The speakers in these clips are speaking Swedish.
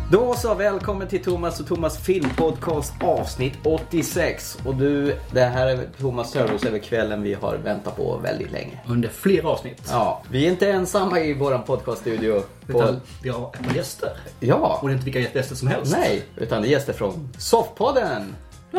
Då så, välkommen till Thomas och Thomas filmpodcast avsnitt 86. Och du, det här är Thomas service över kvällen vi har väntat på väldigt länge. Under flera avsnitt. Ja, vi är inte ensamma i våran podcaststudio. Utan vi har ett par gäster. Ja. Och det är inte vilka gäster som helst. Nej, utan det är gäster från Soffpodden.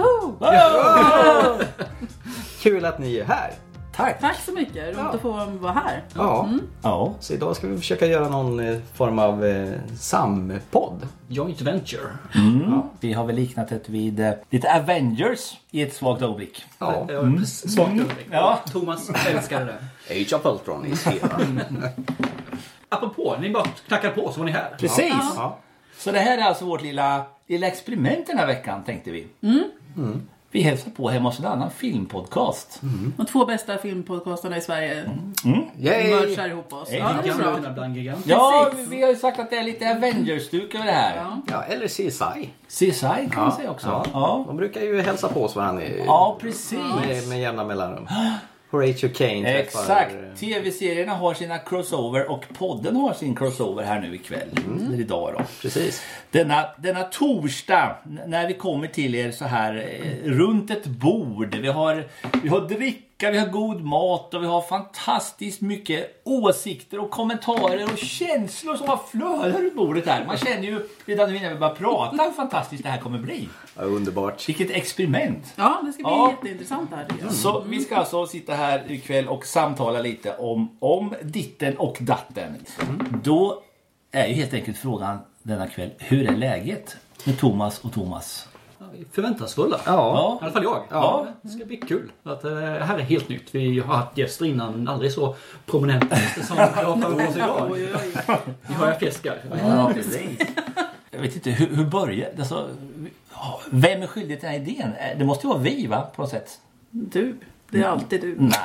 Kul att ni är här. Tack så mycket, roligt att få vara här. Ja, så idag ska vi försöka göra någon form av sampodd. Joint venture. Vi har väl liknat det vid lite Avengers i ett svagt ögonblick. Svagt ögonblick. Ja. Thomas älskade det. Age of Ultron is here. Apropå, ni bara knackar på så var ni här. Precis. Ja. Så det här är alltså vårt lilla experiment den här veckan, tänkte vi. Vi hälsar på hemma hos en annan filmpodcast. De 2 bästa filmpodcastarna i Sverige Yay! merchar ihop oss. Ja, det är bra. Giganterna bland giganter. Ja, vi har ju sagt att det är lite Avengers-stuk över det här. Ja, eller CSI. CSI kan man säga också. Ja. De brukar ju hälsa på oss varandra Precis. med jämna mellanrum. Horatio Kane träffar... Exakt. TV-serierna har sina crossover och podden har sin crossover här nu ikväll. Eller idag då. Precis. Denna torsdag när vi kommer till er så här runt ett bord. Vi har dricka, vi har god mat och vi har fantastiskt mycket åsikter och kommentarer och känslor som har flödar runt bordet här. Man känner ju redan nu när vi börjar prata hur fantastiskt det här kommer bli. Ja, underbart. Vilket experiment. Ja, det ska bli jätteintressant här. Så vi ska alltså sitta här ikväll och samtala lite om ditten och datten. Då är ju helt enkelt frågan denna kväll, hur är läget med Thomas och Thomas? Förväntansfulla. Ja. I alla fall jag. Ja. Det ska bli kul. Att, det här är helt nytt. Vi har haft gäster innan, aldrig så prominenta gäster som vi har framför oss idag. Vi har fiskar. Ja, precis. Jag vet inte, hur börjar det? Alltså, vem är skyldig till den här idén? Det måste ju vara vi, va? På något sätt. Du, det är alltid du. Nej.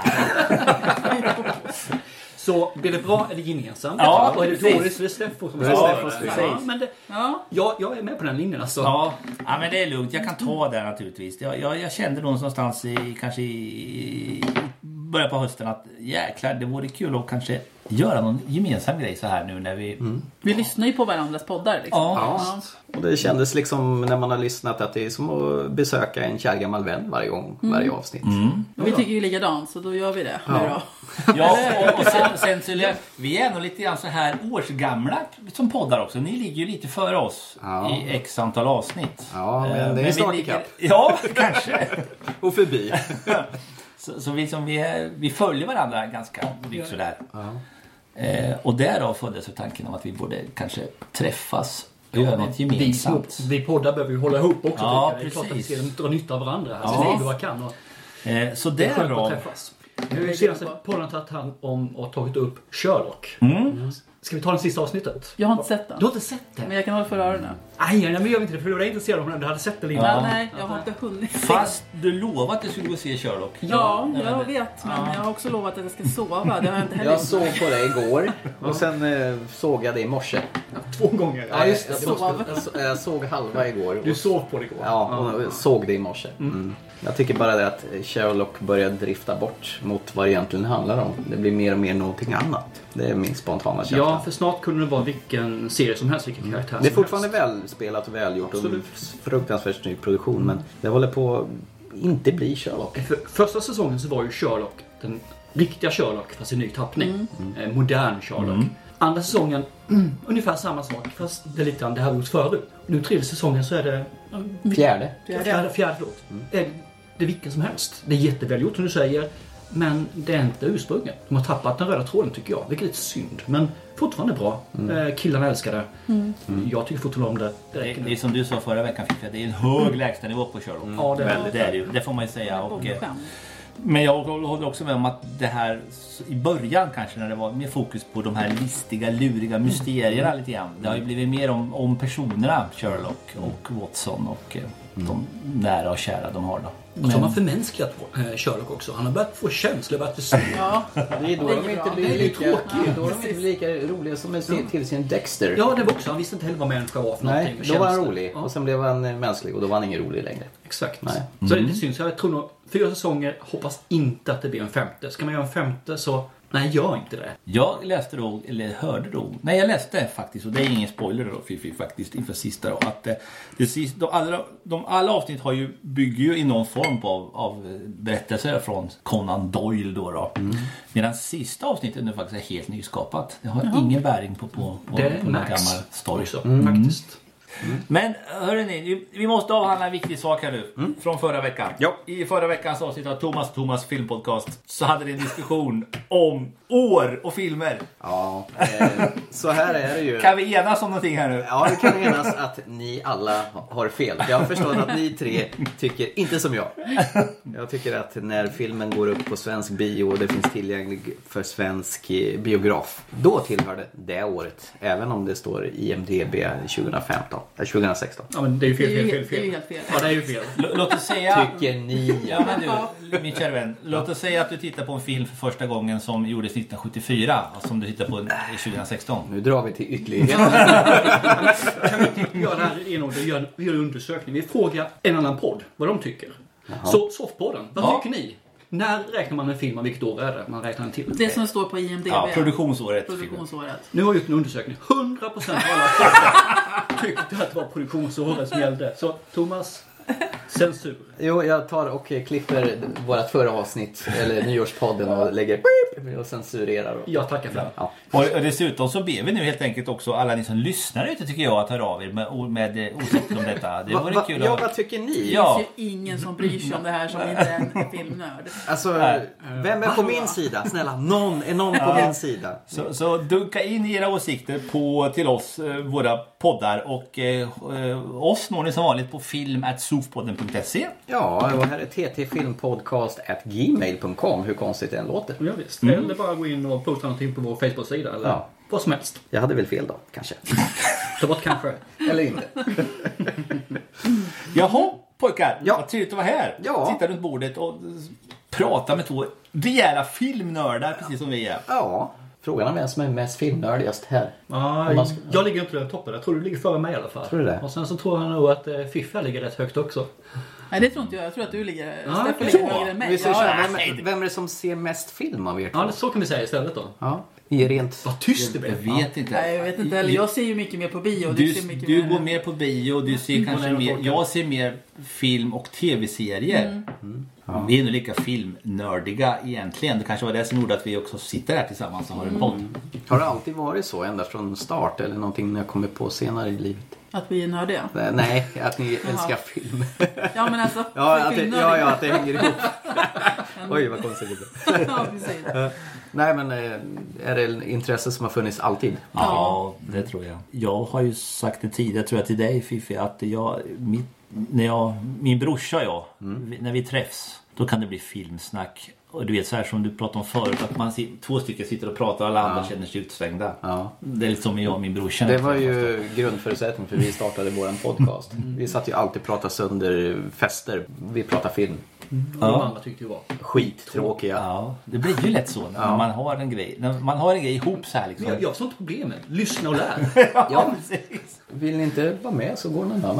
Så blir det bra eller gemensamt? Ja, och är det precis. dåligt så är det Steffo som men det, jag är med på den linjen alltså. Ja, men det är lugnt. Jag kan ta det naturligtvis. Jag kände någonstans i början på hösten att jäklar, det vore kul att kanske göra någon gemensam grej så här nu när vi... Vi lyssnar ju på varandras poddar liksom. Ja. Och det kändes liksom när man har lyssnat att det är som att besöka en kär gammal vän varje avsnitt. Och vi tycker ju likadant, så då gör vi det. Ja, och sen så vi är nog lite grann så här årsgamla som poddar också. Ni ligger ju lite före oss i x antal avsnitt. Ja, men det är snart ikapp. Ja, kanske. Och förbi. Så vi följer varandra ganska mycket sådär. Och därav föddes tanken om att vi borde kanske träffas och göra något gemensamt. Vi poddar behöver ju hålla ihop också. Ja, det är klart att vi precis. ska dra nytta av varandra. Här. Ja. Så vi kan. Och Så det är skönt att därav... träffas. Nu är det senaste podden tagit hand om och tagit upp Sherlock. Ska vi ta det sista avsnittet? Jag har inte sett den. Du har inte sett det? Men jag kan hålla för öronen. Nej, men jag vet inte det. För du är intresserad av den. Du hade sett det innan. Ja. Nej, jag har inte hunnit. Fast du lovade att du skulle gå och se Sherlock. Ja, jag vet. Men jag har också lovat att jag ska sova. Det har jag inte heller. Jag såg på det igår och sen såg jag det i morse. 2 gånger. Ja, just det. Jag såg halva igår. Du sov på det igår. Ja, och såg det i morse. Jag tycker bara det att Sherlock börjar drifta bort mot vad det egentligen handlar om. Det blir mer och mer någonting annat. Det är min spontana känsla. Ja, för snart kunde det vara vilken serie som helst, vilken karaktär Det är fortfarande välspelat och välgjort och fruktansvärt snygg produktion, men det håller på att inte bli Sherlock. För första säsongen så var ju Sherlock den riktiga Sherlock fast i ny tappning. Modern Sherlock. Andra säsongen ungefär samma sak fast det är lite grann det här gjorts förut. Nu 3:e säsongen så är det Fjärde. fjärde det är vilken som helst. Det är jättevälgjort som du säger. Men det är inte ursprunget. De har tappat den röda tråden tycker jag. Vilket är lite synd. Men fortfarande bra. Killarna älskar det. Jag tycker fortfarande om det. Det är som du sa förra veckan, det är en hög lägstanivå på Sherlock. Ja, det är det. Det får man ju säga. Men jag håller också med om att det här i början kanske när det var mer fokus på de här listiga, luriga mysterierna lite grann. Det har ju blivit mer om personerna Sherlock och Watson och de nära och kära de har då. Och så har man förmänskligat Sherlock också. Han har börjat få känslor, börjat förstå. Ja, det är då de inte blir lika roliga som till sin Dexter. Ja, det var också. Han visste inte heller vad människa var för någonting. Nej, då var han rolig. Och sen blev han mänsklig och då var han ingen rolig längre. Exakt. Nej. Så det syns. Jag tror nog 4 säsonger, hoppas inte att det blir en 5:e. Ska man göra en 5:e så Nej, gör inte det. Jag läste då, eller hörde då, nej jag läste faktiskt, och det är ingen spoiler då, Fifi, faktiskt inför sista då, att alla avsnitt bygger ju i någon form av berättelser från Conan Doyle då. Medan sista avsnittet nu faktiskt är helt nyskapat. Det har ingen bäring på någon gammal story. Faktiskt. Men hörrni, vi måste avhandla en viktig sak här nu från förra veckan. Ja. I förra veckans avsnitt av Thomas filmpodcast så hade det en diskussion om år och filmer. Ja, så här är det ju. Kan vi enas om någonting här nu? Ja, det kan enas att ni alla har fel. Jag har förstått att ni tre tycker inte som jag. Jag tycker att när filmen går upp på svensk bio och det finns tillgänglig för svensk biograf, då tillhör det året. Även om det står IMDb 2016. Ja, men det är ju fel. Det är ju helt fel. Ja, det är ju fel. Låt oss säga... Tycker ni? Ja, men du, min kära vän. Låt oss säga att du tittar på en film för första gången som gjordes 1974 och som du tittar på 2016. Nu drar vi till ytterlighet. Kan vi inte göra det här en år? Vi gör en undersökning. Vi frågar en annan podd vad de tycker. Så Softpodden, vad tycker ni? När räknar man en film och vilket år är det? Man räknar den till. Det som står på IMDb. Ja, produktionsåret. Nu har jag gjort en undersökning. 100% av alla poddar tyckte att det var produktionsåret som gällde. Så Thomas, censur. Jo, jag tar och klipper vårat förra avsnitt, eller nyårspodden, och lägger och censurerar. Jag tackar för det. Ja. Och dessutom så ber vi nu helt enkelt också alla ni som lyssnar ute, tycker jag, att höra av er med åsikter om detta. Det vore kul Ja, vad tycker ni? Ja. Det finns ju ingen som bryr sig om det här som inte är en filmnörd. Alltså, vem är på min sida? Snälla, någon på min sida. Så dunka in era åsikter till oss, våra poddar, och oss når ni som vanligt på film@sofpodden.se. Ja, och här är ttfilmpodcast@gmail.com. Hur konstigt det än låter. Ja, visst. Eller bara gå in och posta någonting på vår Facebook-sida eller vad som helst. Jag hade väl fel då, kanske. Ta bort kanske. Eller inte. Jaha, pojkar. Ja. Vad trevligt att vara här. Ja. Sitta runt bordet och prata med två rejäla filmnördar, precis som vi är. Ja, frågan är vem som är mest filmnördigast här. Ja, jag ligger inte på den toppen. Jag tror du ligger före mig i alla fall. Tror du det? Och sen så tror jag nog att Fiffa ligger rätt högt också. Nej, det tror inte jag. Jag tror att du ligger, Ja, Stefan ligger högre än mig. Vi säger så här, Ja, vem är det som ser mest film av er två? Ja, så kan vi säga istället då. Ja, i rent... Vad tyst det Jag blev. vet inte. Nej, jag vet inte heller. Jag ser ju mycket mer på bio. Och Du, ser mycket du går mer på bio, du ser kanske mer... Jag ser mer film och tv-serier. Vi är nog lika filmnördiga egentligen. Det kanske var det som gjorde att vi också sitter här tillsammans och har en podd. Har det alltid varit så ända från start, eller någonting ni har kommit på senare i livet? Att vi är nördiga. Nej, att ni älskar film. Ja, men alltså. Att det hänger ihop. Oj, vad konstigt det blev. Ja, precis. Nej, men är det intresse som har funnits alltid? Ja, det tror jag. Jag har ju sagt det tidigare, tror jag, till dig, Fifi, att min brorsa och jag, när vi träffs, då kan det bli filmsnack. Och du vet, så här som du pratade om förut, att man två stycken sitter och pratar och alla andra känner sig utsvängda. Ja. Det är lite som jag och min brorsa. Det var ju grundförutsättning för vi startade våran podcast. Vi satt ju alltid och pratade sönder fester. Vi pratade film. De andra tyckte ju var skittråkiga. Ja, det blir ju lätt så när man har en grej. När man har en grej ihop så här liksom. Jag har sånt problemet. Lyssna och lär. Ja, vill ni inte vara med så går någon annan.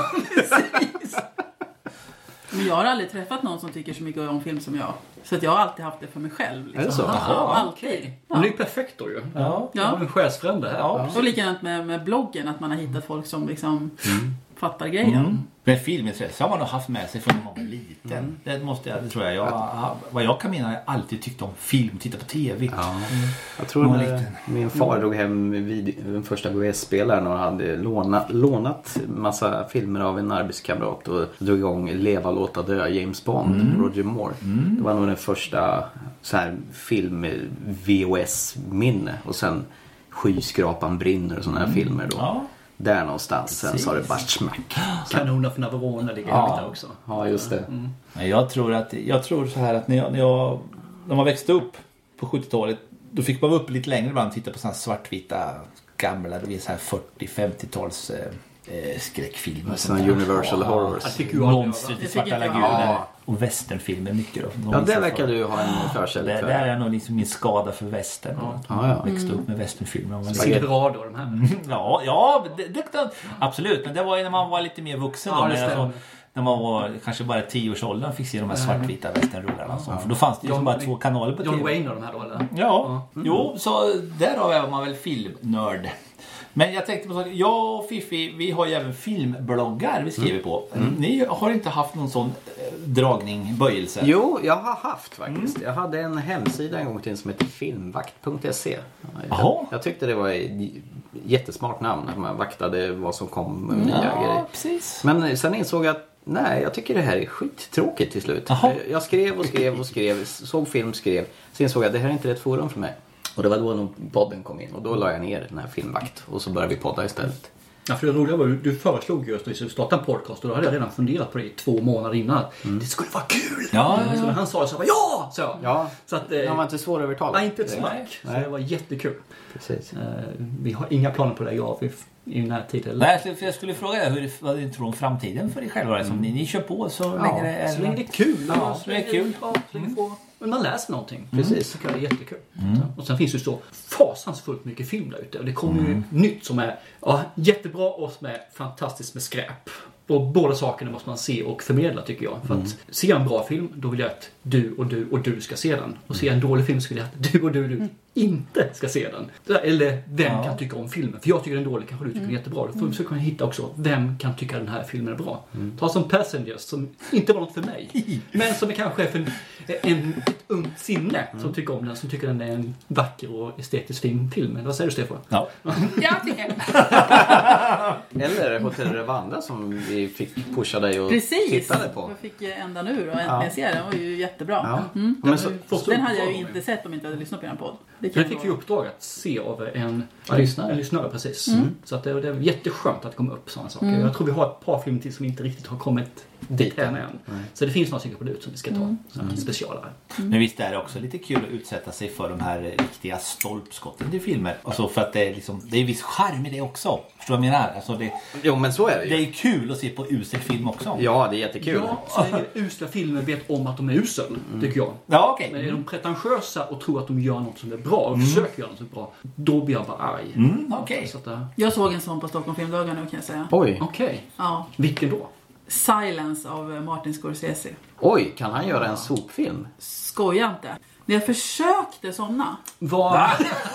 Men jag har aldrig träffat någon som tycker så mycket om film som jag. Så att jag har alltid haft det för mig själv. Liksom. Är det så? Ja, alltid. Men det är ju perfekt då ju. Ja. Jag har en själsfrände här. Ja. Och likadant med bloggen, att man har hittat folk som liksom fattar grejen. Men filmintresse har man nog haft med sig från när man var liten. Det tror jag. Vad jag kan mena har jag alltid tyckt om film, titta på tv. Ja. Jag tror när min far drog hem den första VHS-spelaren och hade lånat massa filmer av en arbetskamrat och drog igång Leva, låta dö, James Bond, Roger Moore. Det var nog den första så här film VHS-minne, och sen Skyskrapan brinner och sådana här filmer då. Ja. Där någonstans. Sen sa det bara smack. Kanoner för Navarone ligger där också. Ja, just det. Jag tror så här att när man växte upp på 70-talet, då fick man vara upp lite längre ibland och titta på sådana svartvita gamla, det är så här 40-50-tals skräckfilmer. Sådana Universal Horrors. Monstret i Svarta lagunen. Och westernfilmer mycket då. Ja, det verkar du ha en förkärlek för. Det är nog liksom min skada för western. Ja. Växte upp med westernfilmer. Silverado de här. Ja, absolut. Men det var ju när man var lite mer vuxen. Ja, då, när man var kanske bara 10-årsåldern fick se de här svartvita västernrullarna. För då fanns det ju bara 2 kanaler på TV. John Wayne och de här då, eller? Ja. Jo, så därav är man väl filmnörd. Men jag tänkte på så, jag och Fifi, vi har ju även filmbloggar vi skriver på. Ni har inte haft någon sån böjelse? Jo, jag har haft faktiskt. Jag hade en hemsida en gång till som heter filmvakt.se. Jag tyckte det var ett jättesmart namn. Att man vaktade vad som kom med nya grejer. Precis. Men sen insåg jag att nej, jag tycker det här är skittråkigt till slut. Jag skrev, såg film, skrev. Sen insåg jag att det här är inte rätt forum för mig. Och det var då podden kom in och då la jag ner den här filmvakt och så började vi podda istället. Ja, för det roliga var du föreslog just att vi skulle starta en podcast och då hade jag redan funderat på det i 2 månader innan. Det skulle vara kul! Ja. Så när han sa det så var ja! Så att, han var inte svår övertalad. Nej, inte ett snack. Så det var jättekul. Precis. Vi har inga planer på det i närtid. Eller? Nej, för jag skulle fråga dig vad du tror om framtiden för er själva. Som ni kör på så länge det är... Så länge det är kul. Ja, så länge det är kul. Ja, så länge men man läser någonting. Precis. Så tycker jag det är jättekul. Och sen finns det ju så fasansfullt mycket film där ute. Och det kommer ju nytt som är jättebra och som är fantastiskt med skräp. Och båda sakerna måste man se och förmedla tycker jag. För att se en bra film, då vill jag att du ska se den. Och se en dålig film så vill jag att du inte ska se den. Eller vem kan tycka om filmen? För jag tycker den är dålig, kanske du tycker den är jättebra. Då får vi försöka hitta också, vem kan tycka den här filmen är bra? Ta som Passengers, som inte var något för mig. Men som är kanske för ett ungt sinne som tycker om den. Som tycker den är en vacker och estetiskt fin film. Eller vad säger du, Stefan? Ja. Jag tycker. Eller Hotel Rwanda som vi fick pusha dig och Precis. tittade på. Jag fick ända nu och äntligen se den. var ju jättebra. Men Den hade jag ju inte sett om jag inte hade lyssnat på den podd. Det fick vi uppdrag att se av en lyssnare precis. Så att det är jätteskönt att komma upp sådana saker. Jag tror vi har ett par filmer till som inte riktigt har kommit dit än. Så det finns några stycken på det ut som vi ska ta. Specialare. Men visst är det också lite kul att utsätta sig för de här riktiga stolpskotten i filmer. Alltså för att det är viss charm i det också. Förstår du vad jag menar? Alltså jo, men så är det ju. Det är kul att se på usel film också. Ja, det är jättekul. Ja, så länge usla filmer vet om att de är usel, tycker jag. Ja, okej. Men är de pretentiösa och tror att de gör något som är bra och försöker göra något som är bra, då blir jag bara arg. Okej. Så att, Jag såg en sån på Stockholm filmdagar nu kan jag säga. Oj. Okej. Ja. Vilken då? Silence av Martin Scorsese. Oj, kan han göra en sopfilm? Skoja inte. När jag försökte somna. Vad?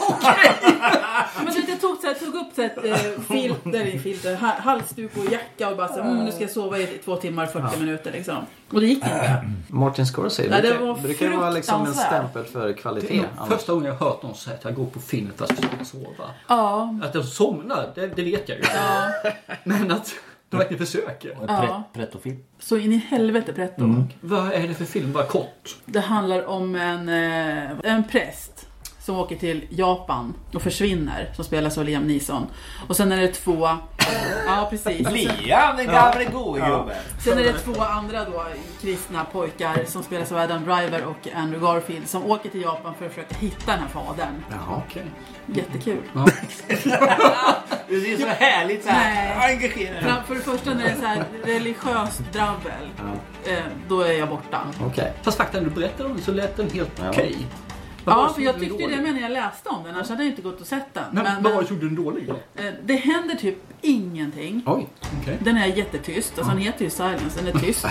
Men jag tog upp filter, halsduk och jacka och bara så nu ska jag sova i 2 timmar 40 minuter liksom. Och det gick inte. Martin Scorsese brukar vara liksom en stämpel för kvalitet. Första gången jag har hört någon säga att jag går på film för att försöka sova. Ja. Att jag somnar, det vet jag ju. Ja. Men att de verkligen försöker. Pretto-film. Så in i helvete pretto. Vad är det för film? Bara kort. Det handlar om en präst som åker till Japan och försvinner, som spelas av Liam Neeson. Och sen är det 2... Ja, precis. Liam, den gamla gode gubben. Sen är det 2 andra då kristna pojkar som spelas av Adam Driver och Andrew Garfield som åker till Japan för att försöka hitta den här fadern. Jaha, okej. Jättekul. Ja. Det är så härligt så här. Engagerande. För det första när det är så här religiöst drabbel, då är jag borta. Okej. Fast faktiskt när du berättade om det så lät den helt okej. Ja, för jag tyckte det när jag läste om den. Annars hade jag inte gått och sett den. Men vad gjorde den dålig? Det händer typ ingenting. Oj. Okay. Den är jättetyst. Alltså den heter ju Silence. Den är tyst.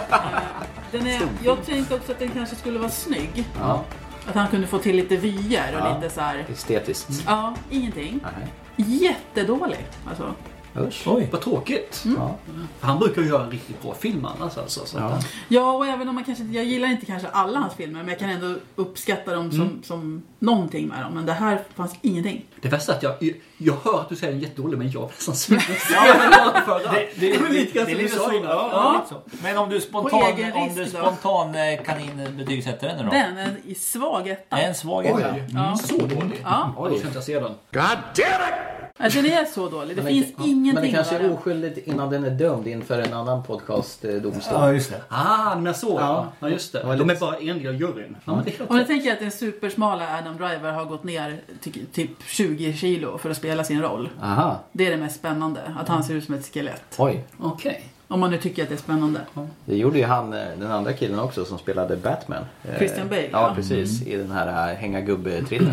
Jag tänkte också att den kanske skulle vara snygg. Ja. Att han kunde få till lite vyer och lite så här. Estetiskt. Ja, ingenting. Nej. Jättedålig. Alltså. Usch. Oj, vad tråkigt. Ja. Han brukar ju göra en riktigt bra film annars alltså. Så Ja, och även om man kanske, jag gillar inte kanske alla hans filmer, men jag kan ändå uppskatta dem som någonting med dem. Men det här fanns ingenting. Det värsta är att jag hör att du säger en jättedålig, men jag är nästan svårt. Det är lite så. Ja. Men om du spontan betygssätter den då? Den är i svag etta. En svag etta. Ja. Så dålig. Ja. Oj, då ska jag se den. God damn it! Den är så dålig. Det finns ingenting. Men det kanske är oskyldigt innan den är dömd inför en annan podcastdomstol. Ja, just det. Men så. Ja, just det. De är bara en del av juryn. Ja, och jag tänker att den supersmala Adam Driver har gått ner typ 20 kilo för att spela sin roll. Aha. Det är det mest spännande. Att han ser ut som ett skelett. Oj. Okej. Om man nu tycker att det är spännande. Det gjorde ju han, den andra killen också som spelade Batman. Christian Bale. Ja, precis. I den här hänga gubbe-trillen.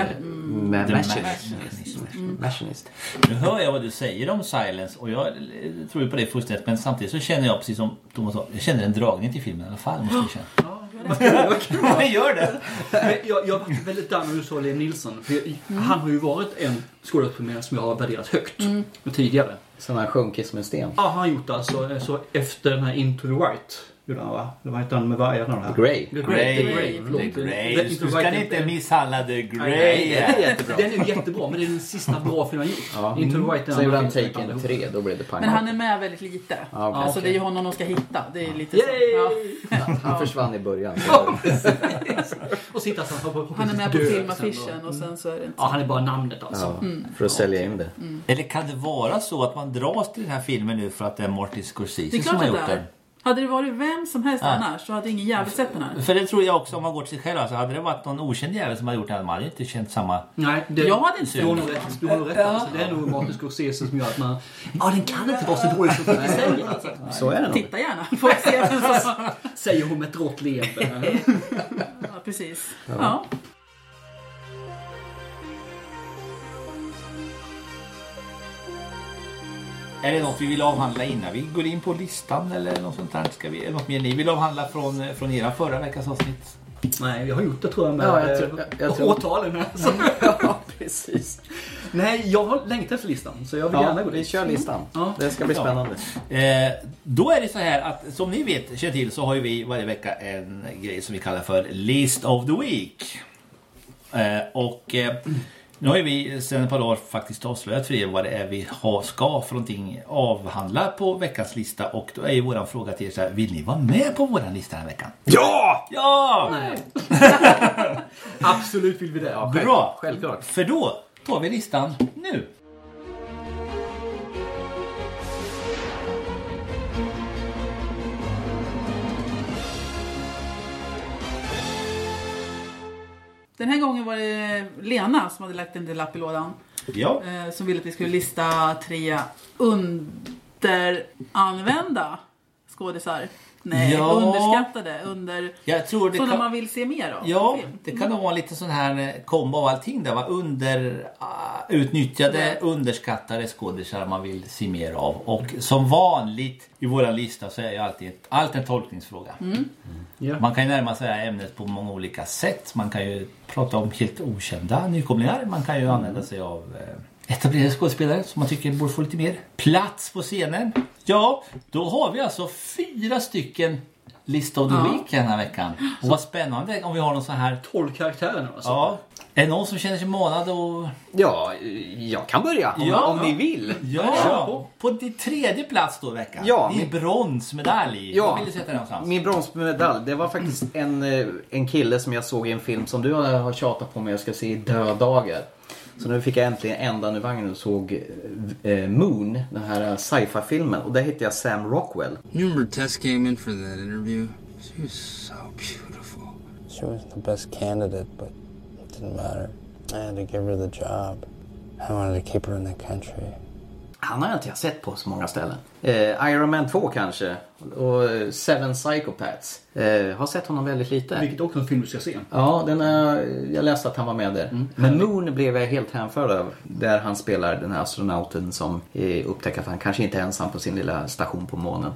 Machinist. Nu hör jag vad du säger om Silence och jag tror ju på det fullständigt, men samtidigt så känner jag precis som Thomas sa, jag känner en dragning till filmen i alla fall, måste jag känna. Man gör det. Jag var väldigt där när du sa Liam Neeson. För han har ju varit en skådespelare som jag har värderat högt tidigare. Som han sjunkit som en sten. Ja, han har gjort alltså så efter den här Into the White. Det var inte han med vargarna här. Grey. The Grey. Du ska inte misshandla The Grey. Den är ju jättebra, men det är den sista bra filmen han gjort. Into the White. Sen gjorde han Taken 3, då blev det pang. Men han är med väldigt lite. Alltså det är ju honom de ska hitta. Det är lite så. Han försvann i början. Och sitta så på han är med på filmaffischen och sen så är det inte. Ja, han är bara namnet alltså. För att sälja in det. Eller kan det vara så att man dras till den här filmen nu för att det är Martin Scorsese som har gjort den? Hade det varit vem som helst annars så hade ingen jävel sett den här. För det tror jag också, om man går till sig själv, så hade det varit någon okänd jävel som hade gjort den här, man hade inte känt samma. Nej, jag hade inte du har nog rätt. Alltså, det är nog Martin Scorsese som gör att man den kan inte vara så dålig som du säger. Alltså. Så är det nog. Titta gärna. Får se vem som säger hon med ett rått leende. Ja, precis. Ja. Är det något vi vill avhandla innan vi går in på listan eller något sånt där? Är det något mer ni vill avhandla från era förra veckans avsnitt? Nej, jag har gjort det tror jag med jag tror... åtalen här. Ja, precis. Nej, jag har längtat efter listan så jag vill gärna gå dit. Vi kör listan. Det ska bli spännande. Då är det så här att som ni vet, känner till, så har ju vi varje vecka en grej som vi kallar för List of the Week. Nu har ju vi sedan ett par dagar faktiskt avslöjat för er vad det är vi ska för någonting avhandla på veckans lista. Och då är ju våran fråga till er så här: vill ni vara med på våran lista den här veckan? Ja! Ja! Nej. Absolut vill vi det. Ja, bra! Självklart. För då tar vi listan nu. Den här gången var det Lena som hade lagt en del lapp i lådan. Ja. Som ville att vi skulle lista 3 underanvända skådisar. Nej, underskattade. Jag tror det sådana man vill se mer av. Ja, det kan nog vara lite sån här kombo av allting där. Utnyttjade, underskattade skådespelare man vill se mer av. Och som vanligt i våra lista så är ju allt en tolkningsfråga. Yeah. Man kan ju närma sig ämnet på många olika sätt. Man kan ju prata om helt okända nykomlingar. Man kan ju använda sig av etablerade skådespelare som man tycker borde få lite mer plats på scenen. Ja, då har vi alltså 4 stycken List of the Week den här veckan. Och vad spännande om vi har någon sån här 12 karaktärer nu alltså. Ja. Är det någon som känner sig manad och... Ja, jag kan börja om ni vill. Ja, på din 3:e plats då i veckan. Ja, din bronsmedalj. Ja, vad vill du sätta den någonstans? Min bronsmedalj, det var faktiskt en kille som jag såg i en film som du har tjatat på mig jag ska se i Dödagar. Så nu fick jag äntligen ändan ur vagnen och såg Moon, den här sci-fi-filmen. Och där hittade jag Sam Rockwell. You remember Tess came in for that interview? She was so beautiful. She was the best candidate, but it didn't matter. I had to give her the job. I wanted to keep her in the country. Han har jag inte sett på så många ställen. Iron Man 2 kanske. Och Seven Psychopaths. Har sett honom väldigt lite. Vilket också är en film du ska se. Ja, jag läste att han var med där. Men Moon blev jag helt hänförd av. Där han spelar den här astronauten som upptäcker att han kanske inte är ensam på sin lilla station på månen.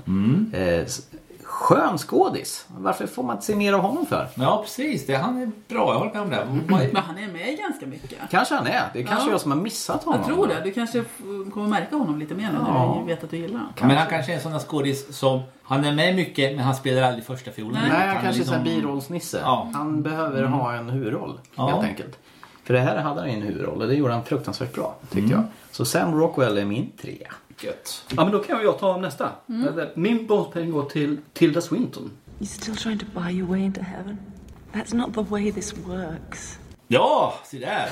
Skön skådis. Varför får man inte se mer av honom för? Ja, precis. Han är bra. Jag håller med om det. Men han är med ganska mycket. Kanske han är. Det är kanske jag som har missat honom. Jag tror det. Du kanske kommer märka honom lite mer nu när du vet att du gillar honom. Men han kanske är en sån där skådis som... Han är med mycket, men han spelar aldrig första fiolen. Nej, han kanske är en birollsnisse. Ja. Han behöver ha en huvudroll, helt enkelt. För det här hade han en huvudroll och det gjorde han fruktansvärt bra, tyckte jag. Så Sam Rockwell är min 3. Gött. Ja, men då kan jag ta nästa. Min bronspenning går till Tilda Swinton. You're still trying to buy your way into heaven? That's not the way this works. Ja, se där.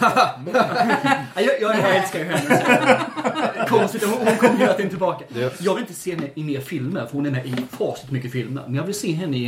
jag älskar ju henne. Konstigt, hon kommer hela tiden tillbaka. Jag vill inte se henne i mer filmer, för hon är med i fasligt mycket filmer. Men jag vill se henne i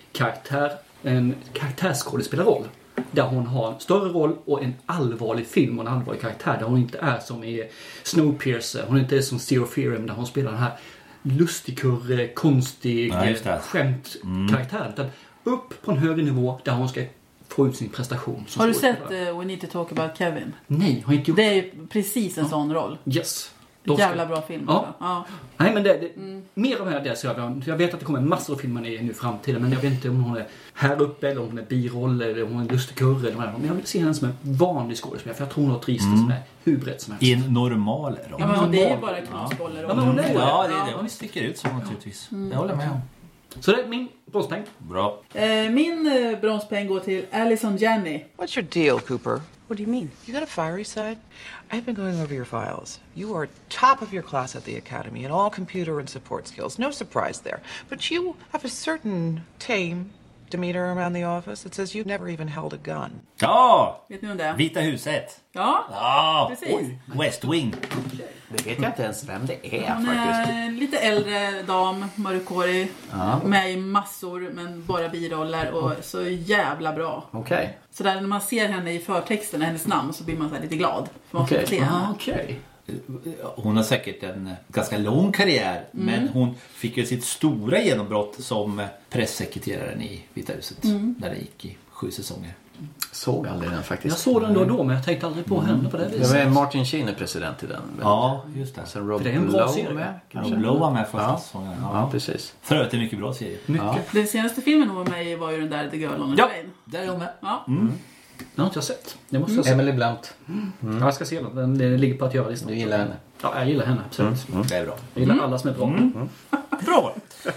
en karaktärsskådespelarroll. Där hon har en större roll och en allvarlig film och en allvarlig karaktär. Där hon inte är som i Snowpiercer. Hon inte är som Zero Theorem där hon spelar den här lustigkurre, konstig skämtkaraktär. Utan upp på en högre nivå där hon ska få ut sin prestation. Har du sett We Need to Talk About Kevin? Nej, har inte gjort det. är precis en sån roll. Yes. Jävla bra film. Ja. Nej, men mer av det så jag vet att det kommer massor av filmer nu i framtiden, men jag vet inte om hon är här uppe eller om hon är biroll eller om hon är en lustigkurre eller vad. Men jag vill se henne som en vanlig skådespelare, för jag tror hon har trist som är hur brett som helst. I en normal roll. Ja, men det är ju bara knasboller. Ja, det sticker ut så naturligtvis. Jag håller med om. Så det är min bronspeng. Bra. Min bronspeng går till Allison Janney. What's your deal, Cooper? What do you mean? You got a fiery side? I've been going over your files. You are top of your class at the academy in all computer and support skills. No surprise there. But you have a certain tame demeanor around the office. It says you've never even held a gun. Ja! Vet ni om det? Vita huset. Ja, precis. Oj. West Wing. Det vet jag inte ens vem det är hon faktiskt. Hon är en lite äldre dam, mörkhårig. Med i massor, men bara biroller. Och så jävla bra. Okej. Så där när man ser henne i förtexten, hennes namn, så blir man så här lite glad. För man får se henne. Okej. Hon har säkert en ganska lång karriär, men hon fick ju sitt stora genombrott som pressekreteraren i Vita huset. Där det gick i 7 säsonger. Såg aldrig den faktiskt. Jag såg den då, men jag tänkte aldrig på henne på det viset. Det var Martin Sheen är president i den. Ja, just det. Sen Rob det är en bra Lowe serie. med. Rob Lowe var med första säsongen. Ja, precis. För övrigt en mycket bra serie. Den senaste filmen hon var med i var ju den där The Girl on the Train. Där är hon med. Ja. Den har inte jag sett. Det måste jag se. Emily Blunt. Ja, jag ska se den. Den ligger på att göra listan. Du gillar henne? Ja, jag gillar henne. Absolut. Det är bra. Jag gillar alla som är bra. Bra!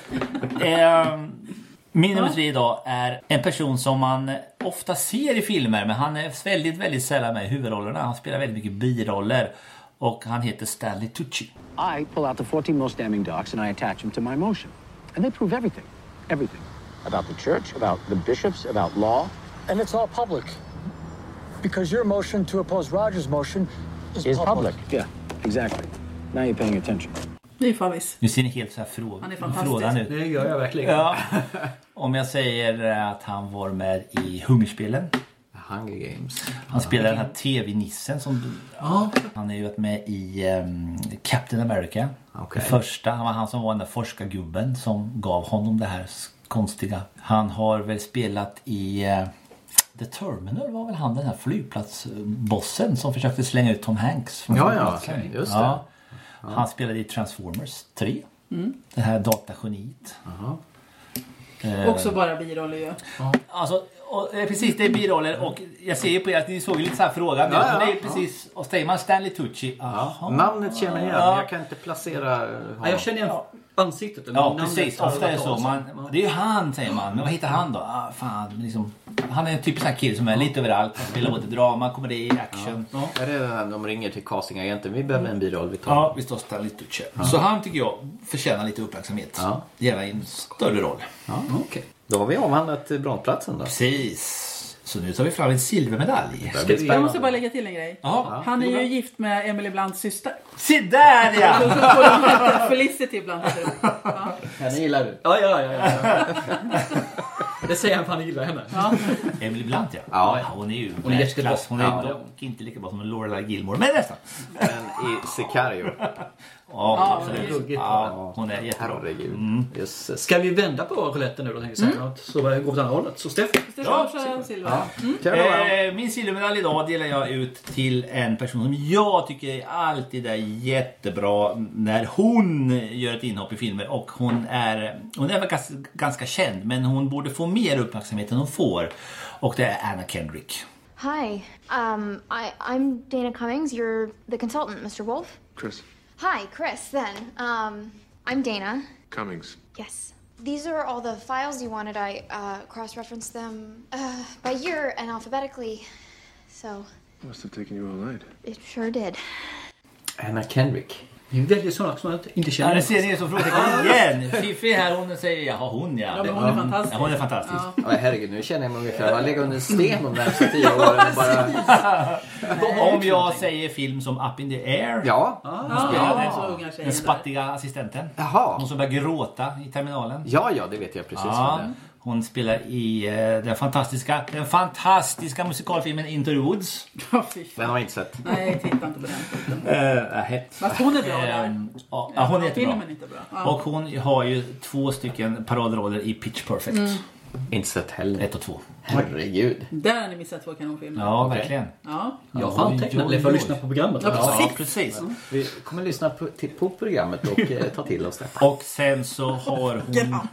Min nummer 3 idag är en person som man ofta ser i filmer, men han är väldigt, väldigt sällan med i huvudrollerna. Han spelar väldigt mycket biroller. Och han heter Stanley Tucci. I pull out the 14 most damning docs and I attach them to my motion. And they prove everything. Everything. About the church, about the bishops, about law. And it's all public. Because your motion to oppose Roger's motion is public. Yeah, exactly. Now you're paying attention. Det är Favis. Nu ser ni helt så här Han är fantastisk. Det gör jag verkligen. Ja. Om jag säger att han var med i Hungerspelen. Hunger Games. Han spelar den här tv-nissen som... Han är ju med i Captain America. Det första. Han var han som var den där forskargubben som gav honom det här konstiga. Han har väl spelat i... The Terminal var väl han, den här flygplatsbossen som försökte slänga ut Tom Hanks från flygplatsen. Okay, just det. Han spelade i Transformers 3. Det här datageniet. Också bara biroller ju. Alltså, precis, det är biroller. Och jag ser ju på er att ni såg lite så här frågan. Det är precis, och säger man Stanley Tucci. Namnet känner jag igen, men jag kan inte placera honom. Jag känner igen ansiktet. Ja, precis. Ofta är det så. Det är ju han, säger man. Men vad hittar han då? Fan, liksom, han är en typisk sån kille som är lite överallt. Han spelar både drama, komedi, action. Är det när de ringer till castingagenten? Vi behöver en biroll. Vi tar. Ja, vi står Stanley Tucci. Så han tycker jag förtjänar lite uppmärksamhet. Gärna i en större roll. Okej. Då har vi avhandlat bronsplatsen då. Precis. Så nu tar vi fram en silvermedalj. Jag måste bara lägga till en grej. Han är ju gift med Emily Blunts syster. Se där, ja! Så får de Felicity Blunt. Henne gillar du? Ja. Det säger han för han gillar henne. Emily Blunt, ja. Hon är ju världsklass. Hon är dock inte lika bra som Lorelai Gilmore, men nästan. Men i Sicario. Hon är jättebra. Yes. Ska vi vända på rouletten nu då? Så går vi till andra hållet. Så Stefan. Min silvermedalj idag delar jag ut till en person som jag tycker alltid är jättebra när hon gör ett inhopp i filmer. Och hon är ganska känd, men hon borde få mer uppmärksamhet än hon får. Och det är Anna Kendrick. Hi, I'm Dana Cummings. You're the consultant, Mr. Wolf. Chris. Hi, Chris, then. I'm Dana. Cummings. Yes. These are all the files you wanted. I cross-referenced them by year and alphabetically. So... Must have taken you all night. It sure did. Anna Kendrick. Det är väldigt sådana som jag inte känner. Ja, det ser ni som frågar igen. Fifi här, hon säger hon Ja, men hon är fantastisk. Ja, hon är fantastisk. Ja, herregud, nu känner jag mig ungefär. Jag lägger under sten de närmsta 10 åren. Om jag säger film som Up in the Air. Ja. Den spattiga assistenten. Jaha. Hon som börjar gråta i terminalen. Ja, det vet jag precis. Hon spelar i den fantastiska musikalfilmen Into the Woods. Den har jag inte sett. Nej, jag tittar inte på den. Fast hon är bra där. Ja, hon är filmen bra. är inte bra. Ja. Och hon har ju 2 paradroller i Pitch Perfect. Inte sett heller. 1 och 2. Herregud. Där har ni missat 2 kanonfilmer. Ja, verkligen. Ja. Jag har antecknat det för att lyssna på programmet. Ja, precis. Vi kommer lyssna på programmet och ta till oss det. Och sen så har hon...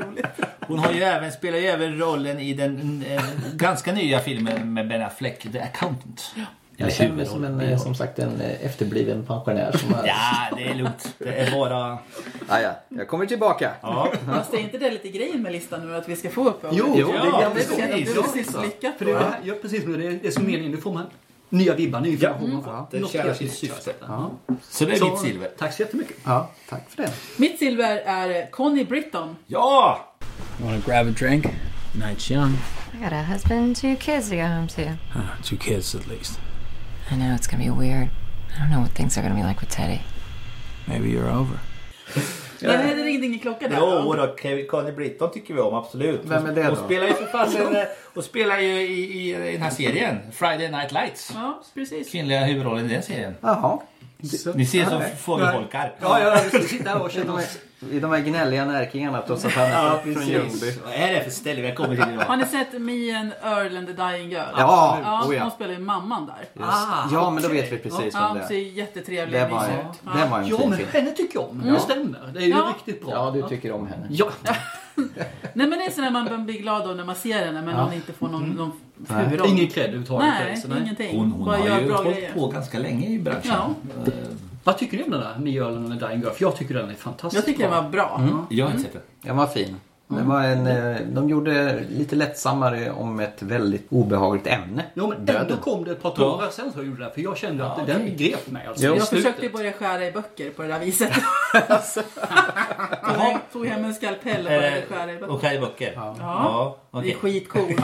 Hon har ju även, spelar ju även rollen i den ganska nya filmen med Ben Affleck, The Accountant. Jag känner mig som sagt en efterbliven pensionär som har... Ja, det är lugnt. Det är bara... Ja, jag kommer tillbaka. Ja. Fast är inte det lite grejen med listan nu att vi ska få upp? Jo, det är precis lyckat. För det är precis det är som meningen. Du får man nya vibbar, ny information. Det känns sitt syfte. Så det är mitt silver. Tack så jättemycket. Ja, tack för det. Mitt silver är Connie Britton. Ja! You want to grab a drink? Night's young. I got a husband, 2 kids to go home to. 2 kids at least. I know it's gonna be weird. I don't know what things are gonna be like with Teddy. Maybe you're over. Det ringde ingen klocka där. Jo, då, Connie Britton tycker vi om, absolut. Vem är det då? Hon spelar ju för fasen och spelar ju i den här serien Friday Night Lights. Ja, precis. Kvinnliga huvudrollen i den serien. Jaha. Ni ser som fågelholkar. Ja, vi ska sitta här och känna i de här gnälliga närkingarna trots att han är från Ljungby. Vad är det för ställe vi har kommit till idag? Har ni sett Me and Earl and the Dying Girl? Ja, hon spelar ju mamman där. Ja, men då vet vi precis om hon det. ser jättetrevlig Det ut. var en Ja, fin men film. henne tycker jag om. Det stämmer. Det är ju riktigt bra. Ja, du tycker om henne. Ja. Nej, men det är så när man blir glad då när man ser henne men hon inte får någon huvudroll. Ingen cred överhuvudtaget. Nej, ingenting. Hon bara har gör ju bra hållit grejer. på ganska länge i branschen. Ja. Vad tycker ni om den där Me, Earl and the Dying Girl? För jag tycker den är fantastisk. Jag tycker den var bra. Jag har inte sett den. Den var fin. Det var de gjorde lite lättsammare om ett väldigt obehagligt ämne. Jo, men ändå kom det ett par tårar sen så jag gjorde det. För jag kände att den grep mig. Alltså, jag försökte börja skära i böcker på det där viset. Tog hem en skalpell och började skära i böcker. Och skära i böcker? Ja. Okay. Det är skitcoolt.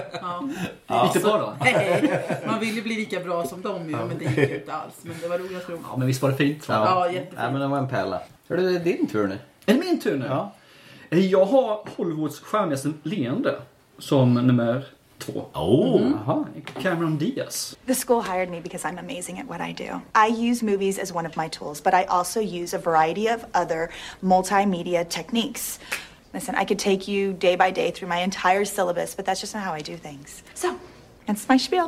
Lite bra då? Nej, man vill ju bli lika bra som dem ju, men det gick inte alls. Men det var roligt. Ja, men visst var det fint? Ja, jättefint. Ja, men det var en pärla. Är det din tur nu? Är det min tur nu? Ja. Jag har Hollywoods charmigaste leende som nummer 2. Cameron Diaz. The school hired me because I'm amazing at what I do. I use movies as one of my tools, but I also use a variety of other multimedia techniques. Listen, I could take you day by day through my entire syllabus, but that's just not how I do things. So, that's my spiel,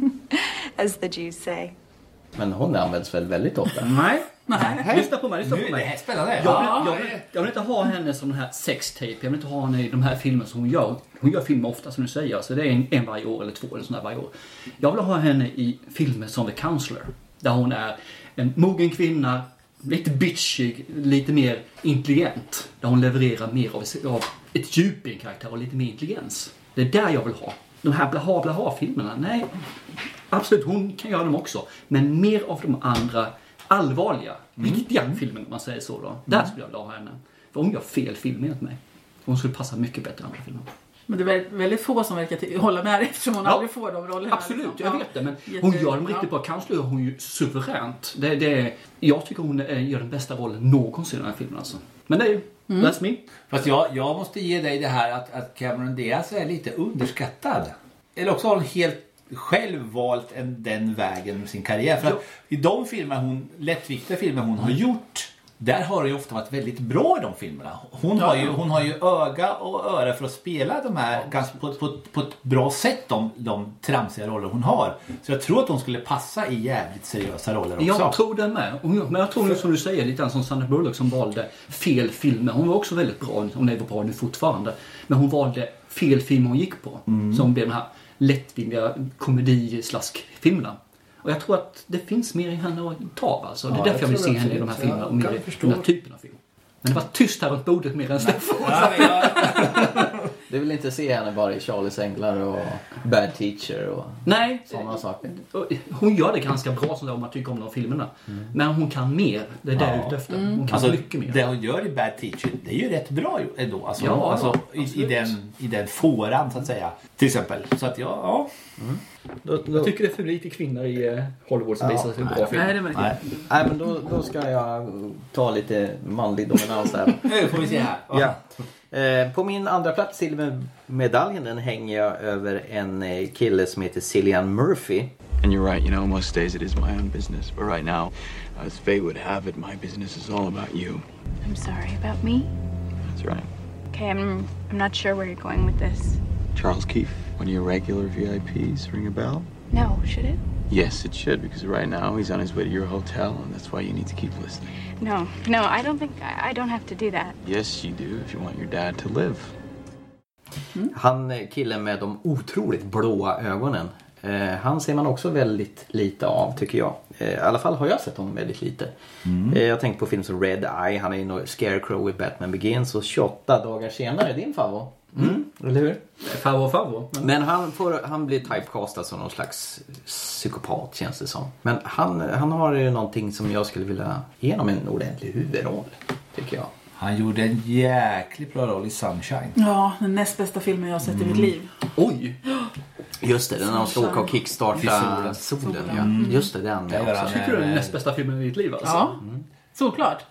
as the Jews say. Men hon används väl väldigt ofta? Nej. Lyssna på mig. Det här är spännande. Jag vill inte ha henne som den här sextape. Jag vill inte ha henne i de här filmerna som hon gör. Hon gör filmer ofta som du säger. Så det är en varje år eller 2 eller sån här varje år. Jag vill ha henne i filmer som The Counselor. Där hon är en mogen kvinna. Lite bitchig, lite mer intelligent. Där hon levererar mer av ett djup i en karaktär och lite mer intelligens. Det är där jag vill ha. De här blaha-blaha-filmerna, nej. Absolut, hon kan göra dem också. Men mer av de andra allvarliga, riktiga filmerna, om man säger så då. Där skulle jag vilja ha henne. För hon gör fel film enligt mig. Hon skulle passa mycket bättre än andra filmer. Men det är väldigt få som verkar hålla med eftersom hon aldrig får de rollerna. Absolut, liksom. jag vet det. Men hon gör dem riktigt bra. Kanske gör hon ju suveränt. Jag tycker hon gör den bästa rollen någonsin i den här filmen. Alltså. Men det är ju, that's me. Fast jag måste ge dig det här att Cameron Diaz är lite underskattad. Eller också har hon helt själv valt den vägen med sin karriär. För att i de lättviktiga filmer hon har gjort, där har det ju ofta varit väldigt bra i de filmerna. Hon har ju öga och öra för att spela de här ganska på ett bra sätt, de tramsiga roller hon har. Så jag tror att hon skulle passa i jävligt seriösa roller också. Jag tror det med. Men jag tror som du säger, lite grann som Sandra Bullock som valde fel filmer. Hon var också väldigt bra, hon är bra nu fortfarande. Men hon valde fel film hon gick på. Som blev den här lättvindiga komedi-slaskfilmerna. Och jag tror att det finns mer i henne att ta. Alltså. Det är därför jag vill se henne i de här filmerna och mer i den här typen av film. Men det var tyst här runt bordet mer än Stefan. Du vill inte se henne bara i Charlies Änglar och Bad Teacher och sådana saker? Hon gör det ganska bra som om man tycker om de filmerna. Men hon kan mer. Det är det jag är ute efter. Hon kan mycket mer. Det hon gör i Bad Teacher, det är ju rätt bra ändå. Alltså, i den fåran så att säga. Till exempel. Så att jag tycker det är för lite kvinnor i Hollywood som visar sig bra film. Nej, men då ska jag ta lite manlig dominans här. Nu får vi se här. Ja. På min andra plats silvermedaljen den hänger jag över en kille som heter Cillian Murphy. And you're right, you know, most days it is my own business. But right now, as fate would have it, my business is all about you. I'm sorry, about me? That's right. Okay, I'm not sure where you're going with this. Charles Keefe, one of your regular VIPs, ring a bell? No, should it? Yes, it should, because right now he's on his way to your hotel, and that's why you need to keep listening. No, I don't think I don't have to do that. Yes, you do, if you want your dad to live. Han killen med de otroligt blåa ögonen. Han ser man också väldigt lite av tycker jag. I alla fall har jag sett honom väldigt lite. Jag tänkte på film som Red Eye. Han är ju Scarecrow i Batman Begins. Och 28 dagar senare, din favvo. Eller hur? Favvo. Men han blir typecastad som någon slags psykopat känns det som. Men han har ju någonting som jag skulle vilja ge honom en ordentlig huvudroll tycker jag. Han gjorde en jäkligt bra roll i Sunshine. Ja, den näst bästa filmen jag har sett i mitt liv. Oj! Just det, när de ska åka och kickstarta solen. Ja. Just det, den. Jag tycker du är den näst bästa filmen i ditt liv alltså? Ja, såklart.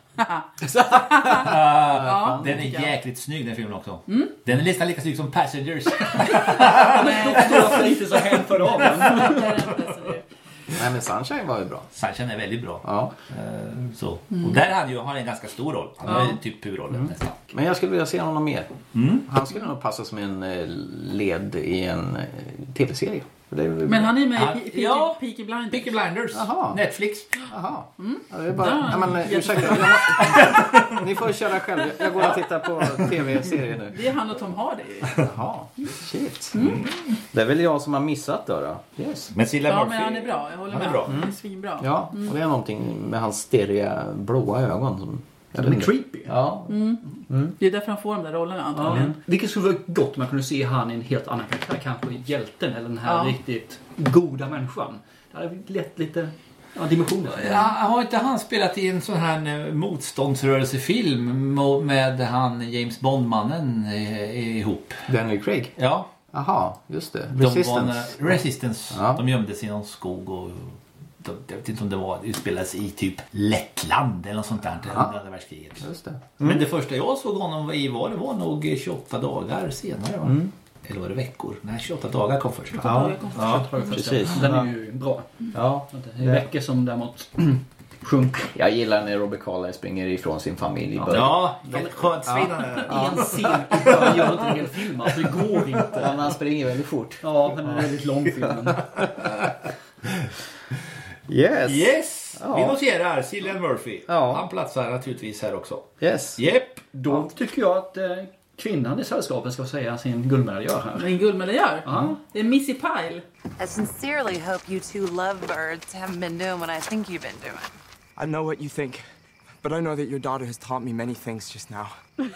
Den är jäkligt snygg den filmen också. Den är nästan lika snygg som Passengers. Men då står jag inte så hänförd av den. Nej, men Sunshine var ju bra. Sunshine är väldigt bra. Ja. Så. Och där har han en ganska stor roll. Han har typ huvudrollen nästan. Men jag skulle vilja se honom mer. Han skulle nog passa som en led i en tv-serie. Men han är med i Peaky Blinders. Peaky Blinders. Aha. Netflix. Jaha. Ja, det är bara... Ja, men, ursäkta. Ni får köra själv. Jag går och tittar på tv-serier nu. Det är han och Tom Hardy. Jaha. Shit. Det är väl jag som har missat då. Yes. Men Cillian Murphy... men han är bra. Jag håller med. Han är svinbra. Ja, och det är någonting med hans steriga blåa ögon som... De är creepy. Ja. Det är därför han får de där rollerna antagligen. Vilket skulle vara gott om man kunde se han i en helt annan karaktär. Kanske hjälten eller den här riktigt goda människan. Det hade lett lite dimensioner. Ja, har inte han spelat i en sån här motståndsrörelsefilm med han James Bond-mannen ihop? Daniel Craig? Ja. Aha, just det. Resistance. Ja. De gömde sig i någon skog och... Jag vet inte om det utspelades i typ Lettland eller något sånt där under andra världskriget. Just det. Men det första jag såg honom i var nog 28 dagar senare va? Eller var det veckor? Nej, 28 dagar kom först. Ja, precis. Den är ju bra. Ja. Det är veckor som däremot sjunker. Jag gillar när Robert Carlyle springer ifrån sin familj. Ja, väldigt skönt svinande. En scen jag gör inte en hel film. Alltså det går inte. Ja, men han springer väldigt fort. Ja, men det är väldigt lång film. Yes. Vi noterar Cillian Murphy. Han platsar naturligtvis här också. Yes. Yep. Då tycker jag att kvinnan i sällskapet ska säga sin guldmedaljör här. En guldmedaljör? Det är Missy Pyle. I sincerely hope you two lovebirds haven't been doing what I think you've been doing. I know what you think, but I know that your daughter has taught me many things just now.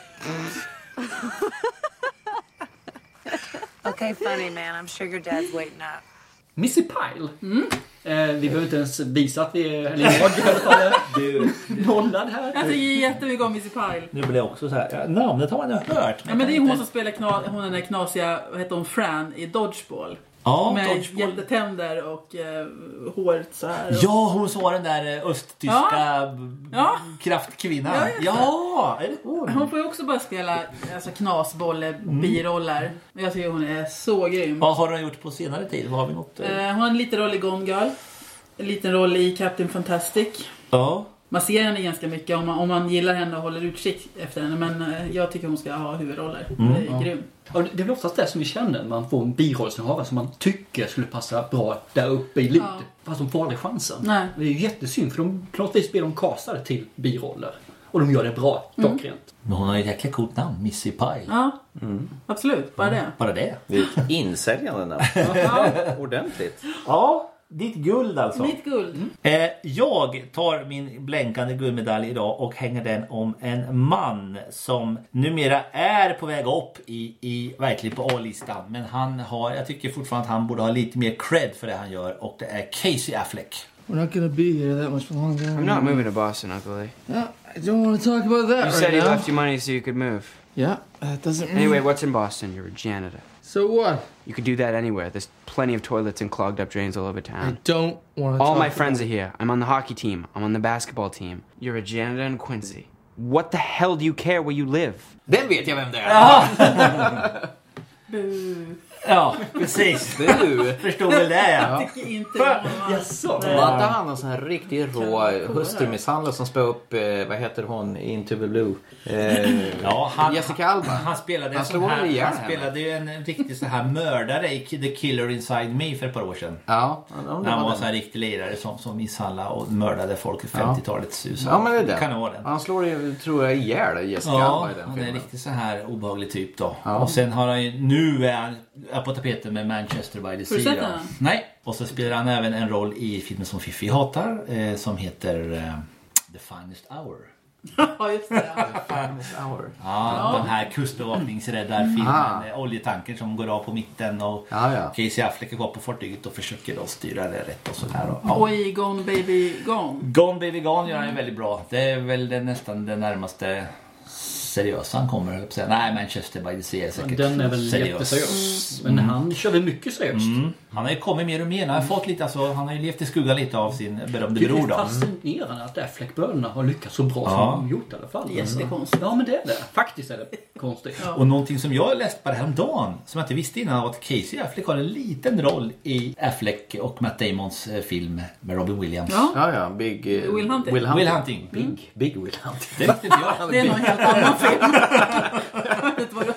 Okay, funny man. I'm sure your dad's waiting up. Missy Pyle. Vi behöver inte ens visa att vi är... Eller jag i alla fall nollad här. Jag tycker jättemycket om Missy Pyle. Nu blir jag också så här. Namnet har man ju hört. Ja, men det är hon som spelar hon den där knasiga, vad heter hon, Fran i Dodgeball. Ja, med Dodgeball. Jättetänder och håret så här. Ja, hon så var den där östtyska kraftkvinnan. Ja, hon får ju också bara spela knasbolle, biroller. Jag tycker hon är så grym. Vad har hon gjort på senare tid? Vad har vi något? Hon har en liten roll i Gone Girl. En liten roll i Captain Fantastic. Ja. Man ser henne ganska mycket om man gillar henne och håller utkik efter henne. Men jag tycker hon ska ha huvudroller. Det är grym. Ja, det är väl oftast det som vi känner. Man får en birollsinnehavare som man tycker skulle passa bra där uppe i livet. Fast de får aldrig chansen. Nej. Det är ju jättesynd för de på något vis blir de castade till biroller. Och de gör det bra, klockrent. Men hon har ju ett jäkla coolt namn, Missy Pyle. Ja, absolut. Bara det. Bara det. Insäljande namn. Ordentligt. Ja. Ditt guld alltså. Mitt guld. Jag tar min blänkande guldmedalj idag och hänger den om en man som numera är på väg upp i verkligen på A-listan. Men jag tycker fortfarande att han borde ha lite mer cred för det han gör. Och det är Casey Affleck. We're not gonna be here that much longer. I'm not moving to Boston, Uncle Lee. Yeah, I don't want to talk about that You said right he now. left you money so you could move. Yeah, that doesn't mean... Anyway, what's in Boston? You're a janitor. So what? You could do that anywhere. There's plenty of toilets and clogged up drains all over town. I don't want to All talk my friends are here. I'm on the hockey team. I'm on the basketball team. You're a janitor in Quincy. What the hell do you care where you live? Den vet jag vem det är. Ja, precis. Du förstår väl det, ja. Tycker inte Var inte han en sån här riktigt rå hustrumisshandlare som spelade upp, vad heter hon, Into the Blue? Jessica Alba. Han spelade ju en riktig så här mördare i The Killer Inside Me för ett par år sedan. Ja, han var så här riktig lirare som misshandlade och mördade folk i 50-talets USA. Ja, men det är det. Kan det vara den. Han slår ju, tror jag, ihjäl Jessica Alba i den han filmen. är en riktigt så här obehaglig typ då. Ja. Och sen har han ju, nu är han på tapeten med Manchester by the Sea. Då? Nej. Och så spelar han även en roll i filmen som Fiffi hatar som heter The Finest Hour. Ja, just det. The Finest Hour. Ja, den här kustbevakningsräddarfilmen, oljetankern som går av på mitten och Casey Affleck är kvar på fartyget och försöker då styra det rätt och sådär. Och i Gone Baby Gone. Gone Baby Gone gör han ju väldigt bra. Det är väl nästan det närmaste seriösa han kommer att säga. Nej, Manchester by the Sea är säkert den är väl jätteseriös. Men han kör väl mycket seriöst. Han har ju kommit mer och mer. Han har fått lite, alltså, han har ju levt i skugga lite av sin berömde bror då. Det är fascinerande att Affleck-bröderna har lyckats så bra som de gjort i alla fall. Jättekonstigt. Ja, men det är det. Faktiskt är det konstigt. Ja. Och någonting som jag läst bara häromdagen som jag inte visste innan var att Casey Affleck har en liten roll i Affleck och Matt Damons film med Robin Williams. Ja, Big Will Hunting. Will Hunting. Big Will Hunting. Det visste inte jag. Det är någon helt annan film. Det var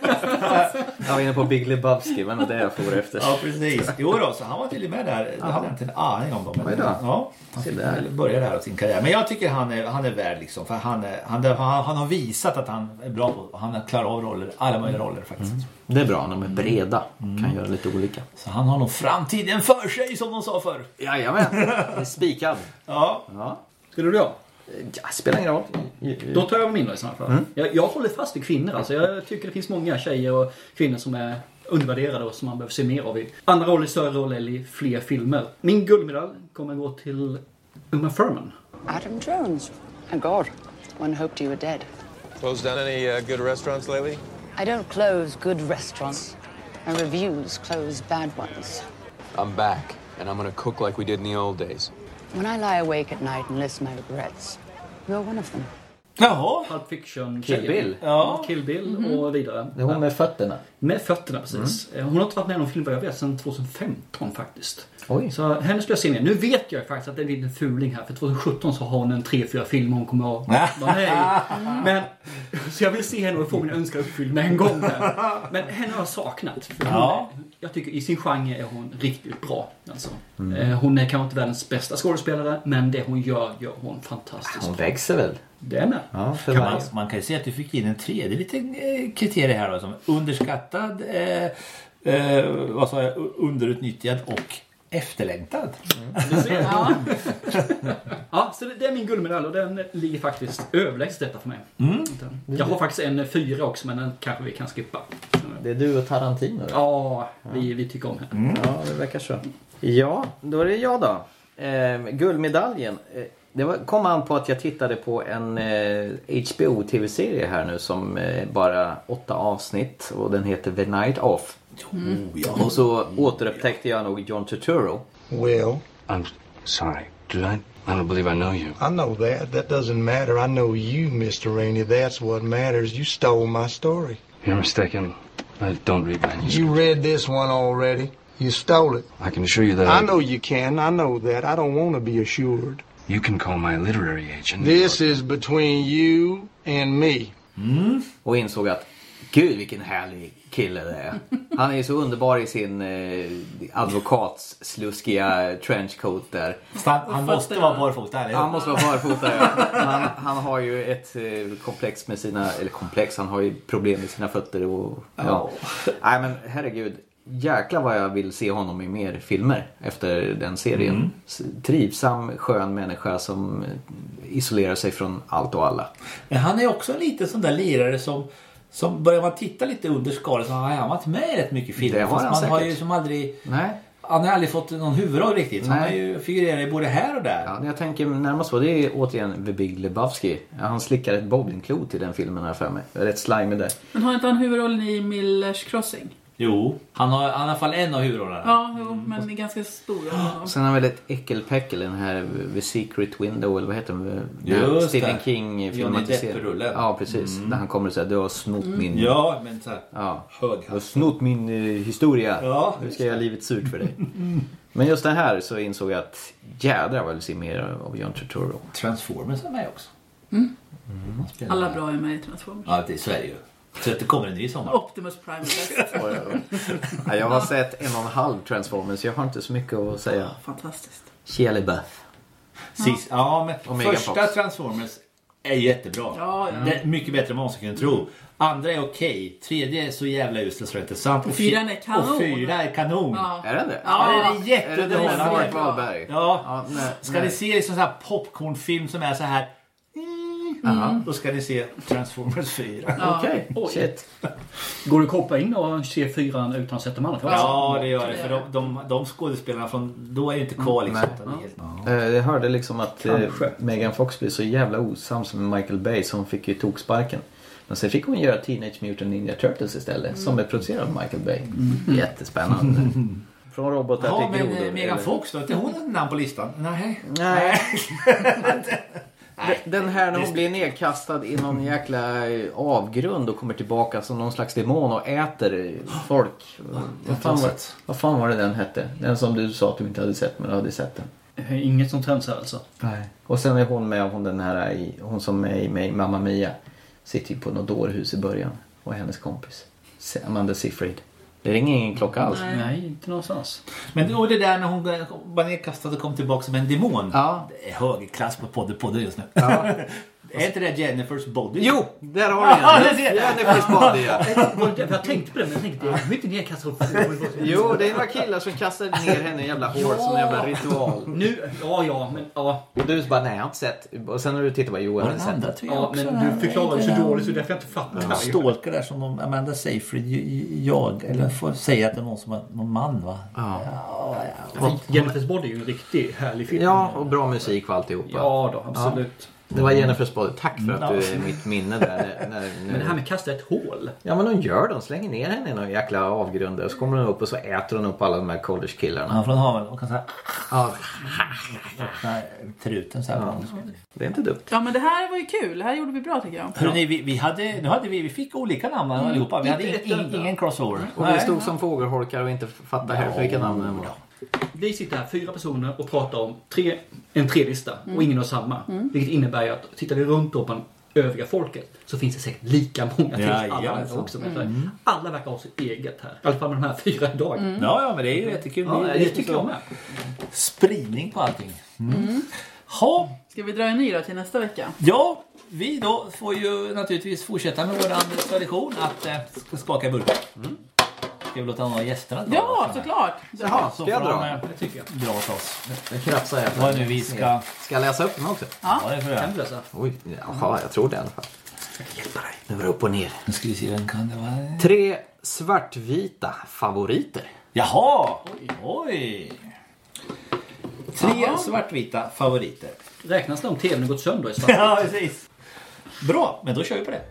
jag var inne på Big Lebowski, men det jag får efter. Ja, precis. Jo då, så han var till och med där. Det hade jag inte en aning om dem. Ja, han började där av sin karriär. Men jag tycker han är värd liksom. För han har visat att han är bra på. Han klarar av roller, alla möjliga roller faktiskt. Det är bra, de är breda. Kan göra lite olika. Så han har nog framtiden för sig, som de sa förr. Jajamän, det är spikad. Ja. Skulle du då? Ja, spelar ingen roll. Då tar jag min då i sådana fall. Jag håller fast vid kvinnor. Alltså. Jag tycker det finns många tjejer och kvinnor som är undervärderade och som man behöver se mer av i andra roller, större roller eller i fler filmer. Min guldmedalj kommer gå till Uma Thurman. Adam Jones. And God, one hoped you were dead. Closed down any good restaurants lately? I don't close good restaurants. And reviews close bad ones. I'm back, and I'm gonna cook like we did in the old days. When I lie awake at night and list my regrets, you're one of them. Jaha. Pulp Fiction. Kill Bill. Ja, Kill Bill och vidare. Det är hon med fötterna. Med fötterna, precis. Hon har inte varit med i någon film vad jag vet sedan 2015 faktiskt. Oj. Så henne ska jag se ner. Nu vet jag faktiskt att det är en liten fuling här. För 2017 så har hon en 3-4 film hon kommer att vara med i. Men, så jag vill se henne och få min önskan uppfylld med en gång här. Men henne har jag saknat. Jag tycker i sin genre är hon riktigt bra. Alltså. Hon är kanske inte världens bästa skådespelare, men det hon gör hon fantastiskt. Hon växer väl. Det är med. Ja, man kan ju se att du fick in en tredje liten kriterie här då, som underskattad, vad sa jag, underutnyttjad och efterlängtad. Ja, så det är min guldmedalj och den ligger faktiskt överlägset detta för mig. Jag har faktiskt en 4 också, men den kanske vi kan skippa. Det är du och Tarantino. Ja, vi tycker om henne. Ja, det verkar så. Ja, då är det jag då. Guldmedaljen. Det kom an på att jag tittade på en HBO-tv-serie här nu som bara 8 avsnitt och den heter The Night Of. Och så återupptäckte jag nog John Turturro. Well, I'm sorry. I don't believe I know you. I know that. That doesn't matter. I know you, Mr. Rainey. That's what matters. You stole my story. You're mistaken. I don't read manuscripts. You read this one already. You stole it. I can assure you that I know you can. I know that. I don't want to be assured. You can call my literary agent. This is between you and me. Och insåg att gud vilken härlig kille det är. Han är så underbar i sin advokatssluskiga trenchcoat där. Han måste vara barfota, eller? Han måste vara barfota, ja. Han har ju ett komplex med sina, eller komplex, han har ju problem med sina fötter och ja. Nej men herregud, jäklar vad jag vill se honom i mer filmer efter den serien. Trivsam, skön människa som isolerar sig från allt och alla. Men han är också en liten sån där lirare som börjar man titta lite under skalet så har han varit med rätt mycket filmer. Fast man säkert. har ju som aldrig... Nej. Han har aldrig fått någon huvudroll riktigt. Han har ju figurerat både här och där. Ja, jag tänker närmast på det är återigen The Big Lebowski. Ja, han slickar ett bowlingklot i den filmen här för mig. Jag är rätt slime där. Men har inte han huvudrollen i Miller's Crossing? Jo, han har i alla fall en av huvudrollerna. Ja, jo, men det är ganska stora. Sen har vi ett äckelpäckel, den här The Secret Window, eller vad heter den? Just Stephen det. King filmatiserad. Ja, precis. Där han kommer och säger, du har snott min... Ja, men så här, du har snott min historia. Ja. Nu ska jag göra livet surt för dig. Men just det här så insåg jag att jädrar vad jag vill se mer av John Turturro. Transformers är med också. Alla bra är med i Transformers. Ja, det är så är det ju. Så att det kommer en ny sommar. Optimus Prime bäst. Ja, jag har sett 1,5 Transformers. Jag har inte så mycket att säga. Fantastiskt. Shia LaBeouf. Ja, men första Transformers är jättebra. Ja. Det är mycket bättre än man skulle kunna tro. Andra är okej. Tredje är så jävla useless och intressant. Och 4 är kanon. Och 4 är kanon. Ja. Är det? Ja, det är jätteunderhållande. Är det Mark Wahlberg? Ja. Ska ni se liksom så här popcornfilm som är så här... Då ska ni se Transformers 4. Okej, shit. Går du att koppla in och se 4 utan att sätta de andra? Ja, det gör det. För de skådespelarna från då är ju inte kvar liksom. Jag hörde liksom att Megan Fox blev så jävla osams med Michael Bay, så hon fick ju toksparken. Men sen fick hon göra Teenage Mutant Ninja Turtles istället, som är producerad av Michael Bay. Jättespännande. Från robotar till grodor. Men Megan Fox då? Är hon ett namn på listan? Nej. Den här när hon blir nedkastad i någon jäkla avgrund och kommer tillbaka som någon slags demon och äter folk. Vad fan var det den hette? Den som du sa att du inte hade sett, men du hade sett den. Inget som trends alltså. Nej. Och sen är hon med, hon som är med i Mamma Mia. Sitter ju på något dårhus i början. Och hennes kompis Amanda Seyfried. Det ringer ingen klocka alls. Nej, inte någonstans. Men och det där när hon var nedkastad och kom tillbaka som en demon. Ja. Det är högklass på podden just nu. Ja. Är inte det Jennifer's Body? Jo, där har du den. Jennifer's Body, ja. Jag tänkte på det, men jag tänkte, jag inte nedkastad. Jo, det är några killar som kastade ner henne i jävla hår som en jävla ritual. Nu, men ja. Och du bara, nej jag har inte sett. Och sen när du tittar på Johan har sett. Ja, men du förklarar så dåligt så därför jag inte fattar. Stalker där som de Amanda Seyfried jag eller får säga att det är någon som är någon man, va? Ja. Jennifer's Body är ju en riktigt härlig film. Ja, och bra musik och alltihopa. Ja då, absolut. Ja. Det var Jennifer's Body. Tack för att du är mitt minne där. Men det här med kasta ett hål. Ja, men de slänger ner henne i någon jäkla avgrund. Och så kommer de upp och så äter de upp alla de här college-killarna. Ja, från haven. Och kan säga... Ja. Truten så här. Ja. Det är inte dumt. Ja, men det här var ju kul. Det här gjorde vi bra tycker jag. Hörrni, vi fick olika namn allihopa. Vi hade ingen crossover. Och vi stod som fågelholkar och inte fattade vilka namnen var. Vi sitter här 4 personer och pratar om en 3-lista och ingen har samma. Vilket innebär ju att tittar vi runt på den övriga folket så finns det säkert lika många till alla andra också. Alla verkar ha sitt eget här. I alla fall med de här 4 dagarna. Ja, men det är ju jättekul. Ja, det tycker jag med. Spridning på allting. Ska vi dra en ny då till nästa vecka? Ja, vi då får ju naturligtvis fortsätta med vår tradition att skaka burkar. Ska vi låta några gästerna dra? Ja, såklart. Jaha, ska jag dra? Det tycker jag. Dra åt oss. Jag krafsar jag. Vad nu vi ska... Ska jag läsa upp den också? Ja, det får jag. Oj, jaha, jag tror det i alla fall. Jag ska hjälpa dig. Nu var det upp och ner. Nu ska vi se, vem kan det vara? 3 svartvita favoriter. Jaha! Oj! 3 svartvita favoriter. Räknas det om tvn gått sönder i svart? Ja, precis. Bra, men då kör vi på det.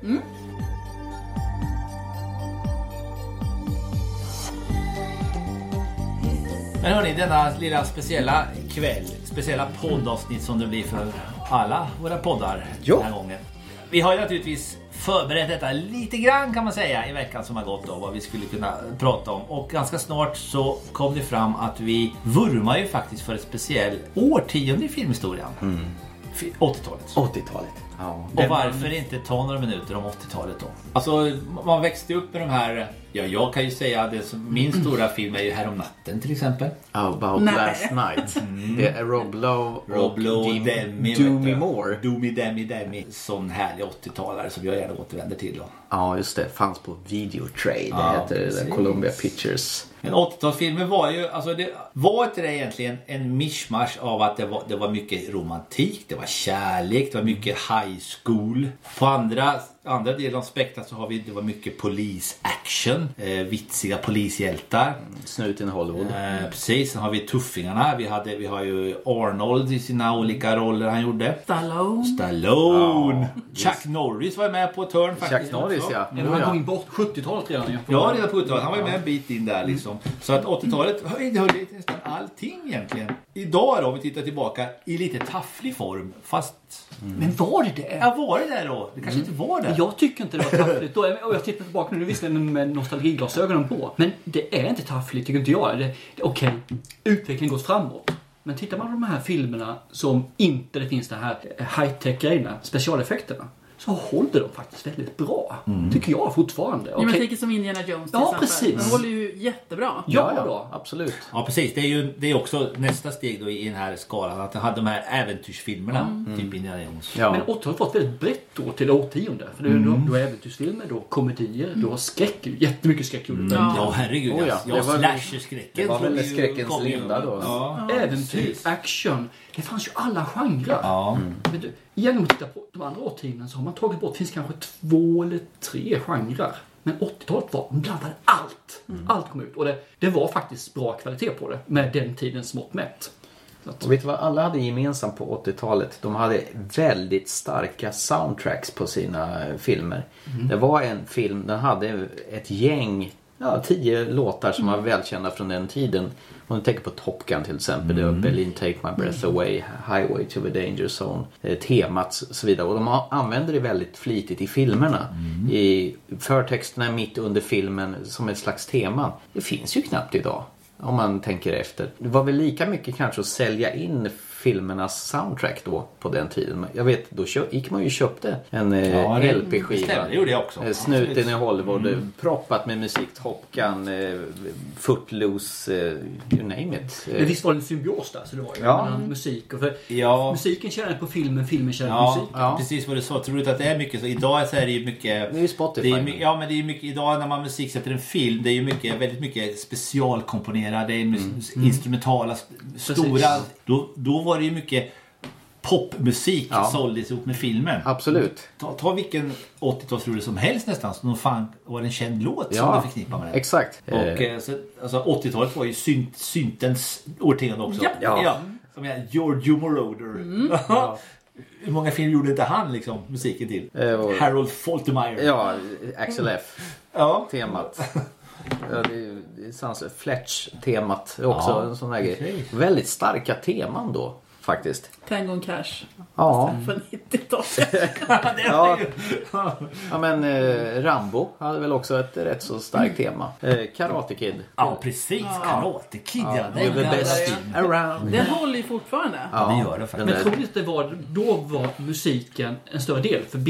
Men hörni, denna lilla speciella kväll, speciella poddavsnitt som det blir för alla våra poddar den här gången. Vi har ju naturligtvis förberett detta lite grann kan man säga i veckan som har gått då, vad vi skulle kunna prata om. Och ganska snart så kom det fram att vi vurmar ju faktiskt för ett speciellt årtionde i filmhistorien. 80-talet. 80-talet. Ja. Och varför inte ta några minuter om 80-talet då? Alltså man växte upp med de här. Ja, jag kan ju säga att min stora film är ju Här om natten till exempel. About Last Night. Det är Rob Lowe, Demi, Demi Moore. Demi. Sån härlig 80-talare som jag gärna återvänder till då. Ja, just det. Fanns på Videotrade. Det heter Columbia Pictures. Men 80-talsfilmer var ju, alltså det var inte det egentligen en mishmash av att det var mycket romantik, det var kärlek, det var mycket high school. På andra, andra delen av spektrat så har vi, det var mycket polisaction, vitsiga polishjältar. Snuten i Hollywood. Precis, sen har vi tuffingarna. Vi har ju Arnold i sina olika roller han gjorde. Stallone. Ja, Chuck Norris var med på ett hörn faktiskt. Chuck Norris, ja. Han kom in på 70-talet redan. Ja, redan på 70-talet. Han var ju med en bit in där liksom. Så att 80-talet höll nästan allting egentligen. Idag då, om vi tittar tillbaka i lite tafflig form, fast... Men var det? Ja, var det då? Det kanske inte var det. Jag tycker inte det var taffligt. Och jag tittar tillbaka nu, visst med nostalgiglasögonen på. Men det är inte taffligt, tycker inte jag. Okej, utvecklingen går framåt. Men tittar man på de här filmerna som inte det finns det här high-tech-grejerna, specialeffekterna, så håller de faktiskt väldigt bra. Tycker jag fortfarande. Ja, men jag tänker som Indiana Jones till exempel. Precis. De håller ju jättebra. Ja, absolut. Ja, precis. Det är också nästa steg då i den här skalan. Att de hade de här äventyrsfilmerna. Typ Indiana Jones. Ja. Men 80 har fått väldigt brett då till årtionde. För du har äventyrsfilmer, då komedier, du har skräck. Jättemycket skräck. Ja, herregud. Ja, slasher-skräcken. Det var väl skräckens linda då. Ja. Äventyr, action. Det fanns ju alla genrer. Ja. Men genom att titta på de andra årtionden så har man tagit bort, det finns kanske 2 eller 3 genrer. Men 80-talet var, de blandade allt. Allt kom ut. Och det var faktiskt bra kvalitet på det med den tidens mått mätt. Och vet du vad alla hade gemensamt på 80-talet? De hade väldigt starka soundtracks på sina filmer. Det var en film, den hade ett gäng, 10 låtar som var välkända från den tiden. Om du tänker på Top Gun till exempel, det var Berlin Take My Breath Away, Highway to the Danger Zone, temat och så vidare. Och de använder det väldigt flitigt i filmerna. I förtexterna mitt under filmen som ett slags tema. Det finns ju knappt idag. Om man tänker efter. Det var väl lika mycket kanske att sälja in filmernas soundtrack då på den tiden. Jag vet, då gick man ju och köpte en LP-skiva. Det gjorde jag också. Snuten i Hollywood, proppat med musik, Top Gun, Footloose, you name it. Men visst var det en symbios där, så det var ju mellan musik och musiken tjänar på filmen tjänar på musiken. Ja, precis vad du sa. Tror du att det är mycket så? Idag så är det ju mycket... Det är ju Spotify. Men det är ju mycket idag när man musiksätter en film, det är ju väldigt mycket specialkomponerade, det är instrumentala, stora... Då var det ju mycket popmusik såldes ihop med filmen. Absolut. Ta vilken 80-talsrulle som helst nästan, så fan var det en känd låt som du förknippar med det. Exakt. Och så 80-talet var ju syntens årtionde också. Ja. Som är Giorgio Moroder. Hur många filmer gjorde inte han liksom musiken till? Harold Faltermeyer. Ja, Axel F. Temat. Ja, det är Fletch-temat också en sån här grej. Väldigt starka teman då faktiskt. Tango and Cash. Ja. Från 90-talet. Ja, men Rambo hade väl också ett rätt så starkt tema. Karate Kid. Ja, precis. Karate Kid, det är the best around. Den håller ju fortfarande. Ja, det gör det faktiskt. Men troligt då var musiken en större del. För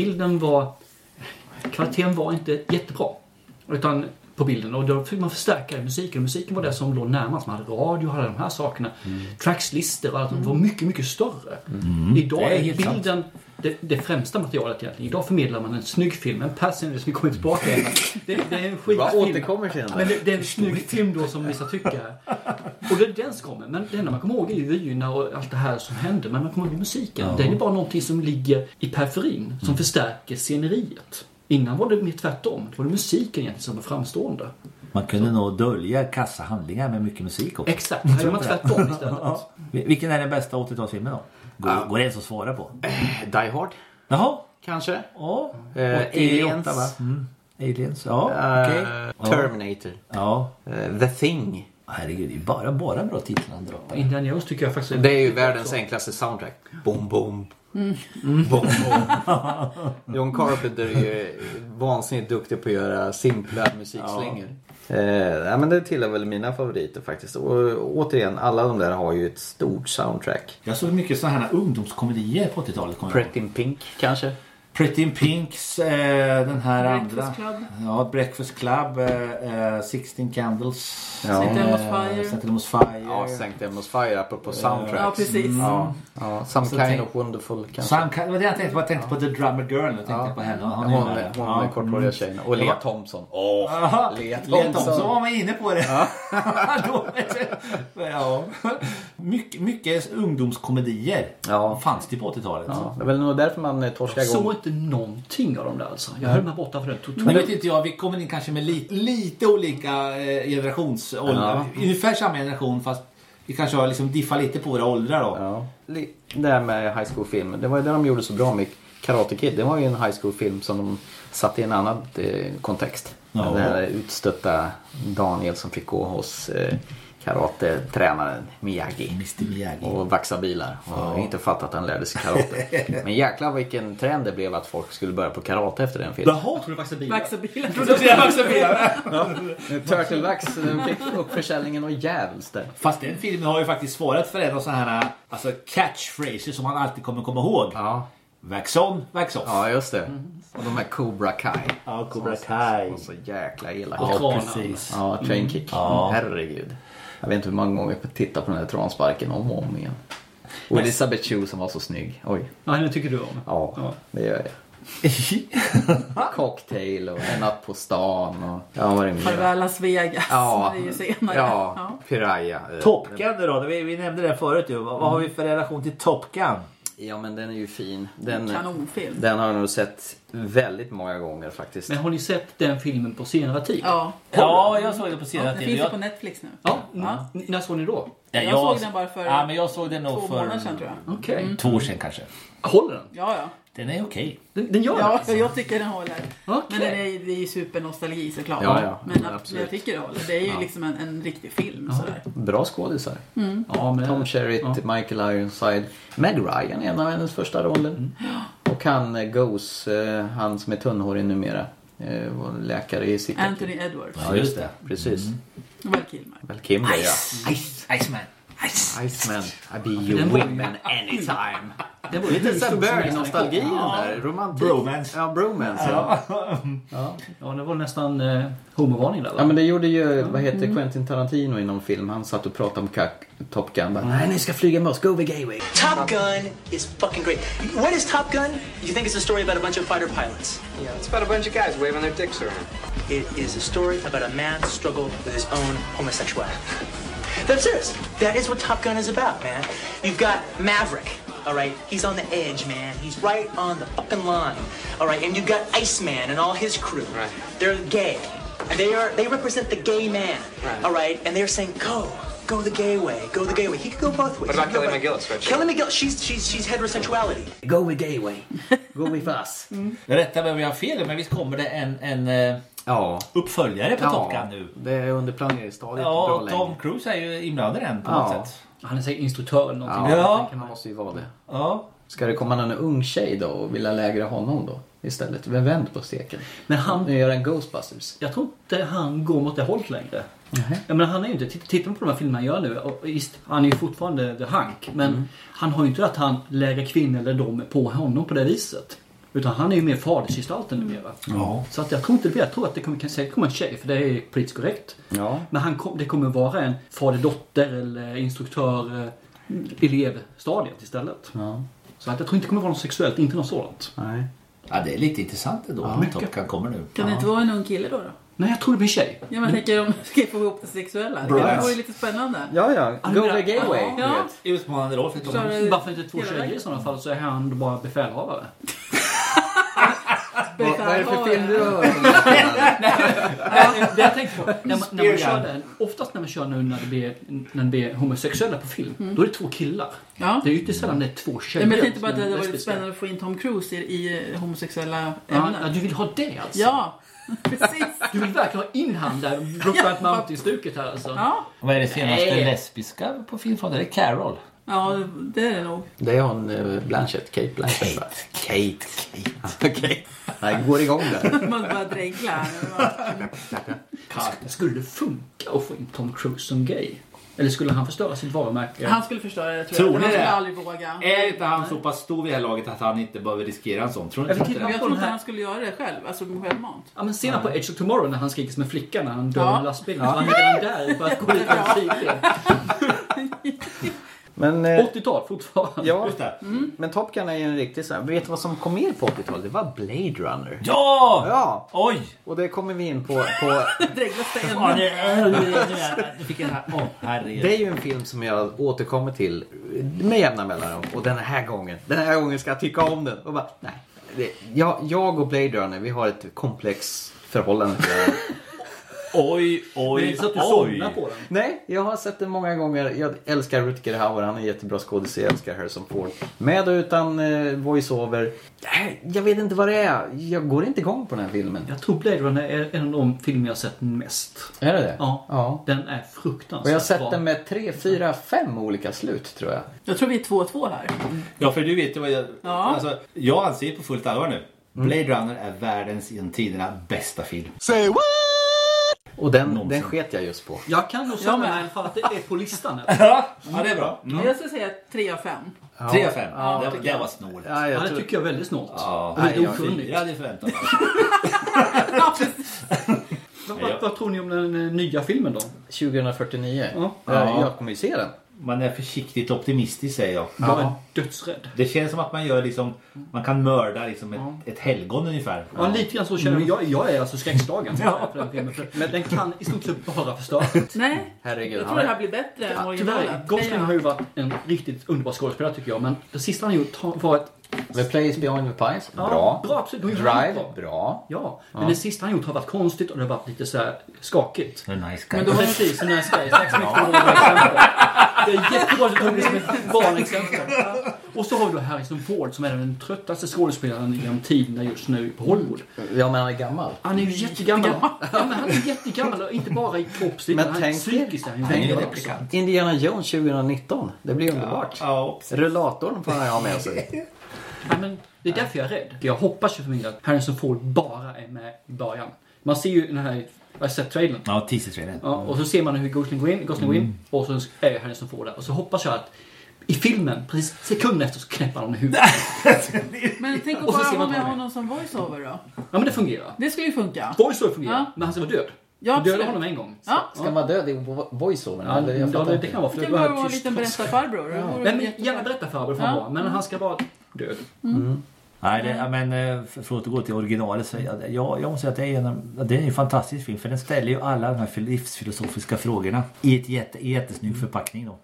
kvaliteten var inte jättebra. Utan på bilden, och då fick man förstärka musiken. Musiken var det som låg närmast. Man hade radio, hade de här sakerna. Trackslister och allt var mycket, mycket större. Idag är bilden det främsta materialet egentligen. Idag förmedlar man en snygg film, en Passenger som vi kommer tillbaka till. Det är en skitfilm. Men det är en snygg film då som vissa tycker. Och det är den som kommer. Men det enda man kommer ihåg är ju vyerna och allt det här som händer. Men man kommer ihåg musiken. Det är bara någonting som ligger i periferin. Som förstärker sceneriet. Innan var det mer tvärtom. Det var det musiken egentligen som var framstående. Man kunde nog dölja kassahandlingar med mycket musik också. Exakt, det var tvärtom istället. Vilken är den bästa 80-talsfilmen då? Går det ens att svara på? Die Hard. Jaha. Kanske. Ja. Aliens. Aliens, ja. Okay. Terminator. Ja. The Thing. Herregud, det är bara bra titlar. Indiana Jones tycker jag faktiskt... Det är ju världens enklaste soundtrack. Boom, boom. Boom, boom. John Carpenter är ju vansinnigt duktig på att göra simpla musikslingor. Men det tillhör väl mina favoriter faktiskt. Och återigen, alla de där har ju ett stort soundtrack. Jag såg mycket sådana här ungdomskomedier på 80-talet. Pretty in Pink kanske. Pretty in Pinks, den här Breakfast andra. Club. Ja, Breakfast Club, 16 Candles. Ja. St. Elmo's Fire. Ja, St. Elmo's Fire apropå soundtracks. Ja, precis. Some Kind of Wonderful kanske. Jag tänkte på The Drummer Girl. Jag tänkte på henne. Hon med korthåriga tjejerna. Och Lea Thompson. Lea Thompson var man inne på det. Mycket ungdomskomedier fanns det på 80-talet. Ja, det är väl nog därför man torskar igång. Jag såg inte någonting av dem där alltså. Jag höll mig borta för det totalt. Men vet inte jag, vi kommer in kanske med lite olika generationsåldrar. Ungefär samma generation, fast vi kanske har liksom diffat lite på våra åldrar då. Ja. Det här med high school-filmen, det var ju det de gjorde så bra med Karate Kid. Det var ju en high school-film som de satte i en annan kontext. Ja. Den här utstötta Daniel som fick gå hos karate-tränaren Miyagi. Mr. Miyagi. Och vaxa bilar. Och inte fattat att han lärde sig karate. Men jäklar vilken trend det blev att folk skulle börja på karate efter den filmen. Jaha, tror du vaxa bilar? Vaxa bilar. Turtle Wax fick upp försäljningen och jävls där. Fast den filmen har ju faktiskt svarat för en av sådana här alltså catchphrases som man alltid kommer komma ihåg. Ja. Wax on, wax off. Ja, just det. Och de här Cobra Kai. Ja, Cobra Kai. Så jäkla illa. Ja, precis. Ja, train kick. Herregud. Jag vet inte hur många gånger jag tittar på den här transparken om och om igen. Och Elizabeth Chu som var så snygg. Oj. Ja, henne tycker du om. Ja, det gör jag. Cocktail och En natt på stan. Och, ja, vad är det mer? Farväl Las Vegas. Ja, det är ju senare. ja. Piraya. Top Gun då, vi nämnde det förut ju. Vad har vi för relation till Top Gun? Ja, men den är ju fin. Kanonfilm. Den har jag nog sett väldigt många gånger faktiskt. Men har ni sett den filmen på senare tid? Ja. Ja, jag såg det på senare tid. Den finns ju på Netflix nu. Ja. När såg ni då? Jag såg den bara för men jag såg den nog 2 månader sedan tror jag. Okej. 2 år sedan kanske. Håller den? Ja. Den är okej. Den gör ja, alltså. jag tycker den håller. Okay. Men det är ju supernostalgi såklart. Ja, men jag tycker det håller. Det är ju liksom en riktig film. Sådär. Bra skådisar. Ja, men Tom Sherritt, Michael Ironside. Meg Ryan är en av hennes första roller. Och han Goose, han som är tunnhårig numera. Var läkare i sitt Anthony Edwards. Ja, just det. Precis. Val Kilmer. Iceman. Iceman. I be your woman anytime. Det var lite så börj nostalgi den där. Romantik. Bromance. Ja, bromance. Ja, det var nästan homovarning där va? Ja, men det gjorde ju, vad heter Quentin Tarantino inom film. Han satt och pratade om Top Gun. Nej, ni ska flyga med oss. Go the gateway. Top Gun is fucking great. What is Top Gun? You think it's a story about a bunch of fighter pilots? Yeah, it's about a bunch of guys waving their dicks around. It is a story about a man's struggle with his own homosexuality. That's serious. That is what Top Gun is about, man. You've got Maverick, all right? He's on the edge, man. He's right on the fucking line, all right? And you've got Iceman and all his crew. Right. They're gay. And they represent the gay man, right. All right? And they're saying, go the gay way, go the gay way. He could go both ways. What about Kelly McGillis? Right? Kelly McGillis, she's heterosexuality. Go the gay way. Go with us. Rätta men vi har fel, men visst kommer det en uppföljare på Top Gun nu. Det är under planeringsstadiet. Ja, Tom Cruise är ju inblandad än på något sätt. Han är säkert instruktör eller någonting. Ja, man måste ju vara det. Ja. Ska det komma någon ung tjej då och vilja lägra honom då istället? Vem vänder på steken? Men han gör en Ghostbusters. Jag tror inte han går mot det hållet längre. Ja, men han är ju inte, titta på de här filmerna han gör nu, och visst, han är ju fortfarande The Hunk, men han har ju inte att han lägger kvinnor eller dem på honom på det viset. Utan han är ju mer fadersgestalten numera. Ja. Så att jag tror inte det blir. Jag tror att det kommer en tjej, för det är politiskt korrekt. Ja. Men det kommer vara en fader-dotter eller instruktör elevstadiet istället. Ja. Så att jag tror inte det kommer vara något sexuellt, inte något sådant. Nej. Ja, det är lite intressant ändå. Ja, Top Gun kommer nu. Kan det inte vara en ung kille då? Nej, jag tror det blir tjej. Ja, men tänker om ska få ihop det sexuella. Det var ju lite spännande. Ja. Go the gay way. Ja. Utmanande roll för dem. Varför inte 2 tjejer i sådana fall, så är han bara befälhavare. Vad är det för film du har? Det jag tänkte på, när man kör den, oftast när man kör nu när det blir homosexuella på film, då är det 2 killar. Ja. Det är ju inte sällan det är 2 tjejer. Men jag tänkte bara att det var lite spännande att få in Tom Cruise i homosexuella ämnen. Ja, du vill ha det alltså? Ja, precis. Du vill verkligen ha in han där, Brokeback Mountain-stuket här alltså. Ja. Vad är det senaste lesbiska på filmfronten? Det är Carol. Ja, det är det nog. Det är hon Blanchett, Kate Blanchett. Kate. Nej, går igång där. Man bara dreglar. Skulle det funka att få in Tom Cruise som gay? Eller skulle han förstöra sitt varumärke? Han skulle förstöra det, tror jag. Han skulle aldrig våga. Är inte han så pass stor vid det här laget att han inte behöver riskera en sån? Tror jag tror inte han skulle göra det själv. Alltså självmant. Ja, men senare på Edge of Tomorrow när han skriker som en flicka när han dör i lastbilen. Så han är redan där för att gå lite Men 80-tal fortfarande. Ja, just det. Men Top Gun är ju en riktig så här. Vet du vad som kom mer på 80-talet? Det var Blade Runner. Ja! Oj! Och det kommer vi in på det är ju en film som jag återkommer till med jämna mellanrum. Och den här gången ska jag tycka om den. Och bara, nej. Jag och Blade Runner, vi har ett komplex förhållande till det. Oj. Men det är inte så att du somnar på den. Nej, jag har sett det många gånger. Jag älskar Rutger Hauer, han är jättebra skådespelare. Jag älskar Harrison Ford. Med och utan voiceover. Jag vet inte vad det är. Jag går inte igång på den här filmen. Jag tror Blade Runner är en av de filmer jag har sett mest. Är det det? Ja. Den är fruktansvärt. Och jag har sett den med 3, 4, 5 olika slut, tror jag. Jag tror vi är 2-2 här. Ja, för du vet ju vad jag anser på fullt allvar nu. Blade Runner är världens genom tiderna bästa film. Say what? Och den sket jag just på. Jag kan nog säga med för att det är på listan. Ja, det är bra. Jag ska säga 3 av 5. 3 av 5? Ja, det var snålt. Ja, det tycker jag är väldigt snålt. Ja, det är okunnigt. Jag hade förväntat mig. Vad tror ni om den nya filmen då? 2049. Jag kommer ju se den. Man är försiktigt optimistisk, säger jag. Jag är dödsrädd. Det känns som att man gör liksom, man kan mörda liksom ett helgon ungefär. Ja, lite grann så känner jag är alltså skräckslagen för den filmen. Men den kan i stort sett bara förstöra. Nej, herregud. Jag tror det här blir bättre än originalet. Gosling har ju varit en riktigt underbar skådespelare tycker jag. Men det sista han gjort har varit... The Place Beyond the Pines, bra. Bra, absolut. Drive, bra. Ja, men det sista han gjort har varit konstigt och det har varit lite så här skakigt. The Nice Guy. Men då har precis en Nice Guy. Tack så mycket för det är jättebra att du tog det som ett barnexempel. Och så har vi då Harrison Ford som är den tröttaste skådespelaren genom tiderna just nu på Hollywood. Ja, men han är gammal. Han är ju jättegammal. Ja, men han är jättegammal och inte bara i kroppsligt. Men tänk psykiskt. Indiana Jones 2019. Det blir underbart. Ja. Rullatorn får han ha med sig. Ja, men det är därför jag är rädd. Jag hoppas ju för mig att Harrison Ford bara är med i början. Man ser ju den här... Jag har sett trailern. Ja, teaser-trailern. Ja, och så ser man hur Gosling går in och så är Harrison Ford där. Och så hoppas jag att i filmen, precis sekunden efter, så knäpper han i huvudet. Men tänk att bara ha med honom som voiceover då. Ja, men det fungerar. Det skulle ju funka. Voiceover fungerar, men han ska vara död. Ja, döda honom en gång. Ja. Ska man vara död i voiceover? Ja, det kan vara. Det kan bara vara en liten berättarfarbror. Men gärna berättarfarbror får han vara. Men han ska vara död. Nej, men för att gå till originalet så jag måste säga att det är en fantastisk film, för den ställer ju alla de här livsfilosofiska frågorna i ett jättesnygg förpackning då.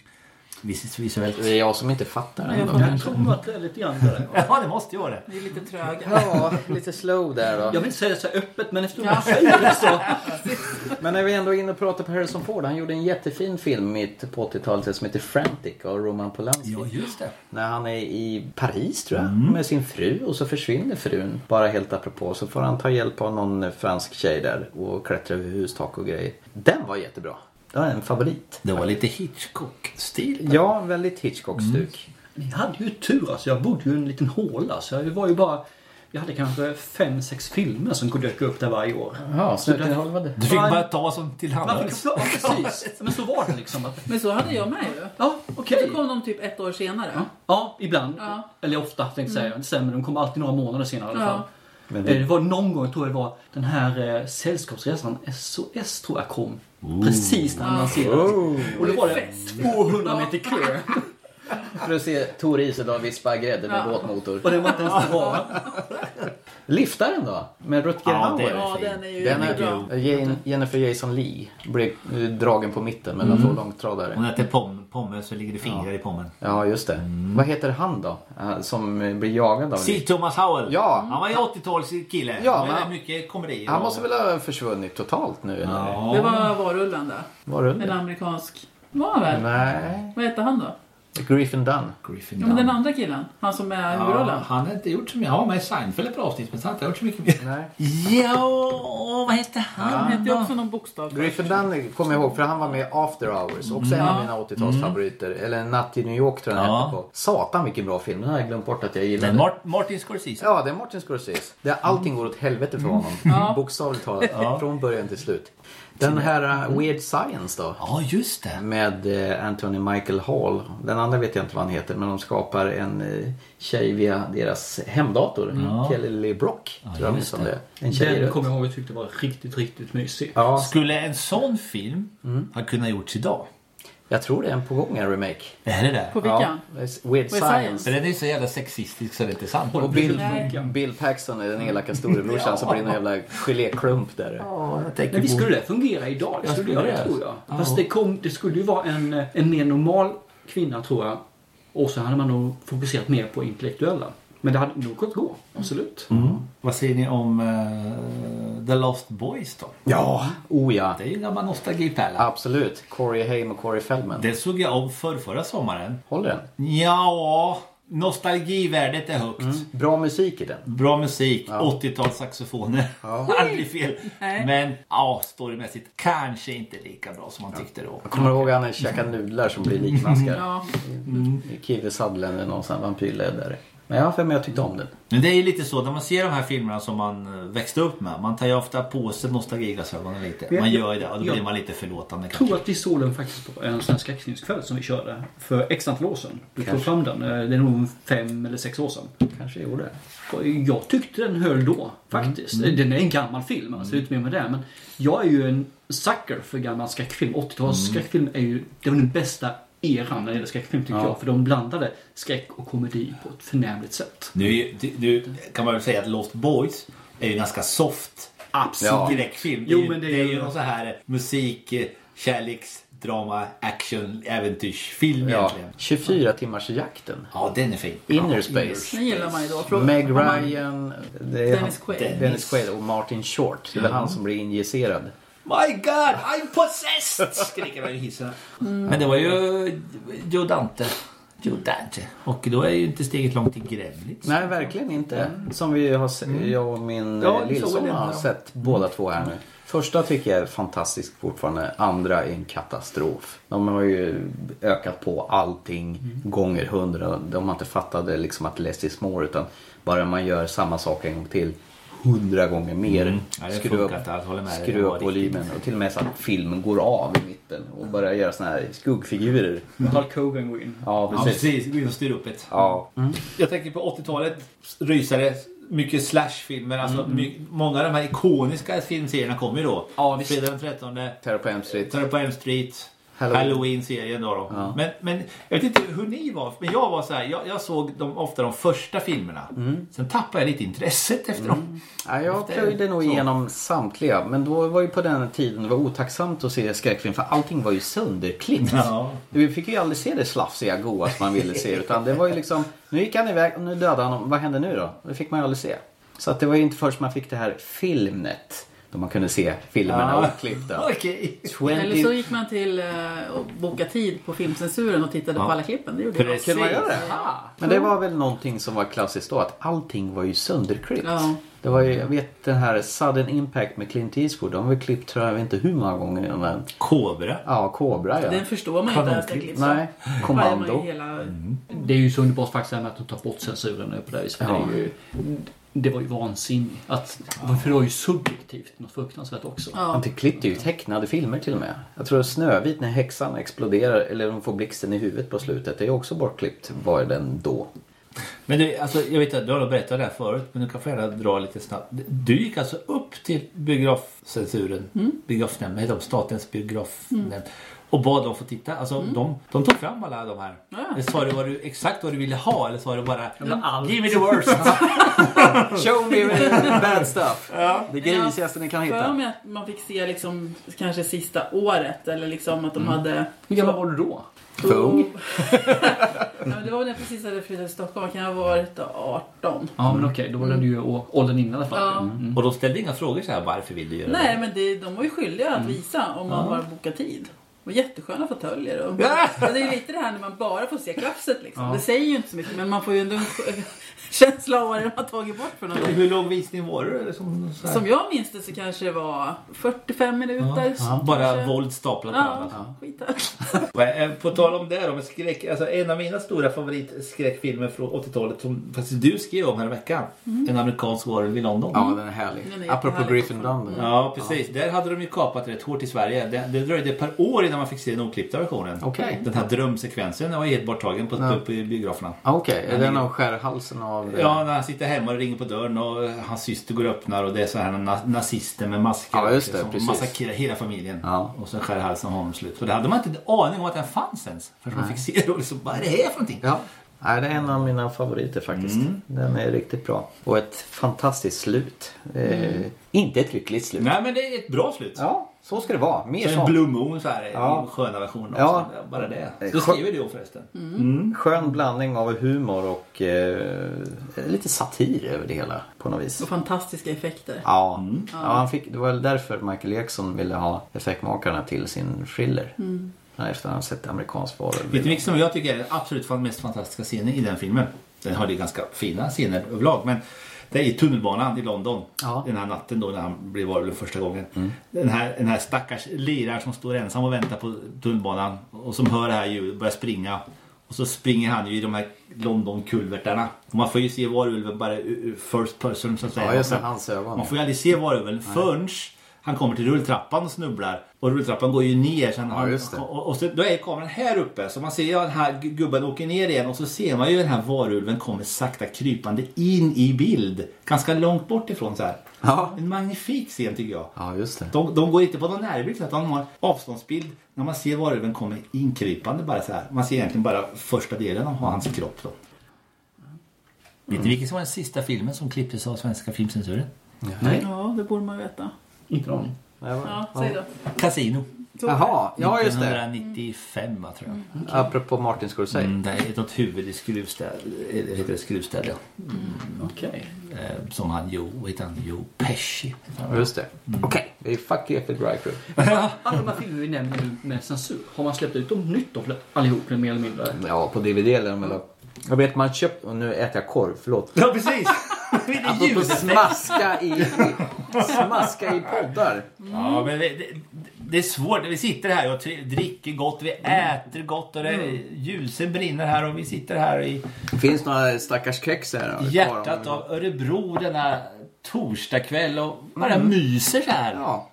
Visuellt. Det är jag som inte fattar den. Jag tror att det är lite grann där. Ja, det måste ju vara det. Det är lite trög. Ja, lite slow där då. Jag vill inte säga det så öppet, men efter att säger det så. Men när vi ändå är inne och pratar på Harrison Ford, han gjorde en jättefin film mitt på 80-talet som heter Frantic av Roman Polanski. Ja, just det. När han är i Paris, tror jag, med sin fru, och så försvinner frun. Bara helt apropå, så får han ta hjälp av någon fransk tjej där och klättra över hustak och grejer. Den var jättebra. Det var en favorit. Det var lite Hitchcock-stil. Ja, väldigt Hitchcock-stuk. Ni hade ju tur, alltså. Jag bodde ju i en liten håla, så jag var ju bara... Jag hade kanske 5-6 filmer som kunde dyka upp där varje år. Ja, så det. Du fick bara ta som till handlades. Ja, precis. Men så var det liksom. Men så hade jag med ju. Ja, okej. Så kom de typ 1 år senare. Ja, ibland. Ja. Eller ofta, tänkte jag säga. Det stämmer, de kom alltid några månader senare i alla fall. Men det var någon gång, tror jag det var, den här sällskapsresan SOS tror jag kom. Precis när den lanserades. Och då var det 200 meter kö. För att se Tor Isedal vispa grädde med båtmotor. Och det var inte ens bra. Liftaren då? Med Rutger Hauer. Ja, den är ju bra. Jennifer Jason Leigh blev dragen på mitten mellan två långtradare. Hon äter pommes, så ligger det fingrar i pommen. Ja, just det. Vad heter han då? Som blir jagad av C. Thomas Howell. Ja. Han var ju 80-tals kille. Ja, men men mycket komedi. Han måste väl ha försvunnit totalt nu? Ja. Det var Varullen där. Varullen? En amerikansk. Var väl? Nej. Vad heter han då? Griffin Dunn. Ja, men den andra killen. Han som är huvudrollen. Han har inte gjort så mycket. Ja, med Seinfeld ett avsnitt, men han har inte gjort så mycket mer. Nej. Ja, vad heter han? Han heter ju också någon bokstav. Griffin Dunn kommer jag ihåg, för han var med After Hours. Också en av mina 80-talsfavoriter. Eller Natt i New York tror jag den hette på. Satan vilken bra film. Den har jag glömt bort att jag gillade. Det är Martin Scorsese. Ja, det är Martin Scorsese. Allting går åt helvete för honom. Bokstavligt talat. Från början till slut. Den här Weird Science då. Ja, just det. Med Anthony Michael Hall. Den andra vet jag inte vad han heter. Men de skapar en tjej via deras hemdator. Kelly Lee Brock. Tror jag som det. En tjej. Den kommer jag ihåg och tyckte var riktigt, riktigt mysig. Ja. Skulle en sån film ha kunnat gjorts idag? Jag tror det är en på gång, en remake. Är det där? På vilka? Ja, Weird Science. För den är så jävla sexistisk så det är inte sant. Och Bill Paxton är den elaka storebrorsan som blir en jävla geléklump där. Men visst skulle det fungera idag? Det skulle det, tror jag. Fast det skulle ju vara en mer normal kvinna, tror jag. Och så hade man nog fokuserat mer på intellektuella. Men det hade nog kunnat gå, absolut. Vad säger ni om The Lost Boys då? Ja, ja. Det är ju en gammal nostalgipärla. Absolut. Corey Haim och Corey Feldman. Det såg jag om förra sommaren. Håller den? Ja, nostalgivärdet är högt. Bra musik i den. Bra musik, 80-tals saxofoner. Aldrig fel. Nej. Men storymässigt kanske inte lika bra som man tyckte då. Jag kommer ihåg han käkade nudlar som blir likmaskar. I Kiefer Sutherland eller någon sån vampyrledare. Men jag har för mig jag tyckte om den. Men det är ju lite så, när man ser de här filmerna som man växte upp med. Man tar ju ofta på sig nostalgiglasögonen lite. Man gör ju det och då blir man lite förlåtande. Jag tror att vi såg den faktiskt på en svensk skräckfilmskväll som vi körde för x antal år sedan. Du tog fram den, det är nog 5 eller 6 år sedan. Kanske gjorde det. Jag tyckte den höll då, faktiskt. Den är en gammal film, alltså inte med det. Men jag är ju en sucker för gammal skräckfilm. 80-tals skräckfilm är ju det var den bästa eran när det gäller skräckfilm tycker jag. För de blandade skräck och komedi på ett förnämligt sätt. Nu kan man väl säga att Lost Boys är ju ganska soft. Absolut. Direktfilm. Det är ju någon så här musik, kärleks, drama, action, äventyrsfilm egentligen. 24 timmars jakten. Ja, den är fin. Inner Space. Den gillar man ju då. Meg Ryan, Dennis Quaid och Martin Short. Det är väl han som blir injicerad. My God, I'm possessed! Skriker man i hissen. Men det var ju Joe Dante. Och då är ju inte steget långt till Gremlins. Nej, verkligen inte. Som vi har jag och min lillson har sett båda två här nu. Första tycker jag är fantastisk fortfarande. Andra är en katastrof. De har ju ökat på allting gånger 100. De har inte fattat liksom att less is more, utan bara man gör samma sak en gång till 100 gånger mer. Skruva upp volymen och till och med så att filmen går av i mitten och börjar göra såna här skuggfigurer. Hulk Hogan går in. Ja, precis. Gå in och styr upp ett. Ja. Jag tänker på 80-talet rysare, mycket slashfilmer, alltså många av de här ikoniska filmserierna kommer ju då. Ja, Fredag den 13, Terror på Elm Street. Halloween-serien då. Ja. Men jag vet inte hur ni var. Men jag var så här, jag såg ofta de första filmerna. Sen tappade jag lite intresset efter dem. Ja, jag plöjde nog igenom samtliga. Men då var ju på den tiden det var otacksamt att se skräckfilm. För allting var ju sönderklippt. Ja. Vi fick ju aldrig se det slafsiga goa som man ville se. Utan det var ju liksom, nu gick han iväg och nu dödade han. Vad hände nu då? Det fick man ju aldrig se. Så att det var ju inte först man fick det här Filmnet. Då man kunde se filmerna uppklippta. Eller så gick man till och bokade tid på filmcensuren och tittade på alla klippen. Det gjorde jag. Kunde man göra det? Men det var väl någonting som var klassiskt då. Att allting var ju sönderklippt. Ja. Det var ju, jag vet den här Sudden Impact med Clint Eastwood. De har väl klippt tror jag vet inte hur många gånger innan den. Cobra? Ja, Cobra ja. Den förstår man ju inte ens klippt. Nej, Kommando. Det är ju så underbart faktiskt att de tar bort censuren på det viset. Det var ju vansinnigt. För det var ju subjektivt något fruktansvärt också. Han klippte ju tecknade filmer till och med. Jag tror Snövit när häxan exploderar eller de får blixten i huvudet på slutet. Det är också bortklippt. Var den då? Men du, alltså, jag vet att du har berättat det här förut, men du kan få gärna dra lite snabbt. Du gick alltså upp till biografcensuren, biografnämnden, heter de, statens biografnämnd, och bad dem få titta. Alltså, de tog fram alla de här. Sa du exakt vad du ville ha, eller sa du bara give me the worst? Show me bad stuff. Det grisigaste ni kan hitta. För mig att man fick se liksom, kanske sista året, eller liksom att de hade... Hur gammal var du då? För ung? Det var när jag precis hade flyttat till Stockholm. Kan jag ha varit 18. Ja, men okej. Då var det ju åldern innan i alla fall. Och de ställde inga frågor så här, varför vill du göra det? Nej, men de var ju skyldiga att visa om man bara bokar tid. Och jättesköna fåtöljer. Och det är lite det här när man bara får se klafset liksom. Det säger ju inte så mycket, men man får ju ändå känsla av vad de har tagit bort för någonting. Hur lång visning var det? Som jag minns det så kanske det var 45 minuter. Bara kanske. Våld staplat på på tal om det då, med skräck. Alltså, en av mina stora favoritskräckfilmer från 80-talet som faktiskt du skrev om här veckan. En amerikansk varulv i London. Ja, den är härlig. Apropå Griffin Dunn. Ja, precis. Där hade de ju kapat rätt hårt i Sverige. Det dröjde ett par år innan man fick se den oklippta versionen. Den här drömsekvensen var helt borttagen på biograferna. Okej, är det någon skär halsen av... Ja, när han sitter hemma och ringer på dörren och hans syster går och öppnar och det är så här nazister med masker. Ja, just det, precis. Massakrerar hela familjen. Och sen skär halsen av honom slut. Och det hade man inte en aning om att den fanns ens. För man fick se det och liksom, vad är det här för någonting? Ja. Nej, det är en av mina favoriter faktiskt. Den är riktigt bra. Och ett fantastiskt slut. Inte ett lyckligt slut. Nej, men det är ett bra slut. Ja. så ska det vara. Mer så en Blue Moon så här i sköna version också. Ja. Bara det. Så skriver du förresten. Skön blandning av humor och lite satir över det hela på något vis. Och fantastiska effekter. Ja, det var väl därför Michael Jackson ville ha effektmakarna till sin thriller. Efter att han sett amerikansk varor. Vet du vilket som jag tycker är den absolut mest fantastiska scenen i den filmen? Den har ju ganska fina scener överlag, men det är i tunnelbanan i London. Den här natten då när han blir varulv första gången. Den här stackars liraren som står ensam och väntar på tunnelbanan och som hör det här ljudet börjar springa. Och så springer han ju i de här London-kulvertarna. Och man får ju se varulven bara first person så att säga. Ja, just det, hans ögon. Man får ju aldrig se varulven förrän han kommer till rulltrappan och snubblar. Och rulltrappan går ju ner. Sen och så, då är kameran här uppe. Så man ser ju den här gubben åker ner igen. Och så ser man ju den här varulven kommer sakta krypande in i bild. Ganska långt bort ifrån så här. Ja. En magnifik scen tycker jag. Ja, just det. De går inte på någon närbild utan de har avståndsbild. När man ser varulven kommer inkrypande bara så här. Man ser egentligen bara första delen av hans kropp då. Vet du vilken som var den sista filmen som klipptes av svenska filmcensuren? Nej. Ja, det borde man veta. Inte någon. Ja, säg då. Casino. Jaha, ja just det. 1995 tror jag. Apropå Martin Scorsese. Det är ett huvud i Skruvställ. Okej. Som han Joe Pesci. Just det. Okej, det är fuck it with Dry Crew. Alla de här filmer vi nämner nu med censur, har man släppt ut dem nytt av allihop mer eller mindre? Ja, på DVD eller mellan. Jag vet man köpt och nu äter jag korv, förlåt. Ja, precis. Alltså smaska i poddar. Ja, men det är svårt. Vi sitter här och dricker gott, vi äter gott och ljusen brinner här och vi sitter här i... Finns några stackars kex här? Hjärtat av Örebro denna torsdagkväll och bara myser så här. Ja.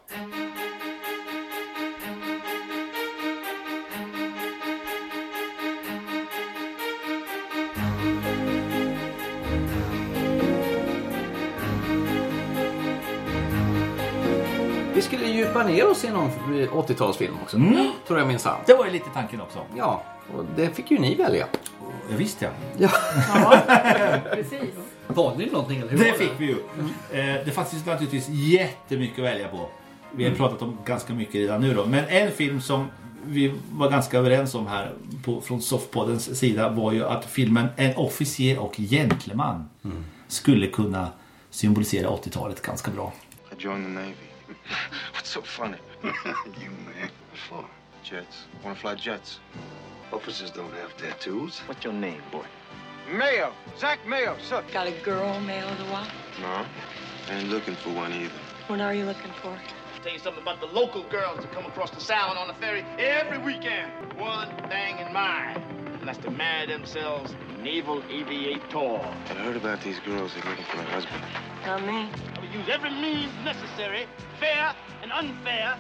Vi skulle djupa ner oss i någon 80-talsfilm också. Tror jag minns. Det var ju lite tanken också. Ja, och det fick ju ni välja. Jag visste ja. Precis. Var det någonting eller hur? Det fick vi ju. Det fanns ju naturligtvis jättemycket att välja på. Vi har pratat om ganska mycket redan nu då. Men en film som vi var ganska överens om här från Softpoddens sida var ju att filmen En officer och gentleman skulle kunna symbolisera 80-talet ganska bra. I joined the Navy. What's so funny? You, man. What for? Jets. Wanna fly jets? Officers don't have tattoos. What's your name, boy? Mayo. Zach Mayo, sir. Got a girl, Mayo the what? No. I ain't looking for one either. What are you looking for? Tell you something about the local girls that come across the Sound on the ferry every weekend. One thing in mind. And that's to marry themselves naval aviator. I heard about these girls. They're looking for a husband. Not me. I will use every means necessary, fair and unfair,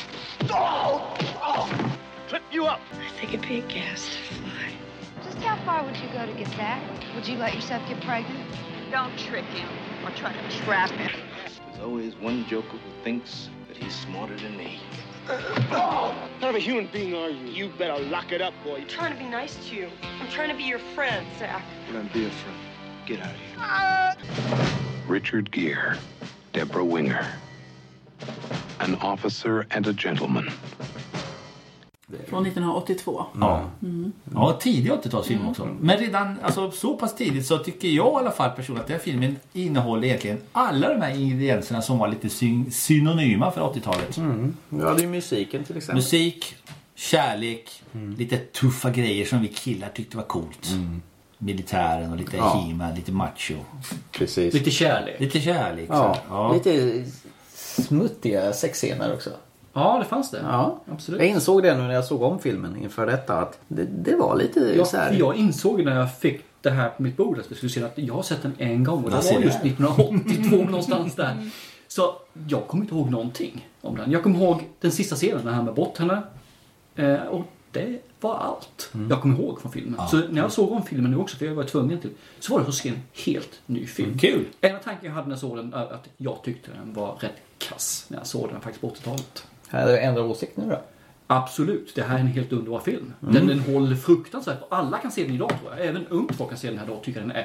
trip you up. I think it'd be a gas to fly. Just how far would you go to get that? Would you let yourself get pregnant? Don't trick him or try to trap him. There's always one joker who thinks that he's smarter than me. What kind of a human being are you? You better lock it up, boy. I'm trying to be nice to you. I'm trying to be your friend, Zach. Well, then be a friend. Get out of here. Richard Gere, Deborah Winger. An officer and a gentleman. Från 1982. Ja. Ja, tidig 80-talsfilm också. Men redan så pass tidigt så tycker jag i alla fall personligen att den här filmen innehåller egentligen alla de här ingredienserna som var lite synonyma för 80-talet. Ja, det är musiken till exempel. Musik, kärlek, lite tuffa grejer som vi killar tyckte var coolt. Militären och lite He-Man, lite macho. Precis. Lite kärlek. Ja. Lite smuttiga sexscener också. Ja, det fanns det. Ja, absolut. Jag insåg det nu när jag såg om filmen inför detta att det var lite så här. För jag insåg när jag fick det här på mitt bord att vi skulle se att jag har sett den en gång och det var just 1982 någonstans där. Så jag kommer inte ihåg någonting om den. Jag kommer ihåg den sista scenen när han med bort henne och det var allt jag kommer ihåg från filmen. Så när jag såg om filmen nu också, för jag var tvungen till, så var det att se en helt ny film. Kul! En av tanken jag hade när jag såg den att jag tyckte den var rätt kass när jag såg den faktiskt på 80-talet. Här är ändra åsikt nu då? Absolut, det här är en helt underbar film. Den håller fruktansvärt. Alla kan se den idag tror jag. Även ungt folk kan se den här idag och tycker den är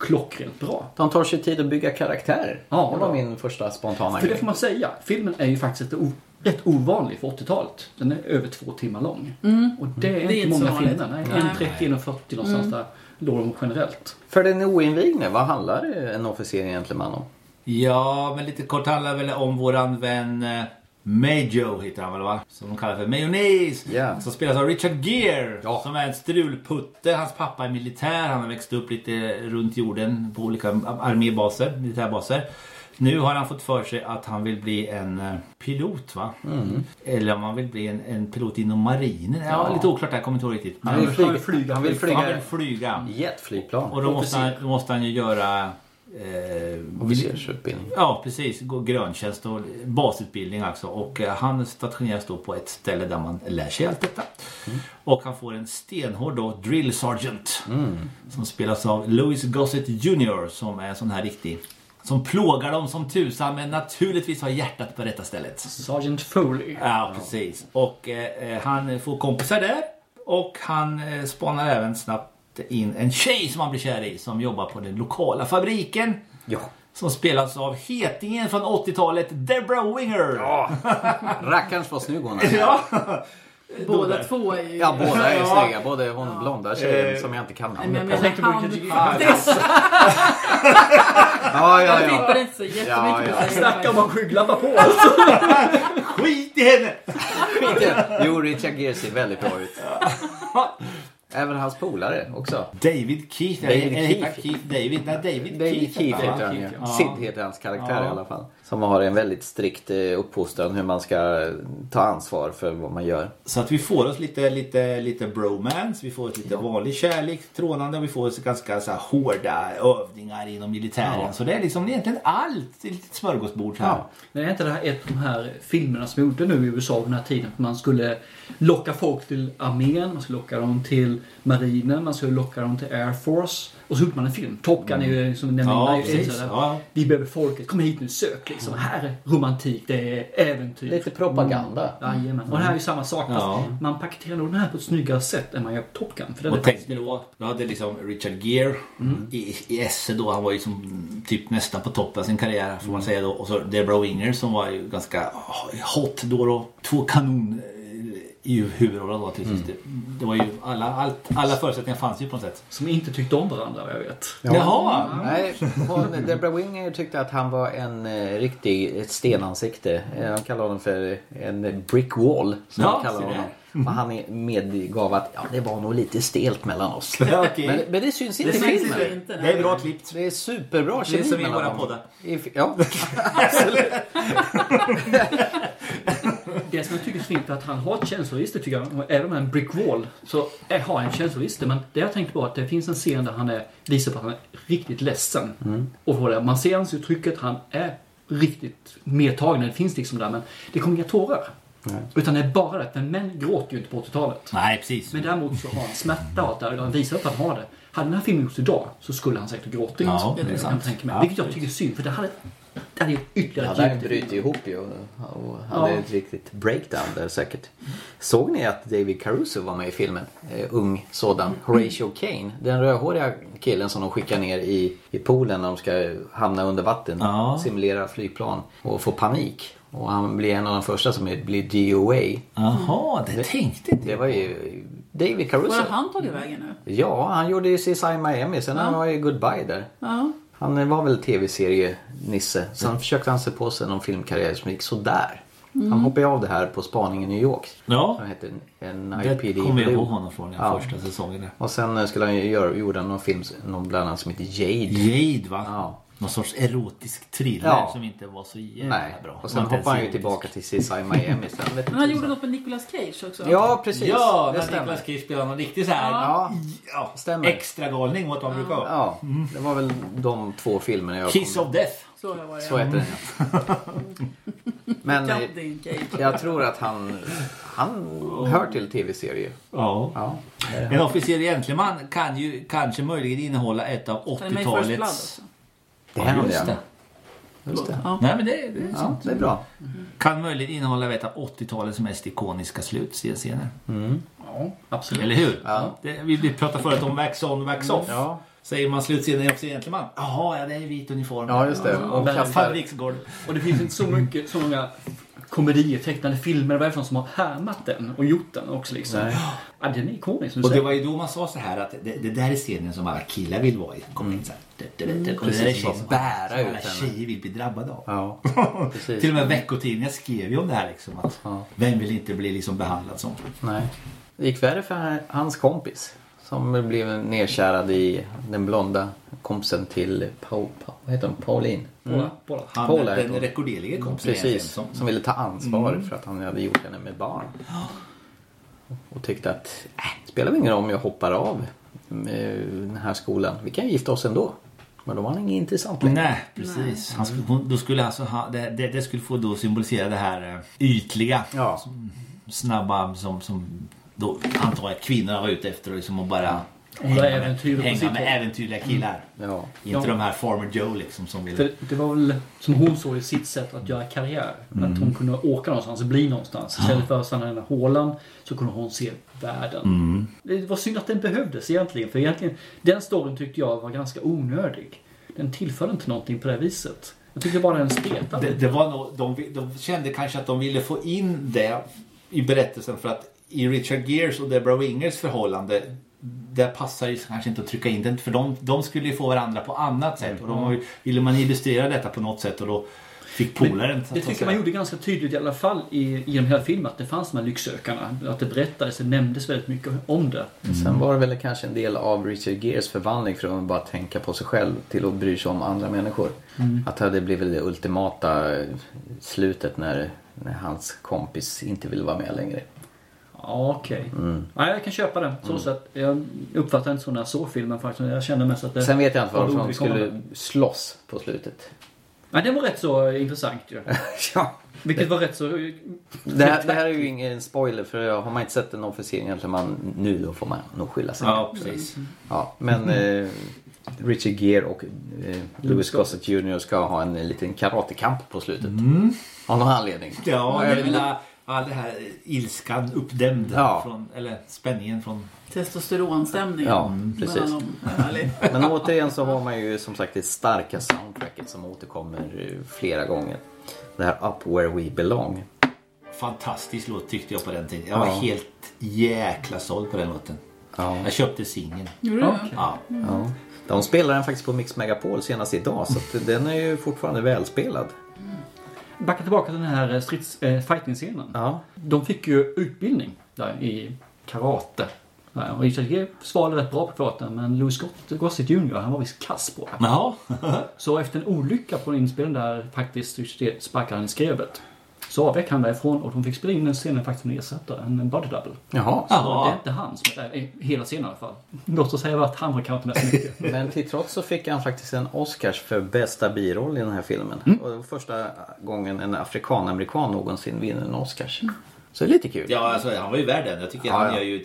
klockrent bra. De tar sig tid att bygga karaktärer. Ja, det var min första spontana För det får man säga. Filmen är ju faktiskt rätt ovanlig för 80-talet. Den är över 2 timmar lång. Och det är inte många filmer. Nej, 1:30-1:40 någonstans där låg de generellt. För den oinvigne, vad handlar en officer egentligen om? Ja, men lite kort handlar väl om våran vän Majo heter han väl, va? Som de kallar för Mayonnaise. Yeah. Som spelas av Richard Gere. Som är en strulputte. Hans pappa är militär. Han har växt upp lite runt jorden på olika armébaser, militärbaser. Nu har han fått för sig att han vill bli en pilot, va? Eller om han vill bli en pilot inom marinen. Ja, lite oklart där, kommer inte ihåg riktigt. Han vill flyga jetflygplan. Och då måste han ju göra officersutbildning. Ja, precis. Gröntjänst och basutbildning alltså. Och han stationeras då på ett ställe där man lär sig allt detta. Och han får en stenhård då, drill sergeant. Som spelas av Louis Gossett Jr. Som är en sån här riktig, som plågar dem som tusan, men naturligtvis har hjärtat på detta stället. Sergeant Foley. Ja, precis. Och han får kompisar där. Och han spanar även snabbt in en tjej som han blir kär i, som jobbar på den lokala fabriken. Ja. Som spelas av hetingen från 80-talet, Deborah Winger. Ja. Rackarns var snygg hon. Ja. Båda två är ju... Ja, båda är snygga. Både hon blonda tjejen som jag inte kan namnet på. Jag tittar inte så jättemycket på sig. Snackar man skygglappar på. Skit i henne! Jo, Richard Gere ser väldigt bra ut. Även hans polare också. David Keith. David Keith heter han ju. Sid heter hans karaktär i alla fall. Som har en väldigt strikt uppfostran hur man ska ta ansvar för vad man gör. Så att vi får oss lite bromance, vi får oss lite vanlig kärlek, trånande, och vi får oss ganska så här hårda övningar inom militären. Ja. Så det är liksom egentligen allt, det är lite smörgåsbord här. Ja. Men är inte det här ett av de här filmerna som gjorde nu i USA den här tiden? Att man skulle locka folk till armén, man skulle locka dem till marinen, man skulle locka dem till Air Force. Och så gjorde man en film. Top Gun är ju som nämnde vi behöver folket, kom hit nu, sök liksom. Här är romantik, det är äventyr. Lite propaganda. Jajamän. Och det här är ju samma sak. Man paketerar nog den här på ett snyggare sätt än man gör Top Gun. För och tänkte då hade liksom Richard Gere i SE då, han var ju som typ nästan på toppen av sin karriär får man säga då. Och så Deborah Winger som var ju ganska hot då. 2 kanon i huvudrollen då. Det var ju alla förutsättningar fanns ju på något sätt. Som inte tyckte om varandra, jag vet. Jaha! Nej, Deborah Winger tyckte att han var ett stenansikte. Han kallade honom för en brick wall. Som han kallade honom. Och han medgav att det var nog lite stelt mellan oss. Okay. Men det syns inte i filmen. Det är bra klippt. Det är superbra kemi. Det är som i våra poddar. Ja, absolut. Det som jag tycker är fint är att han har ett känsloregister, tycker jag. Även med en brick wall så har han en känsloregister. Men det jag tänkte på att det finns en scen där han visar på att han är riktigt ledsen. Och på det. Man ser hans uttrycket, han är riktigt medtagen. Det finns liksom där, men det kommer inga tårar. Nej. Utan det är bara det. Men män gråter ju inte på 80-talet. Nej, precis. Men däremot så har han smärta och allt där. Han visar att han har det. Hade den här filmen gjorts idag så skulle han säkert gråta. Ja, det är sant. Vilket jag tycker är synd. För det hade ytterligare han bryter ihop ju och hade ett riktigt breakdown där säkert. Såg ni att David Caruso var med i filmen? Ung sådan. Horatio Kane. Den rödhåriga killen som de skickar ner i poolen när de ska hamna under vatten. Simulera flygplan och få panik. Och han blir en av de första som blir DOA. Jaha, det tänkte inte. Det var ju David Caruso. Var han tagit vägen nu? Ja, han gjorde ju CSI Miami. Sen han var ju Goodbye där. Ja. Han var väl tv-serie-nisse. Sen försökte han se på sig någon filmkarriär som gick sådär. Han hoppade av det här på spaningen i New York. Ja. Som hette NYPD. Det kommer jag ihåg honom från den första säsongen. Där. Och sen skulle han gjorde någon film, bland annat som heter Jade. Jade, va? Ja. Någon sorts erotisk thriller som inte var så jävla bra. Och sen hoppade han ju tillbaka till CSI Miami. Men han gjorde något med Nicolas Cage också. Ja, precis. Ja, när Nicolas Cage spelade någon riktigt så här stämmer. Extra galning mot vad man brukar. Ja, det var väl de 2 filmerna jag Kiss of Death. Så heter den. Men jag tror att han hör till tv-serier. Ja. En officer egentligen man kan ju kanske möjligen innehålla ett av 80-talets. Det händer Just det. Ja. Nej, men det är sant. Det är bra. Kan möjligen innehålla ett av 80-talets mest ikoniska slutscener. Ja, absolut. Eller hur? Ja. Vi pratade förut om wax on, wax off. Ja. Säger man slutscenen också egentligen man. Jaha, det är vit uniform. Ja, just det. Och fabriksgård. Och det finns inte så många komedier, tecknade filmer varifrån som har härmat den och gjort den också liksom. Ja, den är ikonisk. Och det var ju då man sa så här att det där är scenen som alla killar vill vara i. Kommer in så här. Och det där är scenen som alla tjejer vill bli drabbade av. Ja, precis. Till och med veckotidningar skrev ju om det här liksom. Att vem vill inte bli liksom behandlad som? Nej. Det gick värre för hans kompis. Som blev nedkärad i den blonda kompisen till vad heter hon? Pauline. Paula. Den rekorderliga kompisen. Precis, som ville ta ansvar för att han hade gjort henne med barn. Och tyckte att spelar det ingen roll om jag hoppar av den här skolan. Vi kan gifta oss ändå. Men då var han ingen intressant längre. Nej, precis. Då skulle alltså det skulle få då symbolisera det här ytliga. Ja. Snabba som då antar jag kvinnorna var ute efter liksom och bara hänga med äventyrliga killar. Inte de här Farmer Joe liksom som ville. Det var väl som hon såg i sitt sätt att göra karriär. Att hon kunde åka någonstans och bli någonstans. Istället för att stanna i den här hålan så kunde hon se världen. Det var synd att den behövdes egentligen. För egentligen, den storyn tyckte jag var ganska onödig. Den tillförde inte någonting på det viset. Jag tyckte bara den spelade. Det var nog, de kände kanske att de ville få in det i berättelsen för att i Richard Geres och Deborah Wingers förhållande där passar ju kanske inte att trycka in den för de skulle ju få varandra på annat sätt och då ville man illustrera detta på något sätt och då fick polaren. Det tycker man gjorde ganska tydligt i alla fall i den här filmen att det fanns de här lycksökarna, att det berättades, det nämndes väldigt mycket om det. Sen var det väl kanske en del av Richard Geres förvandling från att bara tänka på sig själv till att bry sig om andra människor. Att det blev det ultimata slutet när hans kompis inte ville vara med längre. Ja, okej. Ja, jag kan köpa det. Så att jag uppfattar inte så när jag såg filmen faktiskt. Jag kände mest att det... Sen vet jag inte varför de skulle slåss på slutet. Nej, det var rätt så intressant ju. Ja. Vilket var rätt så... Det här är ju ingen spoiler för har man inte sett en officer egentligen nu då får man nog skylla sig. Ja, precis. Ja, men Richard Gere och Louis Gossett Jr. ska ha en liten karatekamp på slutet. Av någon anledning. Ja, jag vill all det här ilskan uppdämd från, eller spänningen från testosteronstämning. Ja, precis. Men återigen så har man ju som sagt det starka soundtracket som återkommer flera gånger. Det här Up Where We Belong. Fantastisk låt tyckte jag på den tiden. Jag var helt jäkla såld på den låten. Ja. Jag köpte singeln. Ja. De spelar den faktiskt på Mix Megapol senast idag så att den är ju fortfarande välspelad. Backa tillbaka till den här fighting-scenen. Ja. De fick ju utbildning där i karate. Och Richard Gere svarade rätt bra på karate, men Louis Gossett Jr. han var visst kass på det. Jaha. Så efter en olycka på inspelningen där faktiskt sparkade han i skrevet. Så avvek han därifrån och de fick spela in en scenen faktiskt med ersättare, en body double. Jaha. Så det är inte han som är hela scenen i alla fall. Låt oss säga att han var kanske mest mycket. Men till trots så fick han faktiskt en Oscars för bästa biroll i den här filmen. Och det var första gången en afrikan-amerikan någonsin vinner en Oscars. Så det är lite kul. Ja, alltså, han var ju värd den. Jag tycker han gör ju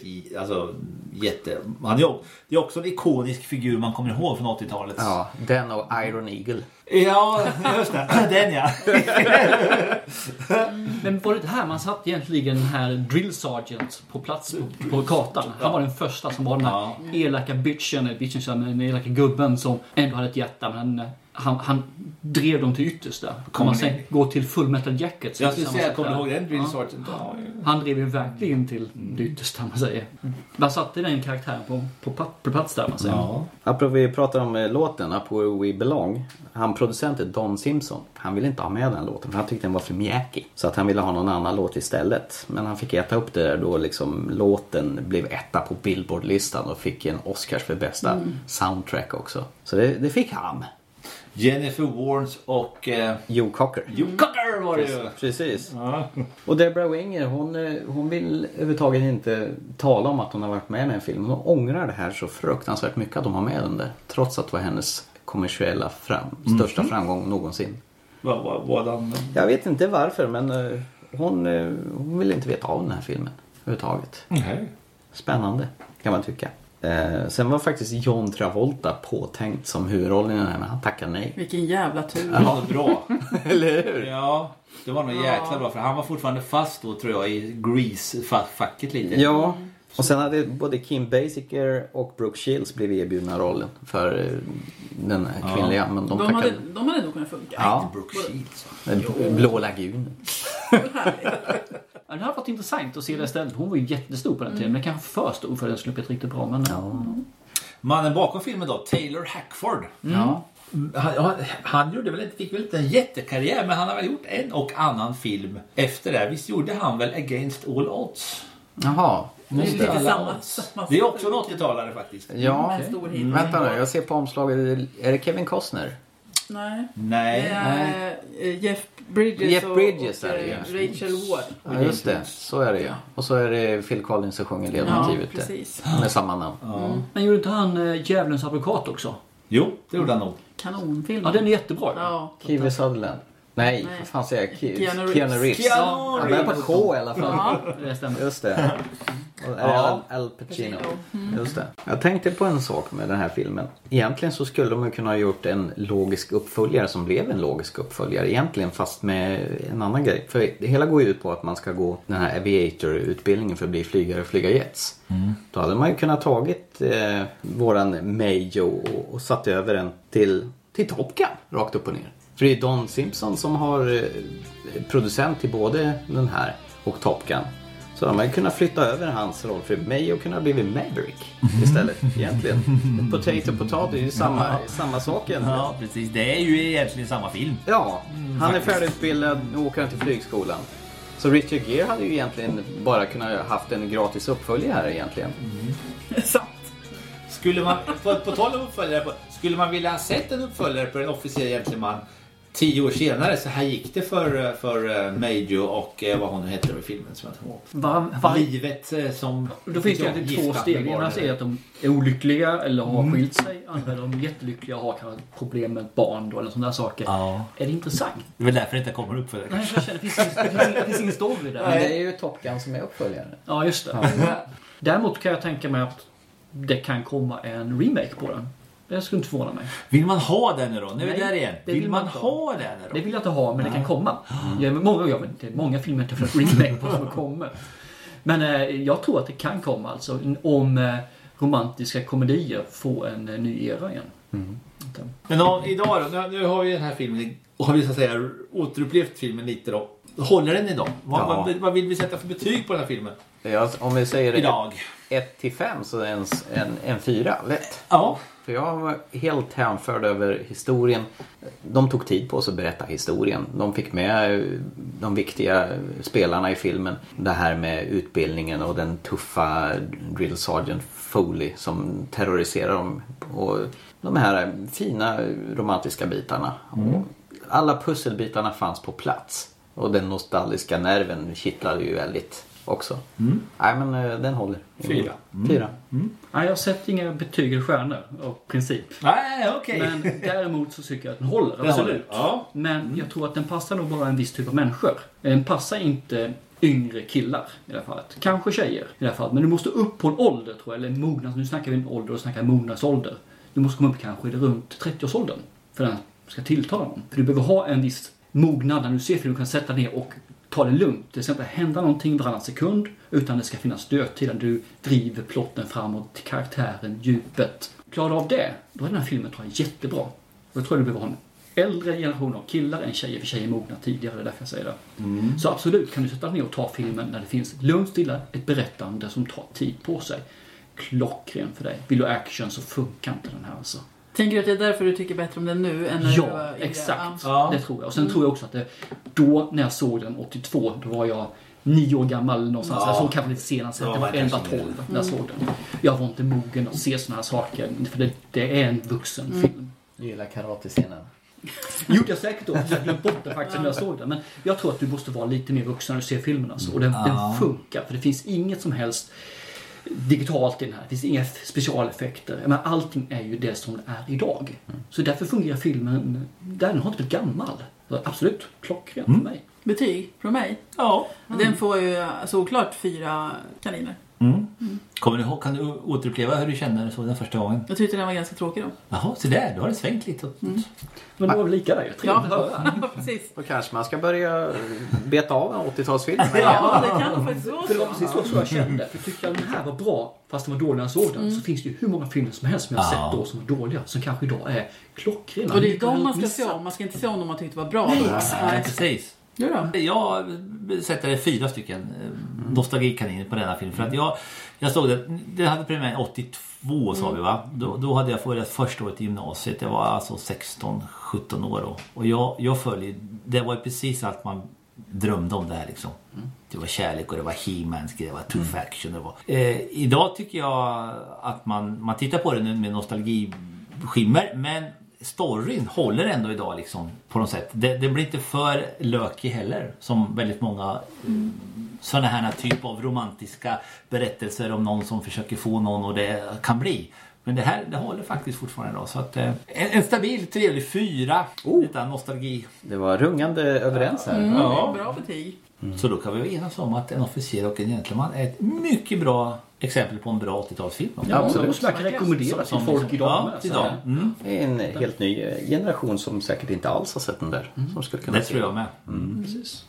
det är också en ikonisk figur man kommer ihåg från 80-talet. Ja, den och Iron Eagle. Ja, just det. Den ja. Men var det här man satt egentligen den här drill sergeant på plats på kartan. Han var den första som var den här elaka bitchen den elaka gubben som ändå hade ett hjärta men han drev dem till yttersta. Om man sen går till Full Metal Jacket. Jag skulle säga, jag kommer ihåg den drill sergeant. Han drev ju verkligen till det yttersta man säger. Man satte den karaktären på plats där man säger. Ja. Apropå vi pratar om låten Up Where We Belong. Han producenten Don Simpson. Han ville inte ha med den låten för han tyckte den var för mjäkig. Så att han ville ha någon annan låt istället. Men han fick äta upp det där då liksom låten blev etta på Billboard-listan och fick en Oscars för bästa soundtrack också. Så det fick han. Jennifer Warnes och Joe Cocker. Joe Cocker var det ju. Precis. Ja. Och Deborah Winger, hon vill överhuvudtaget inte tala om att hon har varit med i den filmen. Hon ångrar det här så fruktansvärt mycket att de har med den där. Trots att det var hennes kommersiella största framgång någonsin. Vad jag vet inte varför, men hon vill inte veta av den här filmen överhuvudtaget. Spännande, kan man tycka. Sen var faktiskt John Travolta påtänkt som huvudrollen i den här, men han tackade nej. Vilken jävla tur. Ja, bra. Eller hur? Ja, det var nog jäkla bra för han var fortfarande fast då tror jag i Grease-facket lite. Ja, Och sen hade både Kim Basinger och Brooke Shields blivit erbjudna rollen för den här kvinnliga. Men de hade nog kunnat funka. Ja. Brooke Shields. Blå lagun. Det har varit intressant att se det istället. Hon var ju jättestor på den tiden, men kanske för stor för den skulle bli riktigt bra. Men, Mannen bakom filmen då, Taylor Hackford. Ja. Han fick väl inte en jättekarriär, men han har väl gjort en och annan film efter det. Visst gjorde han väl Against All Odds? Jaha. Det är lite samma. Det är också en 80-talare faktiskt. Ja, vänta nu, jag ser på omslaget. Är det Kevin Costner? Nej. Nej. Jeff Bridges och Rachel Ward. Ja, just det. Så är det ju. Och så är det Phil Collins som sjunger ledmotivet. Ja, precis. Med samma namn. Men gjorde inte han Djävulens advokat också? Jo, det gjorde han nog. Kanonfilm. Ja, den är jättebra. Ja. Kiefer Sutherland. Nej, vad fan säger jag? Keanu Reeves. Ja, han börjar på K i alla fall. Ja, det stämmer. Just det. Och Al Pacino. Just det. Jag tänkte på en sak med den här filmen. Egentligen så skulle de kunna ha gjort en logisk uppföljare som blev en logisk uppföljare. Egentligen fast med en annan grej. För det hela går ju ut på att man ska gå den här aviator-utbildningen för att bli flygare och flyga jets. Då hade man ju kunnat tagit våran Mayo och satt över den till Top Gun. Rakt upp och ner. För det är Don Simpson som har producent till både den här och Top Gun. Så de har ju kunnat flytta över hans roll för mig och kunna bli Maverick istället egentligen. Potato, det är ju samma sak egentligen. Ja, precis. Det är ju egentligen samma film. Ja, han är färdigutbildad och åker till flygskolan. Så Richard Gere hade ju egentligen bara kunnat haft en gratis uppföljare här egentligen. Sant. Skulle man, på tal om uppföljare, skulle man vilja ha sett en uppföljare på en officer gentleman 10 år senare, så här gick det för Majo och vad hon heter i filmen som jag inte ihåg. Livet som... Då finns det ju 2 steg. Ena är att de är olyckliga eller har skilt sig. Andra är de jättelyckliga och har kanske problem med ett barn då, eller sådana saker. Ja. Är det intressant? Det är väl därför det inte kommer uppföljare. Nej, jag känner, det finns ingen story där. Men det är ju Top Gun som är uppföljare. Ja, just det. Däremot kan jag tänka mig att det kan komma en remake på den. Det skulle inte förvåna mig. Vill man ha den då? Nu är vi Nej, där igen. Vill man ha den då? Det vill jag inte ha, men det kan komma. Många filmer inte för att remake på som kommer. Men jag tror att det kan komma alltså, om romantiska komedier får en ny era igen. Men idag då, nu har vi den här filmen och har vi så att säga återupplevt filmen lite då. Håller den idag? Vad vill vi sätta för betyg på den här filmen? Ja, om vi säger idag 1-5 så är en 4 lätt. Ja. För jag var helt hänförd över historien. De tog tid på sig att berätta historien. De fick med de viktiga spelarna i filmen. Det här med utbildningen och den tuffa Drill Sergeant Foley som terroriserar dem. Och de här fina romantiska bitarna. Och alla pusselbitarna fanns på plats. Och den nostalgiska nerven kittlade ju väldigt också. Nej, men den håller. 4. 4. Nej, jag har sett inga betyg eller stjärnor av princip. Nej, okej. Men däremot så tycker jag att den håller, absolut. Ja. Men jag tror att den passar nog bara en viss typ av människor. Den passar inte yngre killar i det här fallet. Kanske tjejer i det här fallet. Men du måste upp på en ålder tror jag. Eller mognads. Nu snackar vi en ålder och snackar mognadsålder. Du måste komma upp kanske runt 30-årsåldern. För den ska tilltala någon. För du behöver ha en viss mognad när du ser för du kan sätta ner och ta det lugnt. Det ska inte hända någonting varannan sekund. Utan det ska finnas stöttid där du driver plotten framåt till karaktären, djupet. Klarar du av det, då är den här filmen tror jag jättebra. Och jag tror du behöver ha en äldre generation av killar än tjejer. För tjejer mogna tidigare, det är därför jag säger det. Så absolut kan du sätta ner och ta filmen när det finns lugnt stilla. Ett berättande som tar tid på sig. Klockren för dig. Vill du action så funkar inte den här alltså. Tänker du att det är därför du tycker bättre om den nu än när du var yngre? Exakt. Ja. Det tror jag. Och sen tror jag också att då när jag såg den 82, då var jag 9 år gammal någonstans. Jag såg kanske lite senare, det var 11-12 när jag såg den. Jag var inte mogen att se såna här saker. För det är en vuxen film. Du gillar karate-scenen. Gjorde jag säkert då. Jag glömde bort det faktiskt när jag såg den. Men jag tror att du måste vara lite mer vuxen när du ser filmen. Alltså. Och den funkar. För det finns inget som helst digitalt i den här. Det finns inga specialeffekter. Men allting är ju det som det är idag. Så därför fungerar filmen. Den har inte blivit gammal. Absolut, klockren för mig. Betyg från mig? Ja. Den får ju såklart 4 kaniner. Kommer du ihåg, kan du återuppleva hur du kände när du såg den första gången? Jag tyckte den var ganska tråkig då. Jaha, så där, då har det svängt lite. Men det var väl lika där. Ja, precis. Då kanske man ska börja beta av 80-talsfilmer. Ja, det kan faktiskt vara För det var precis så jag kände. För tycker jag den här var bra, fast den var dålig när jag såg den, så finns det ju hur många filmer som helst som jag har sett då som är dåliga, som kanske idag är klockrena. Och det är de man ska se om. Man ska inte se om de man tyckte var bra. Nej, precis. Jag sätter 4 stycken nostalgikaniner på denna film. För att jag såg det hade premiär 82 sa vi va? Då hade jag börjat första året i gymnasiet. Jag var alltså 16-17 år då. Och jag följde, det var precis allt man drömde om det här liksom. Det var kärlek och det var He-Man's, det var Tooth Action. Det var. Idag tycker jag att man tittar på det nu med nostalgiskimmer, men storyn håller ändå idag liksom på något sätt. Det blir inte för lökig heller som väldigt många sådana här typ av romantiska berättelser om någon som försöker få någon och det kan bli. Men det håller faktiskt fortfarande idag. Så att, en stabil, trevlig 4 utan nostalgi. Det var rungande överens här. Ja, bra betyg. Så då kan vi enas om att En officer och en gentleman är ett mycket bra exempel på en bra 80-talsfilm. Ja, absolut. Som jag kan rekommendera till folk idag. Ja, det är en helt ny generation som säkert inte alls har sett den där. Som skulle kunna det tror jag med. Precis.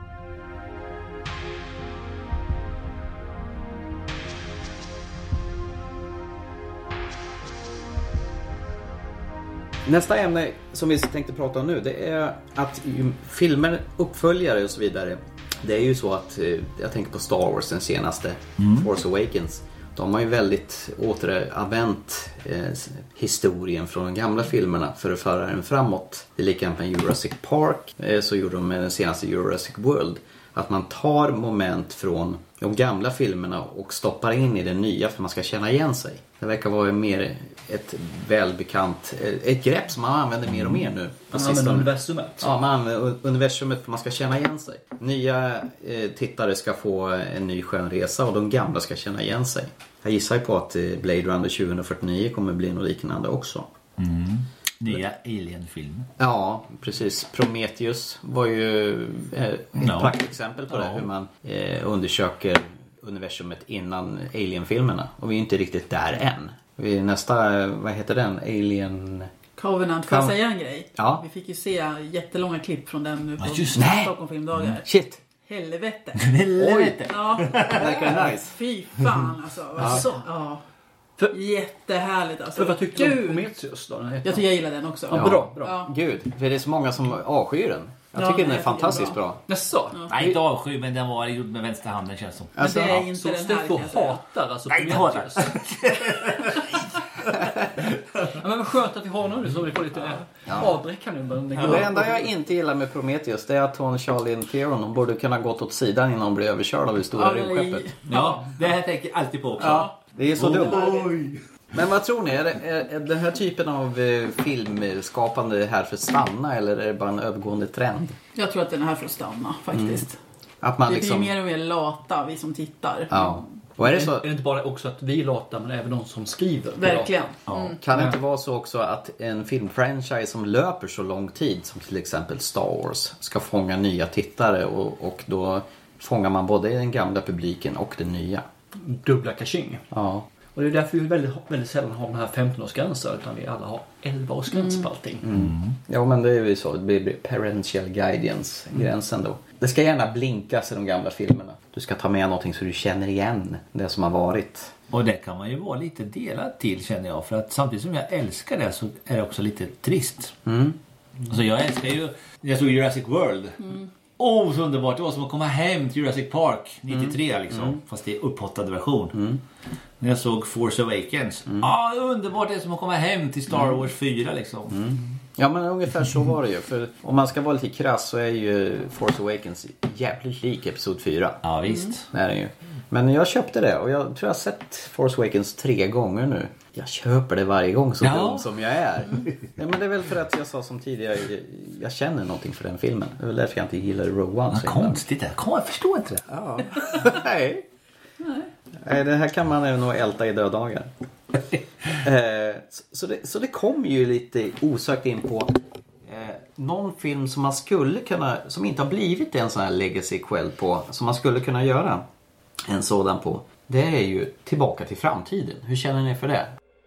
Nästa ämne som vi tänkte prata om nu, det är att filmer, uppföljare och så vidare. Det är ju så att jag tänker på Star Wars, den senaste, Force Awakens. De har ju väldigt återanvänt historien från de gamla filmerna för att föra den framåt. Det är likadant med Jurassic Park, så gjorde de med den senaste Jurassic World. Att man tar moment från de gamla filmerna och stoppar in i den nya för man ska känna igen sig. Det verkar vara mer ett välbekant, ett grepp som man använder mer och mer nu. Man använder universumet. Ja, man använder universumet för att man ska känna igen sig. Nya tittare ska få en ny skön resa och de gamla ska känna igen sig. Jag gissar ju på att Blade Runner 2049 kommer bli något liknande också. Nya Alien-film. Ja, precis. Prometheus var ju ett praktexempel på det. Hur man undersöker universumet innan Alien-filmerna. Och vi är inte riktigt där än. Vi är nästa, vad heter den? Alien... Covenant, får jag säga en grej? Ja. Vi fick ju se jättelånga klipp från den nu på Stockholm filmdagar. Shit! Helvete! Helvete! Ja. Verkar nice. Fy fan alltså. Ja. Jättehärligt alltså. Vad tyckte du om Prometheus då? Jag tycker jag gillar den också. Ja, bra. Ja. Gud, för det är så många som avskyr den. Jag tycker den är fantastiskt bra. Jaså? Nej, inte avsky, men den var gjord med vänster handen känns som. Men det är inte så den här. Steffo hatar alltså Prometheus. Men vad skönt att vi har nu så vi får lite avbräck här nu. Det enda jag inte gillar med Prometheus, det är att hon Charlize Theron, hon borde kunna gått åt sidan innan hon blev överkörd av det stora rymdskeppet. Ja, det här tänker jag alltid på också. Ja, det är så dumt. Men vad tror ni? Är den här typen av filmskapande här för att stanna eller är det bara en övergående trend? Jag tror att den är här för att stanna faktiskt. Att man vi blir mer och mer lata, vi som tittar. Ja. Och är det inte bara också att vi lata, men även de som skriver. Verkligen. Ja. Kan det inte vara så också att en filmfranchise som löper så lång tid som till exempel Star Wars ska fånga nya tittare och då fångar man både den gamla publiken och den nya? Dubbla kaching. Ja. Och det är därför vi väldigt sällan har den här 15-årsgränsen utan vi alla har 11-årsgräns på allting. Ja, men det är ju så. Det blir parental guidance-gränsen då. Det ska gärna blinkas i de gamla filmerna. Du ska ta med någonting så du känner igen det som har varit. Och det kan man ju vara lite delad till känner jag. För att samtidigt som jag älskar det så är det också lite trist. Alltså jag älskar ju, jag såg Jurassic World. Så underbart, det var som att komma hem till Jurassic Park 93 liksom. Fast det är upphottad version. När jag såg Force Awakens. Underbart, det är som att komma hem till Star Wars 4 liksom. Ja, men ungefär så var det ju. För om man ska vara lite krass så är ju Force Awakens jävligt lik Episod 4. Ja, visst. Det är det ju. Men jag köpte det och jag tror jag har sett Force Awakens 3 gånger nu. Jag köper det varje gång så dum som jag är. Ja, men det är väl för att jag sa som tidigare, jag känner någonting för den filmen. Det är väl därför jag inte gillar Rogue One. Ja, konstigt det. Jag förstår inte det. Ja. Nej. Det här kan man nog älta i döddagar. Så det kom ju lite osökt in på någon film som man skulle kunna, som inte har blivit en sån här legacy-kväll på, som man skulle kunna göra en sådan på. det är ju Tillbaka till framtiden. Hur känner ni för det?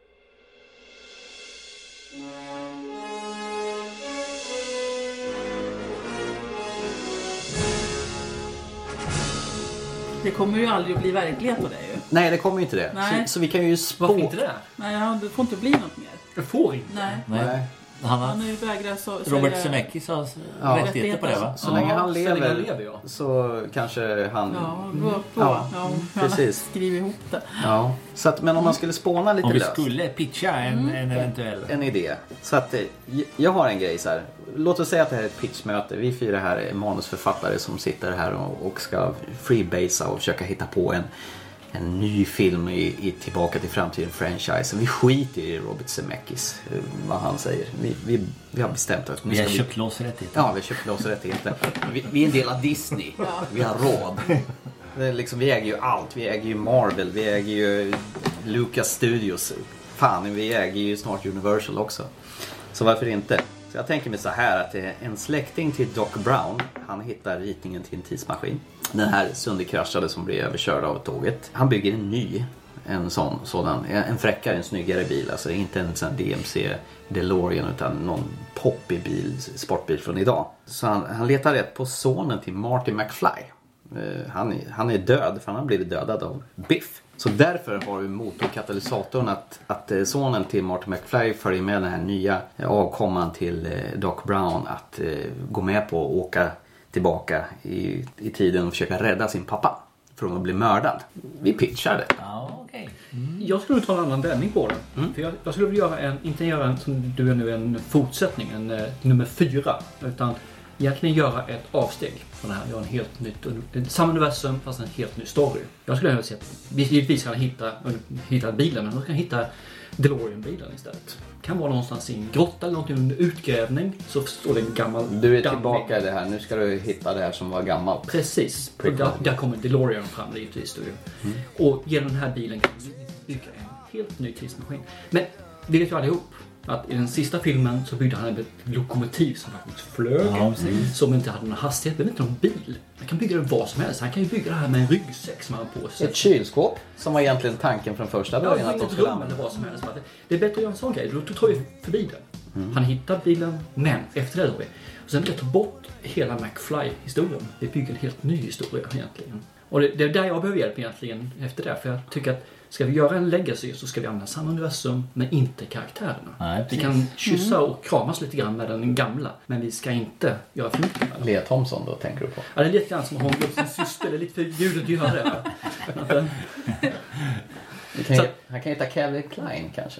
Det kommer ju aldrig att bli verklighet på det ju. Nej, det kommer ju inte det. Nej. Så vi kan ju Varför inte det? Nej, det får inte bli något mer. Det får inte? Nej. Han har ju vägrat Robert Zemeckis har rättigheter på det, va? Så länge han lever så kanske han... precis. Skriv ihop det. Ja. Så att, men om man skulle spåna lite om vi löst. skulle pitcha en eventuell... En idé. Så att jag har en grej så här. Låt oss säga att det här är ett pitchmöte. Vi 4 här är manusförfattare som sitter här och ska freebasea och försöka hitta på en ny film i Tillbaka till framtiden-franchisen. Vi skiter i Robert Zemeckis, vad han säger. Vi har bestämt att vi har köpt loss rättigheter. Ja, vi har köpt loss rättigheter. Vi är en del av Disney. Vi har råd. Det är liksom, vi äger ju allt. Vi äger ju Marvel, vi äger ju Lucas Studios. Fan, vi äger ju snart Universal också. Så varför inte? Så jag tänker mig så här att det är en släkting till Doc Brown. Han hittar ritningen till en tidsmaskin. Den här sönderkraschade som blir överkörd av tåget. Han bygger en ny, en fräckare, en snyggare bil. Alltså inte en sån DMC DeLorean utan någon poppig bil, sportbil från idag. Så han letar rätt på sonen till Marty McFly. Han är död för han har blivit dödad av Biff. Så därför har ju motorkatalysatorn att sonen till Marty McFly följer med den här nya avkomman till Doc Brown att gå med på att åka tillbaka i tiden och försöka rädda sin pappa från att bli mördad. Vi pitchar det. Ja, okej. Jag skulle ta en annan vändning på den. För jag skulle vilja inte göra en, som du är nu, en fortsättning, en nummer 4, utan egentligen göra ett avsteg från det här. Göra en helt nytt, samma universum fast en helt ny story. Jag skulle vilja se att vi kan hitta bilen, men då kan hitta DeLorean-bilen istället. Kan vara någonstans i en grotta eller någonting under utgrävning, så står det en gammal... Du är tillbaka i det här, nu ska du hitta det här som var gammalt. Precis, där kommer DeLorean fram givetvis. Och genom den här bilen kan vi bygga en helt ny tidsmaskin. Men vi vet ju allihop att i den sista filmen så byggde han ett lokomotiv som faktiskt flög, som inte hade någon hastighet, men inte någon bil. Han kan bygga det vad som helst. Han kan ju bygga det här med en ryggsäck som han har på sig. Ett kylskåp, som var egentligen tanken från första början. Att de skulle använda vad som helst. Det är bättre att göra en sån grej. Då tar vi förbi den. Han hittar bilen, men efter det då och sen ska ta bort hela McFly-historien. Vi bygger en helt ny historia egentligen. Och det är där jag behöver hjälp egentligen efter det. För jag tycker att ska vi göra en legacy så ska vi använda samma universum men inte karaktärerna. Nej, vi kan kyssa och kramas lite grann med den gamla, men vi ska inte göra för mycket med den. Lea Thompson då, tänker du på? Ja, det är lite grann som att hångla upp sin syster. Det är lite för ljudet att göra det. Han kan heta Calvin Klein kanske.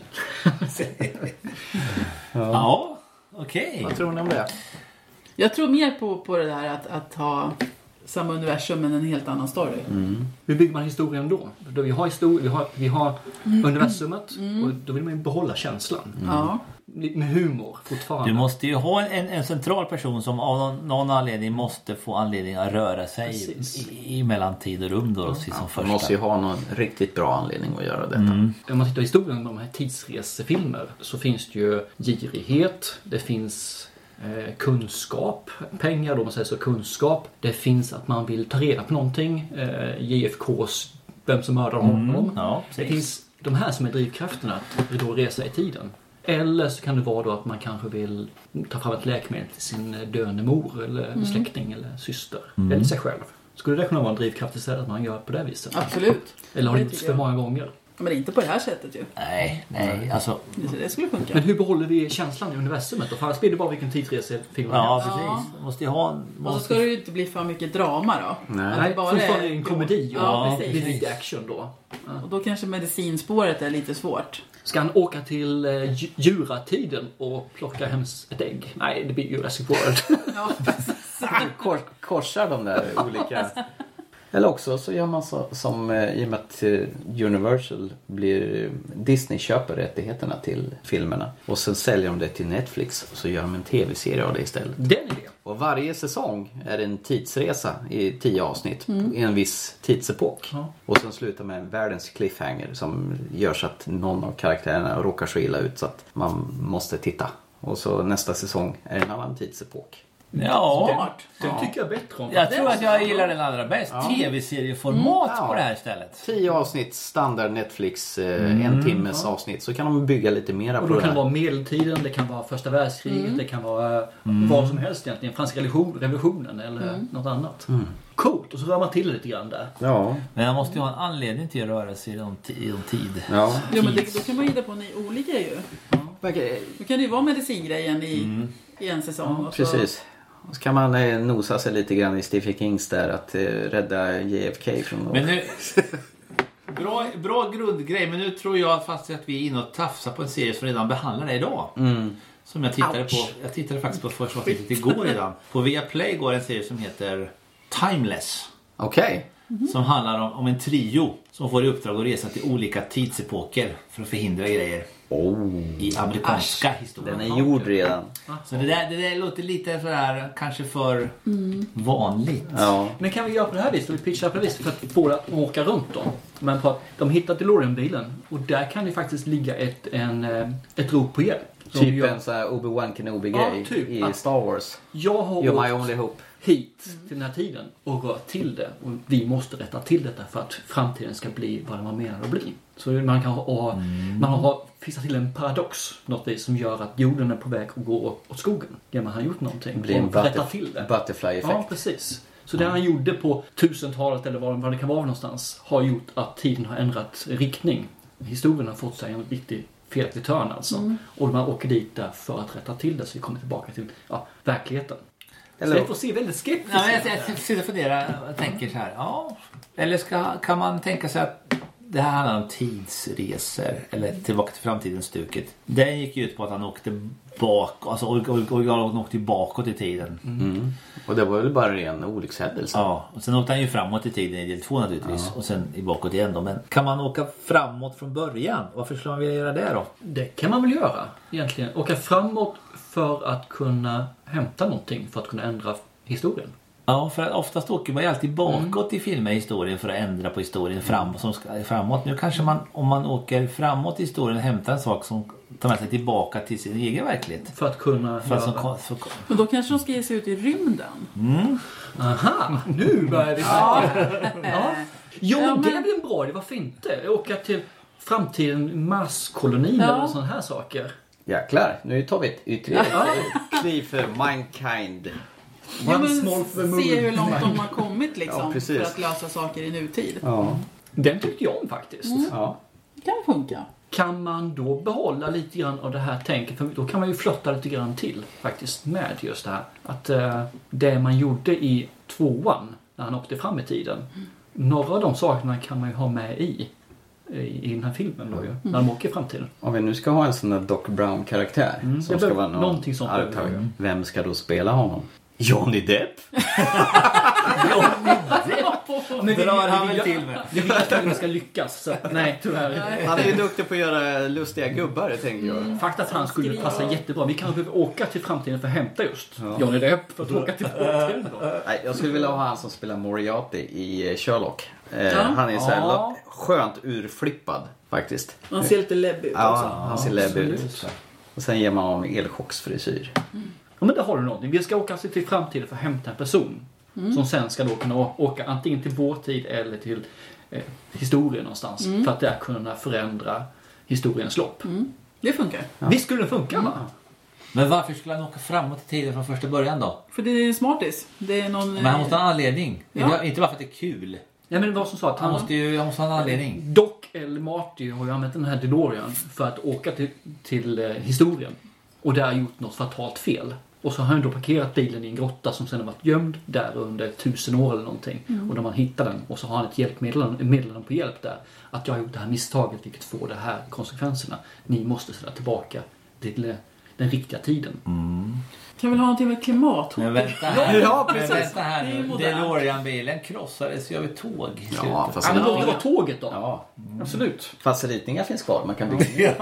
Ja, okej. Vad tror ni om det? Jag tror mer på det där att ha samma universum men en helt annan story. Hur bygger man historien då? Vi har vi har universumet och då vill man ju behålla känslan. Med humor fortfarande. Du måste ju ha en central person som av någon anledning måste få anledning att röra sig i mellan tid och rum då, som första. Man måste ju ha någon riktigt bra anledning att göra detta. Om man tittar på historien om de här tidsresefilmer så finns det ju girighet, det finns kunskap, pengar då man säger så, kunskap. Det finns att man vill ta reda på någonting, JFKs, vem som mördar honom. Det finns de här som är drivkrafterna att då resa i tiden. Eller så kan det vara då att man kanske vill ta fram ett läkemedel till sin döende mor eller släkting eller syster eller sig själv. Skulle det kunna vara en drivkraft istället att man gör på det viset? Absolut. Eller har det gjorts för många gånger? Men inte på det här sättet ju. Nej, alltså... Det skulle funka. Men hur behåller vi känslan i universumet då? För annars blir det bara vilken tidsresefilm. Ja, precis. Måste ju ha... Och så ska det ju inte bli för mycket drama då. Nej, fortfarande en komedi. Ja, det blir lite action då. Och då kanske medicinspåret är lite svårt. Ska han åka till djuratiden och plocka hem ett ägg? Nej, det blir Jurassic World. Korsar de där olika... Eller också så gör man så, som i och med att Universal blir Disney köper rättigheterna till filmerna och sen säljer de det till Netflix och så gör de en tv-serie av det istället. Den är det. Och varje säsong är en tidsresa i 10 avsnitt i en viss tidsepok. Och sen slutar med en världens cliffhanger som gör så att någon av karaktärerna råkar så illa ut så att man måste titta. Och så nästa säsong är en annan tidsepok. Ja. Den tycker jag bättre om. Jag tror att jag gillar den allra bäst. Tv-serieformat på det här stället. 10 avsnitt, standard Netflix, en timmes avsnitt. Så kan de bygga lite mera på det. Och då kan det vara medeltiden, det kan vara första världskriget, det kan vara vad som helst egentligen. Franska revolutionen eller något annat. Coolt, och så rör man till lite grann där. Ja. Men jag måste ju ha en anledning till att röra sig i en tid. Ja, men då kan man hitta på olika ju. Då kan det ju vara medicingrejen i en säsong. Ja, precis. Och så kan man nosa sig lite grann i Stephen Kings där att rädda JFK från... Men nu... bra grundgrej, men nu tror jag fast att vi är inne och tafsar på en serie som redan behandlar det idag. Som jag tittade på. Jag tittade faktiskt på första avsnittet igår redan. På Viaplay går en serie som heter Timeless. Okej. Som handlar om en trio som får i uppdrag att resa till olika tidsepoker för att förhindra grejer i amerikanska historier. Den är gjord redan. Så det där låter lite sådär kanske för vanligt. Ja. Men kan vi göra på det här viset? Vi pitchar på det viset för att få att åka runt dem. Men på att de hittar DeLorean-bilen och där kan det faktiskt ligga ett rop på hjälp. Typ en sån här Obi-Wan Kenobi-grej i Star Wars. Jag har You're my only hope. Hit till den här tiden och rört till det. Och vi måste rätta till detta för att framtiden ska bli vad man menar att bli. Så man kan man har fixat till en paradox på något vis som gör att jorden är på väg att gå åt skogen. Ja, man har gjort någonting. Det blir en rätta till det. butterfly-effekt. Ja, precis. Så det han gjorde på 1000-talet eller vad det kan vara någonstans har gjort att tiden har ändrat riktning. Historien har fått sig en riktig felaktig törn alltså. Och man åker dit där för att rätta till det så vi kommer tillbaka till verkligheten. Så jag får se väldigt skeptiskt. Jag sitter och funderar och tänker så här. Ja. Eller kan man tänka sig att det här handlar om tidsresor eller tillbaka till framtiden stuket. Den gick ut på att han åkte åkte bakåt i tiden. Och det var väl bara en olyckshändelse. Ja, och sen åkte han ju framåt i tiden i del 2 naturligtvis. Och sen bakåt igen då. Men kan man åka framåt från början? Varför skulle man vilja göra det då? Det kan man väl göra egentligen. Åka framåt för att kunna hämta någonting. För att kunna ändra historien. Ja, för att oftast åker man ju alltid bakåt i filmhistorien för att ändra på historien framåt. Nu kanske man, om man åker framåt i historien, hämtar en sak som tar med sig tillbaka till sin egen verklighet. För att kunna Men då kanske de ska ge sig ut i rymden. Aha, nu börjar vi det är väl bra, det varför inte? Åka till framtiden Mars-kolonin eller sådana här saker. Jäklar, nu tar vi ett ytterligare kniv för mankind. Ja, men se hur långt de har kommit liksom, för att lösa saker i nutid. Ja. Den tycker jag om faktiskt. Ja. Det kan funka. Kan man då behålla lite grann av det här tänket? För då kan man ju flotta lite grann till faktiskt med just det här. Att det man gjorde i 2:an när han åkte fram i tiden. Några av de sakerna kan man ju ha med i den här filmen då ju. När de åker i framtiden. Om vi nu ska ha en sån där Doc Brown-karaktär som ska vara någonting sånt. Vem ska då spela honom? Johnny Depp? Johnny Depp? Drar han väl till med? Det vill att vi ska lyckas. Så, nej, tyvärr. Han är ju duktig på att göra lustiga gubbar, tänker jag. Faktum att han skulle passa jättebra. Vi kanske behöver åka till framtiden för att hämta just Johnny Depp för att åka till framtiden då. Nej, jag skulle vilja ha han som spelar Moriarty i Sherlock. Han är så här skönt urflippad faktiskt. Han ser lite läbbig ut också. Ja, han ser läbbig ut. Och sen ger man honom elchocksfrisyr. Ja, men där har du någonting. Vi ska åka till framtiden för att hämta en person. Som sen ska då kunna åka antingen till vår tid eller till historien någonstans. För att där kunna förändra historiens lopp. Det funkar. Ja. Visst skulle det funka va? Men varför skulle han åka framåt i tiden från första början då? För det är smartis. Det är någon... Men han måste ha en anledning. Inte bara för att det är kul. Ja, men det var som sa att han måste ha en anledning. Doc eller Marty har ju använt den här DeLorean för att åka till historien. Och där har gjort något fatalt fel. Och så har han då parkerat bilen i en grotta som sedan har varit gömd där under 1000 år eller någonting. Och när man hittar den och så har han ett hjälpmedel på hjälp där. Att jag har gjort det här misstaget vilket får det här konsekvenserna. Ni måste ställa tillbaka till den riktiga tiden. Kan väl ha någonting med klimat? Men vänta här. Ja, precis. Men vänta här. DeLorean-bilen krossades ju av ett tåg. Ja, fast det var tåget då. Ja. Absolut. Fast ritningar finns kvar. Man kan bygga.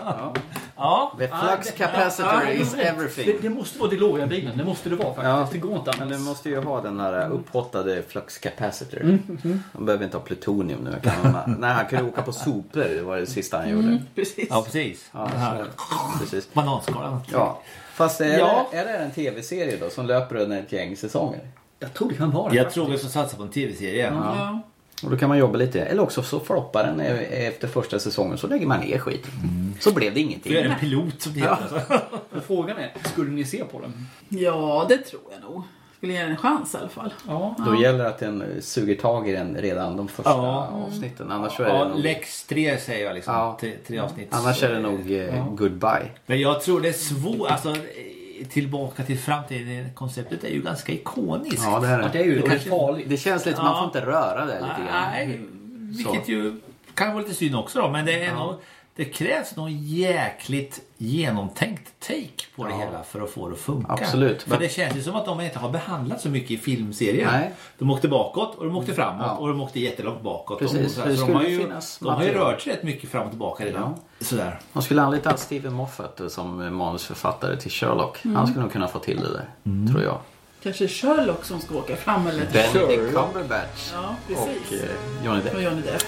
Ja. The flux capacitor is everything. Det måste vara DeLorean-bilen. Det måste det vara faktiskt. Ja. Det går inte annars. Men du måste ju ha den där upphottade flux capacitor. Man behöver inte ha plutonium nu. Nej, han kunde åka på sopor. Det var det sista han gjorde. Precis. Ja, precis. Ja, precis. Bananskalan. Ja. Fast är det en tv-serie då som löper under ett gäng säsonger? Jag tror det kan vara det. Jag tror vi får satsa på en tv-serie. Ja. Och då kan man jobba lite. Eller också så floppar den efter första säsongen, så lägger man ner skit. Så blev det ingenting. Det är en pilot som det heter. Frågan är, skulle ni se på den? Ja, det tror jag nog. Skulle ge den en chans i alla fall. Ja. Då gäller det att den suger tag i den redan de första avsnitten. Annars så är det nog... Lex 3 säger jag liksom. 3 avsnitt. Annars är det nog goodbye. Men jag tror det är svårt. Alltså, tillbaka till framtiden. Konceptet är ju ganska ikoniskt. Ja, det är det. Det är ju det farligt. Det känns lite, man får inte röra det lite grann. Nej, vilket ju kan vara lite synd också då. Men det är nog... Det krävs någon jäkligt genomtänkt take på det hela för att få det att funka. Absolut. För det känns ju som att de inte har behandlat så mycket i filmserien. Nej. De åkte bakåt och de åkte framåt och de åkte jättelångt bakåt. Precis. Så de har ju rört sig rätt mycket fram och tillbaka redan. Sådär. De skulle anlita Stephen Moffat som manusförfattare till Sherlock. Han skulle nog kunna få till det där, tror jag. Kanske Sherlock som ska åka fram eller... Benedict Cumberbatch. Ja, precis. Och Johnny Depp. Och Johnny Depp.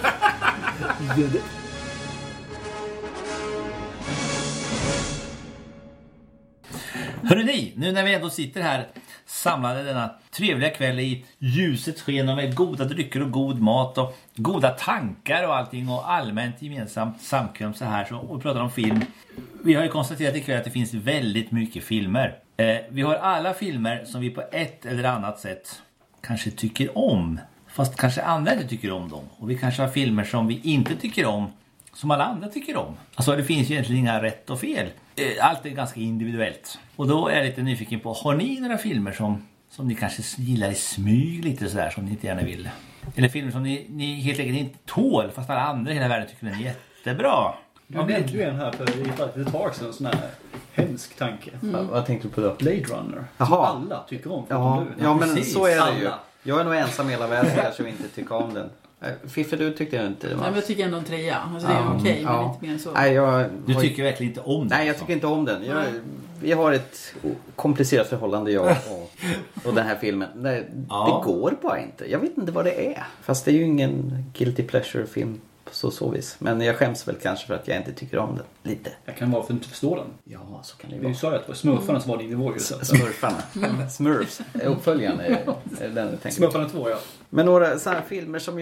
Hörrni, nu när vi ändå sitter här samlade denna trevliga kväll i ljusets sken och med goda drycker och god mat och goda tankar och allting och allmänt gemensamt samkväm så här så, och pratar om film. Vi har ju konstaterat ikväll att det finns väldigt mycket filmer. Vi har alla filmer som vi på ett eller annat sätt kanske tycker om, fast kanske andra inte tycker om dem. Och vi kanske har filmer som vi inte tycker om som alla andra tycker om. Alltså det finns ju egentligen inga rätt och fel. Allt är ganska individuellt. Och då är jag lite nyfiken på, har ni några filmer som ni kanske gillar i smyg lite sådär som ni inte gärna vill? Eller filmer som ni helt enkelt inte tål fast alla andra i hela världen tycker den är jättebra? Du nämnde ju en här för det är faktiskt ett tag sedan, en sån här hemsk tanke. Vad tänkte du på då? Blade Runner. Jaha. Som alla tycker om. Ja, men precis. så är det ju. Alla. Jag är nog ensam hela världen kanske som inte tycker om den. Fiffe, du tyckte jag inte det var. Ja, men jag tycker ändå en 3. Alltså det är okej, men inte mer än så. Nej, du tycker verkligen inte om den? Nej, jag tycker inte om den. Vi har ett komplicerat förhållande, jag och den här filmen. Det går bara inte. Jag vet inte vad det är. Fast det är ju ingen guilty pleasure-film på så vis. Men jag skäms väl kanske för att jag inte tycker om den. Lite. Jag kan vara för att inte förstå den. Ja, så kan det Vi vara. sa ju att det var Smurfarna som var din nivå. Smurfarna. Smurfs. Uppföljaren är den jag tänker. Smurfarna 2, ja. Men några sådana filmer som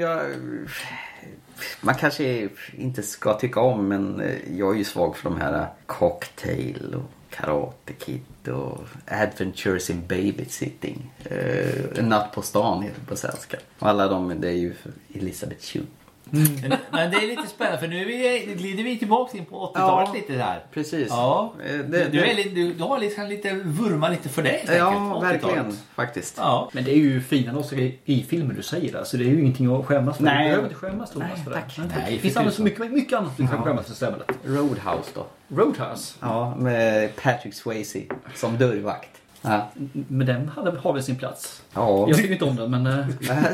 man kanske inte ska tycka om, men jag är ju svag för de här Cocktail och Karate Kid och Adventures in Babysitting. En natt på stan heter det på svenska. Och alla de, det är ju Elizabeth Shue. Men det är lite spännande för nu glider vi tillbaka in på 80-talet lite här. Precis. Ja. Du har liksom lite vurma lite för det. Ja, verkligen faktiskt. Ja. Men det är ju fina också i filmen du säger där. Så det är ju ingenting att skämmas för. Nej. Du behöver inte skämmas, Thomas, för det. Tack. Det finns annars så mycket annat du kan skämmas för istället. Roadhouse då. Roadhouse? Ja, med Patrick Swayze som dörrvakt. Ja. Men den har väl sin plats. Ja. Jag tycker inte om den, men...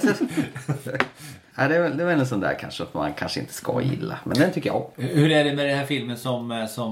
Ja, det är väl en sån där kanske att man kanske inte ska gilla. Men den tycker jag om. Hur är det med den här filmen som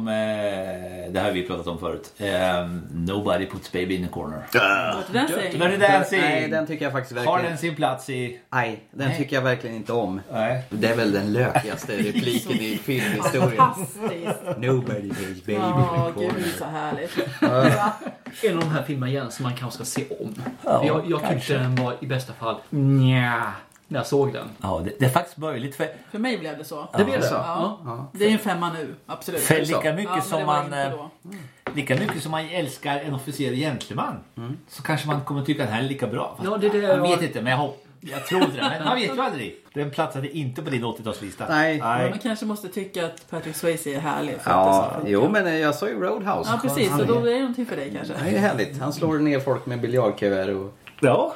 det har vi pratat om förut? Nobody puts baby in the corner. Dirty Dancing. Nej, den tycker jag faktiskt verkligen. Har den sin plats i... Nej, den tycker jag verkligen inte om. Nej. Det är väl den lökigaste repliken i filmhistorien. Fantastiskt. Nobody puts baby in Ja, the gud, corner. det är så härligt. En av de här filmerna igen som man kanske ska se om. Ja, jag tyckte den var i bästa fall nja, när jag såg den. Ja, det är faktiskt möjligt För mig blev det så. Det blev det så? Ja. Det är en 5 nu, absolut. För lika mycket som man... då. Lika mycket som man älskar en officer gentleman så kanske man kommer tycka att den här är lika bra. Fast Ja, det jag vet inte, men jag tror inte det. Men man vet ju aldrig. Den platsade inte på din 80-talslista. Nej. Man kanske måste tycka att Patrick Swayze är härlig. Ja, jo, men jag sa ju Roadhouse. Ja, precis. Så då är det någonting för dig kanske. Det är härligt. Han slår ner folk med biljardkuvert och... Ja.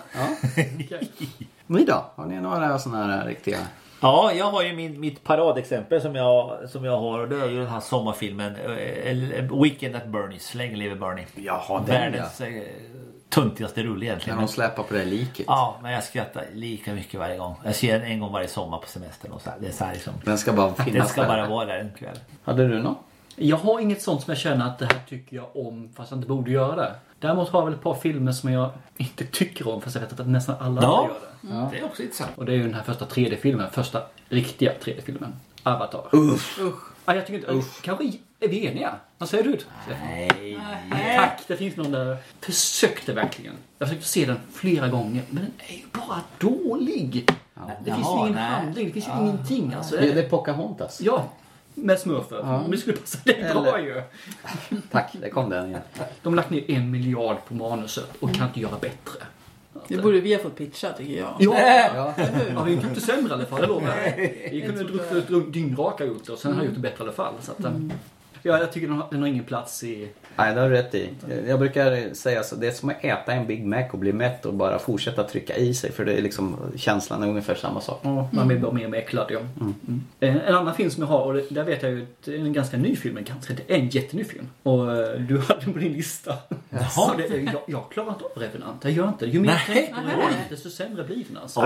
Men då? Har ni några sådana här riktiga... Ja, jag har ju mitt paradexempel som jag har, och det är ju den här sommarfilmen Weekend at Bernie's, Länge lever Bernie. Jaha, den världens tuntigaste rulle egentligen. När de släpper på det liket. Ja, men jag skrattar lika mycket varje gång. Jag ser den en gång varje sommar på semestern och så här. Det är så här liksom. Den ska bara finnas. Den ska bara vara där en kväll. Hade du någon? Jag har inget sånt som jag känner att det här tycker jag om fast jag inte borde göra det. Däremot har jag väl ett par filmer som jag inte tycker om fast jag vet att nästan alla gör det. Ja, det är också intressant. Och det är ju den här första 3D-filmen, första riktiga 3D-filmen. Avatar. Usch. Ja, jag tycker inte... Kanske Är vi eniga? Vad säger du? Nej. Tack, det finns någon där. Försökte verkligen. Jag försökte se den flera gånger. Men den är ju bara dålig. Det finns ju ingen handling. Det finns ju ingenting. Alltså, Det är Pocahontas. Ja, med smurfer. Ja. Men det skulle passa det bra ju. Tack, det kom den igen. De har lagt ner 1 miljard på manuset och kan inte göra bättre. Det borde vi ha fått pitcha, tycker jag. Ja, vi kan inte sämre i alla fall, det lovar jag. Vi kunde druckit dyngraka ut och sen har jag gjort det bättre i alla fall. Så att, jag tycker den har ingen plats i... Nej, det har du rätt i. Jag brukar säga så, det är som att äta en Big Mac och bli mätt och bara fortsätta trycka i sig, för det är liksom, känslan är ungefär samma sak. Ja, man blir bara mer och mer äcklad, ja. En annan film som jag har, och där vet jag ju att det är en ganska ny film, det är en jätteny film. Och du hade den på din lista. Så jag klarar inte av Revenant, jag gör inte. Ju mer jag tänker på det, desto sämre blir den alltså.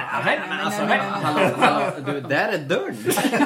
Du, där är dörren.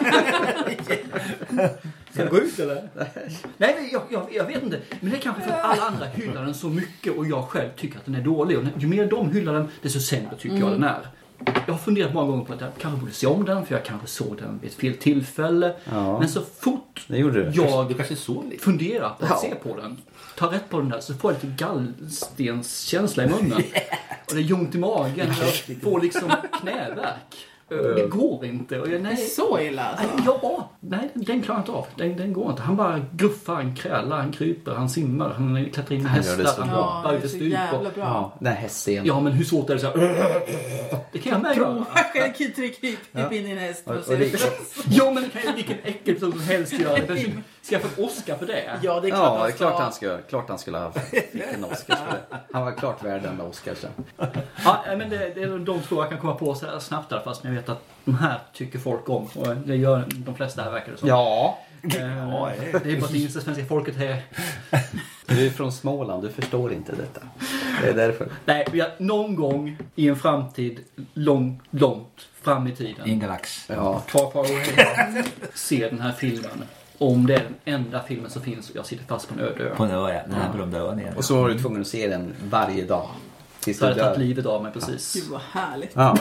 Ska jag gå ut eller? Nej, jag vet inte. Men det är kanske för att alla andra hyllar den så mycket och jag själv tycker att den är dålig. Och ju mer de hyllar den, desto sämre tycker jag den är. Jag har funderat många gånger på att jag kanske borde se om den, för jag kanske såg den vid ett fel tillfälle. Ja. Men så fort du kanske såg lite. Funderar på att se på den, ta rätt på den där, så får jag lite gallstenskänsla i munnen. Och det är ont i magen, jag får liksom knävärk. Det går inte. Och nej, så illa alltså. Ja, nej, den klarar inte av. Den går inte. Han bara gruffar, han krälar, han kryper, han simmar, han klättrar in i hästar, han hoppar ut i stup. Ja, den här hästscenen. Ja, men hur svårt är det så här? Det kan jag med göra. Jag kan trycka in i en häst. Ja, men kan ju vilken äckel person som helst göra. Ska jag få Oscar för det? Ja, det är klart han ska. Klart han skulle ha fick en Oscar för det. Han var klart värd den Oscar sen. Ja, men det är de två jag kan komma på så här snabbt där, fast jag vet att de här tycker folk om. Och det gör de flesta här, verkar det som. Ja. Det är bara att det svenska folket här. Du är från Småland, du förstår inte detta. Det är därför. Nej, någon gång i en framtid, långt fram i tiden. I en galax. Ja. Se den här filmen. Om det är den enda filmen som finns och jag sitter fast på en öde ö. På en ö, ja. Den här berömda ön igen. Och så var du tvungen att se den varje dag. Så har jag tagit livet av mig, precis. Gud vad härligt. Ja.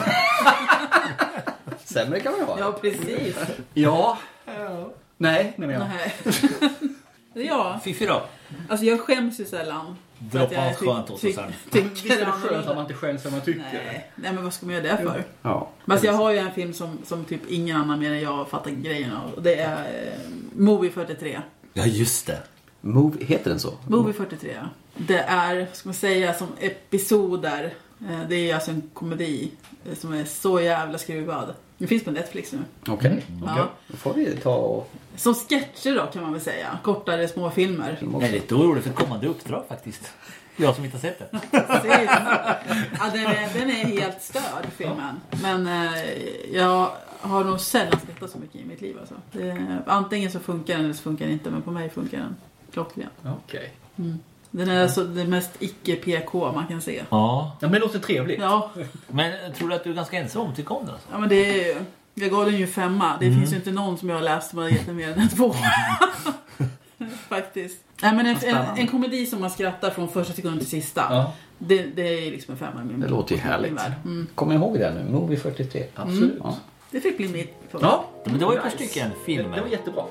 Sämre kan man ha. Ja, precis. Ja. Nej, menar jag. Nej. Ja. Fiffi då? Alltså jag skäms ju sällan. Droppa något skönt åt oss sen. Visst är det skönt att man inte skäms som man tycker. Nej, men vad ska man göra det för? Ja. Men jag har ju en film som typ ingen annan mer än jag fattar grejen av. Och det är Movie 43. Ja, just det. Heter den så? Movie 43. Det är, ska man säga, som episoder. Det är alltså en komedi som är så jävla skruvad. Det finns på Netflix nu. Okej. Då får vi ta och... Som sketcher då, kan man väl säga. Kortare små filmer. Jag är lite orolig för kommande uppdrag faktiskt. Jag som inte har sett den. Ja, den är helt störd, filmen. Men jag har nog sällan skrattat så mycket i mitt liv. Alltså. Antingen så funkar den eller så funkar den inte. Men på mig funkar den klockren. Okej. Den är alltså det mest icke-PK man kan se. Ja. Men det låter trevligt. Ja. Men tror du att du är ganska ensam om tycker om den? Alltså? Ja, men det är, jag gav den ju 5. Det finns ju inte någon som jag har läst som har gett den mer än 2. Faktiskt. Nej, men en komedi som man skrattar från första sekunden till sista. Ja. Det är liksom en 5. Det låter ju härligt. Kommer jag ihåg det nu? Movie 43. Absolut. Ja. Det fick bli mitt. Ja. Men det var ju ett par stycken filmer. Det var jättebra.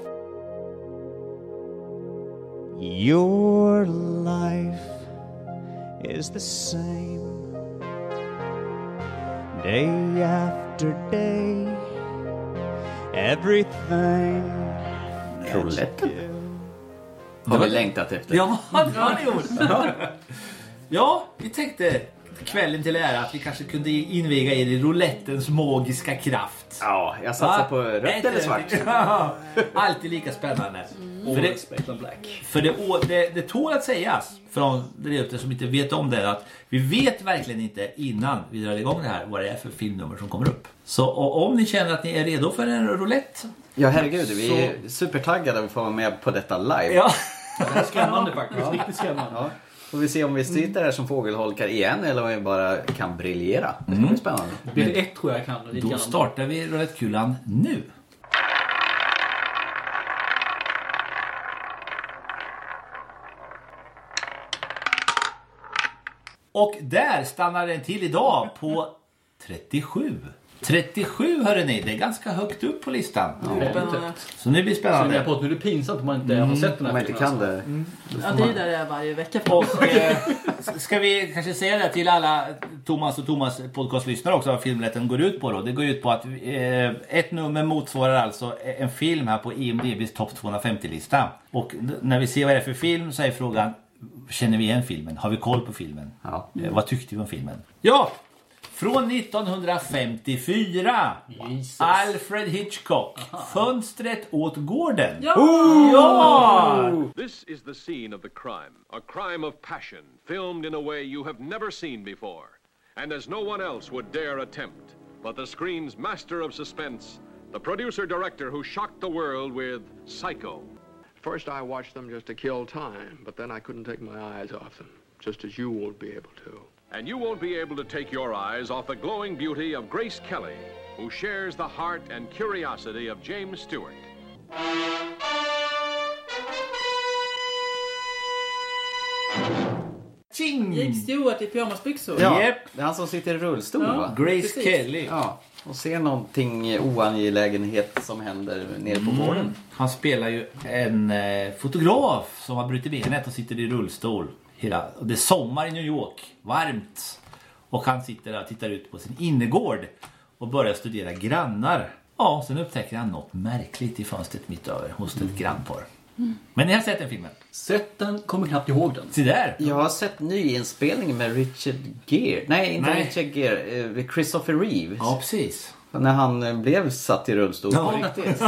Your life is the same day after day. Everything. Rouletten. Har vi längtat efter? Ja, det har ni gjort. Ja, vi tänkte kvällen till ära att vi kanske kunde inviga er i roulettens magiska kraft. Ja, jag satsar på rött eller svart. Alltid lika spännande. För det tål att sägas från det ute som inte vet om det, att vi vet verkligen inte innan vi drar igång det här vad det är för filmnummer som kommer upp. Så om ni känner att ni är redo för en roulette. Ja, herregud, vi är supertaggade att få vara med på detta live. Ja. Det är skrämmande faktiskt, riktigt skrämmande. Ja. Får vi se om vi sitter här som fågelholkar igen eller om vi bara kan briljera. Det är spännande. Blir det 1 tror jag kan. Då startar vi roulettekulan nu. Och där stannar den till idag på 37. 37 hörrni, det är ganska högt upp på listan. Så nu blir det Så spännande. jag på att nu är det pinsamt om man inte har sett den här Om man inte kan det. Ja, det är där jag är varje vecka. Och ska vi kanske säga det till alla Thomas och Thomas podcastlyssnare också vad filmrätten går ut på då. Det går ut på att ett nummer motsvarar alltså en film här på IMDb's topp 250-lista. Och när vi ser vad det är för film så är frågan, känner vi igen filmen? Har vi koll på filmen? Ja. Vad tyckte vi om filmen? Ja! Från 1954. Jesus. Alfred Hitchcock. Fönstret åt gården. Ja! Ja! This is the scene of the crime. A crime of passion, filmed in a way you have never seen before. And as no one else would dare attempt. But the screen's master of suspense, the producer-director who shocked the world with Psycho. First, I watched them just to kill time, but then I couldn't take my eyes off them, just as you won't be able to. And you won't be able to take your eyes off the glowing beauty of Grace Kelly, who shares the heart and curiosity of James Stewart. James Stewart i pyjamasbyxor. Ja, det är han som sitter i rullstol va? Grace Precis. Kelly. Ja, och ser någonting oangelägenhet som händer nere på gården. Han spelar ju en fotograf som har brutit benet och sitter i rullstol. Och det är sommar i New York, varmt. Och han sitter där och tittar ut på sin innergård och börjar studera grannar. Ja, sen upptäcker han något märkligt i fönstret mitt över hos ett grannpar. Men ni har sett den filmen? Sett den, kommer knappt ihåg den. Se där. Jag har sett nyinspelningen med Richard Gere. Nej, inte Richard Gere. Christopher Reeve. Ja, precis. När han blev satt i rullstol. Ja, riktigt.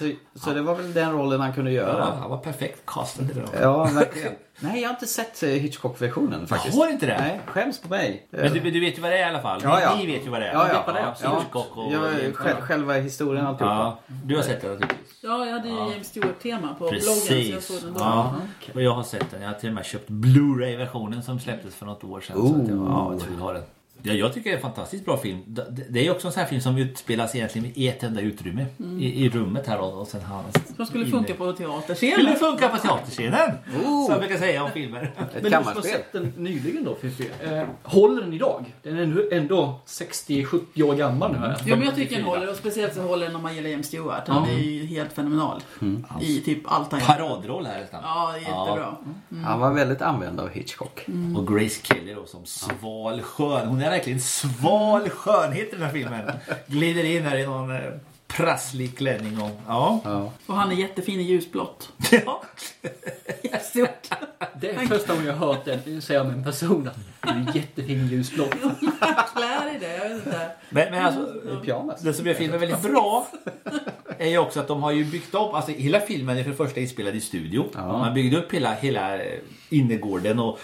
Så det var väl den rollen han kunde göra. Ja, han var perfekt castad i det. Ja, verkligen. Nej, jag har inte sett Hitchcock-versionen faktiskt. Har inte det? Nej, skäms på mig. Men du vet ju vad det är i alla fall. Ja. Ni vet ju vad det är. Ja. Hitchcock och... Själva historien och alltihopa. Ja, du har sett det naturligtvis. Ja, jag hade ju James Stewart-tema på Precis. bloggen så jag såg den då. Ja. Och jag har sett den. Jag har till och med köpt Blu-ray-versionen som släpptes för något år sedan. Så att jag vill ha den. Ja, jag tycker det är en fantastiskt bra film. Det är också en sån här film som utspelas egentligen i ett enda utrymme. I rummet här och sen som skulle funka på teaterscenen. Skulle funka på teaterscenen. Så jag brukar säga om filmer. Men du som har sett den nyligen då, Fifi. Håller den idag? Den är ändå 60-70 år gammal nu här. Jo, men jag tycker den håller. Och speciellt så håller den om man gillar James Stewart. Han är ju helt fenomenal. I typ allt han gör. Paradroll här nästan. Ja, jättebra. Han var väldigt använd av Hitchcock. Och Grace Kelly då som sval skön. Hon är verkligen sval skönhet i den här filmen. Glider in här i någon prasslig klänning och Och han är jättefin i ljusblått. Ja. Jättestort. Det är första gången jag har hört det säga om en person att det är jättefin ljusblått. Klär i det, jag vet inte. Men alltså, det som gör filmen väldigt bra är ju också att de har ju byggt upp, alltså hela filmen är för det första inspelad i studio. Man byggde upp hela innergården och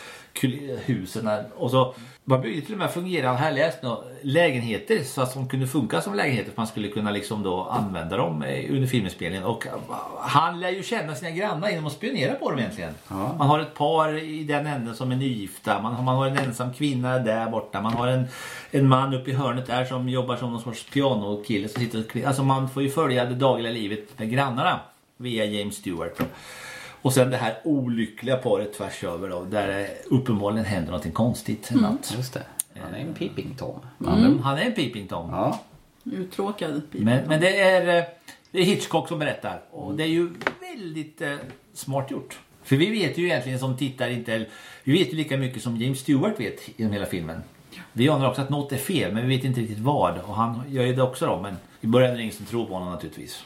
husen och så man byggde till och med fungerande härliga lägenheter så att de kunde funka som lägenheter för man skulle kunna liksom då använda dem under filminspelningen. Och han lär ju känna sina grannar genom att spionera på dem egentligen. Man har ett par i den änden som är nygifta, man har en ensam kvinna där borta, man har en man uppe i hörnet där som jobbar som någon sorts pianokille som sitter, alltså man får ju följa det dagliga livet med grannarna via James Stewart. Och sen det här olyckliga paret tvärs över då, där det uppenbarligen händer något konstigt en natt. Just det. Han är en peeping Tom. Han är en peeping Tom. Ja. Uttråkad peeping men det är Hitchcock som berättar. Och det är ju väldigt smart gjort. För vi vet ju egentligen som tittar inte... Vi vet ju lika mycket som James Stewart vet i hela filmen. Vi anar också att något är fel, men vi vet inte riktigt vad. Och han gör ju det också då, men i början är det ingen som tror på honom naturligtvis.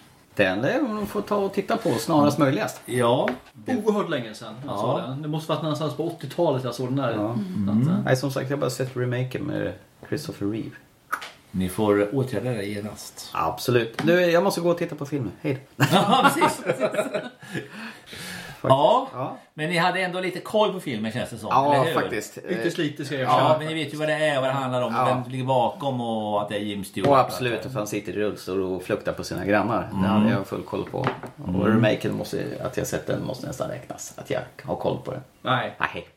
Den får ta och titta på snarast möjligast. Ja. Oerhört länge sedan. Det måste varit någonstans på 80-talet jag såg den där. Nej, som sagt, jag har bara sett remaken med Christopher Reeve. Ni får åtgärda det genast. Absolut. Nu, jag måste gå och titta på filmen. Hej då. Ja, precis. Ja, men ni hade ändå lite koll på filmen känns det som. Ja, faktiskt. Ytterst lite ska jag Ja, men ni vet ju vad det är, vad det handlar om, vem som ligger bakom och att det är James Stewart. Och absolut, att han sitter i rullstol och fluktar på sina grannar. Det hade jag full koll på. Och remaken att jag sett den måste nästan räknas. Att jag har koll på den. Nej.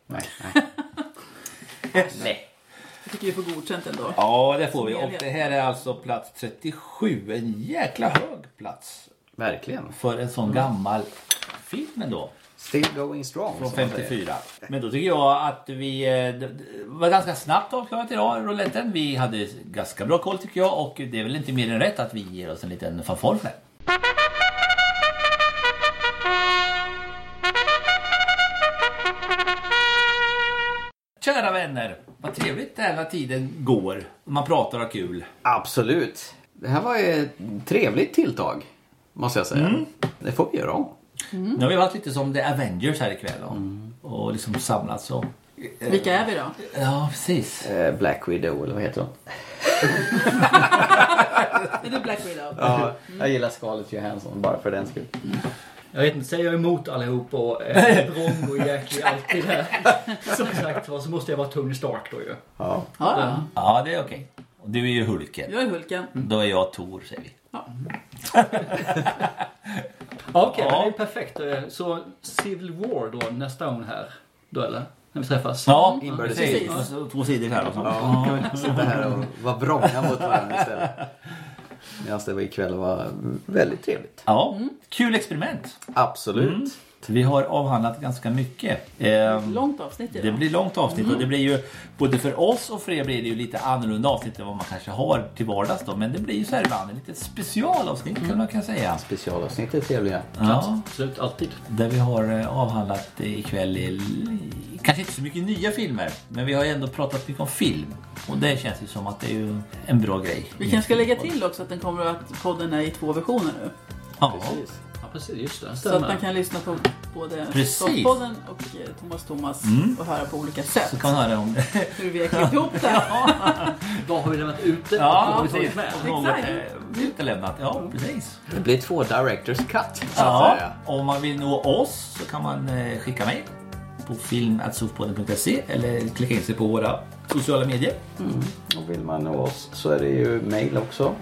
Nej. Jag tycker vi får godkänt ändå. Ja, det får vi. Och det här är alltså plats 37. En jäkla hög plats. Verkligen. För en sån gammal film ändå. Still going strong. Från 54. Men då tycker jag att vi var ganska snabbt avklarat idag, rouletten. Vi hade ganska bra koll tycker jag. Och det är väl inte mer än rätt att vi ger oss en liten fanfar för det. Kära vänner, vad trevligt det hela tiden går. Man pratar och kul. Absolut. Det här var ju ett trevligt tilltag, måste jag säga. Det får vi göra om. Nu har vi varit lite som The Avengers här ikväll och liksom samlats. Och, vilka är vi då? Ja, precis. Black Widow, eller vad heter hon? Är det Black Widow? Ja, jag gillar Scarlett Johansson bara för den skull. Jag vet inte, säger jag emot allihop och Brongo och Jack alltid här. Som sagt så måste jag vara Tony Stark då ju. Ja, ja det är okej. Och du är ju Hulken. Jag är Hulken. Då är jag Thor, säger vi. Ja. Okej, det är perfekt. Så Civil War då nästa gång här. Då eller? När vi träffas. Ja, precis. 2 sidor här och så. Ja, kan vi sitta här och vara vrånga mot varandra istället. Medan det var ikväll var väldigt trevligt. Ja, kul experiment. Absolut. Vi har avhandlat ganska mycket. Långt avsnitt idag. Det blir långt avsnitt och det blir ju både för oss och för er blir det ju lite annorlunda avsnitt än vad man kanske har till vardags då. Men det blir ju så här ibland ett litet specialavsnitt kan man kan säga. Specialavsnitt är trevliga. Ja, absolut, alltid. Där vi har avhandlat ikväll kanske inte så mycket nya filmer, men vi har ändå pratat mycket om film. Och det känns ju som att det är ju en bra grej. Vi kanske ska lägga till också att den kommer att podden är i 2 versioner nu. Ja, precis. Ja, precis, just det. Så att man kan lyssna på både Soffpodden och Thomas och höra på olika sätt. Så kan man höra om hur vi har klippt ihop det. Vad har vi lämnat ute? Ja, precis. Något utelämnat. Ja, precis. Det blir 2 directors cut. Ja, om man vill nå oss så kan man skicka mejl på film@soffpodden.se eller klicka in sig på våra sociala medier. Och vill man nå oss så är det ju mejl också.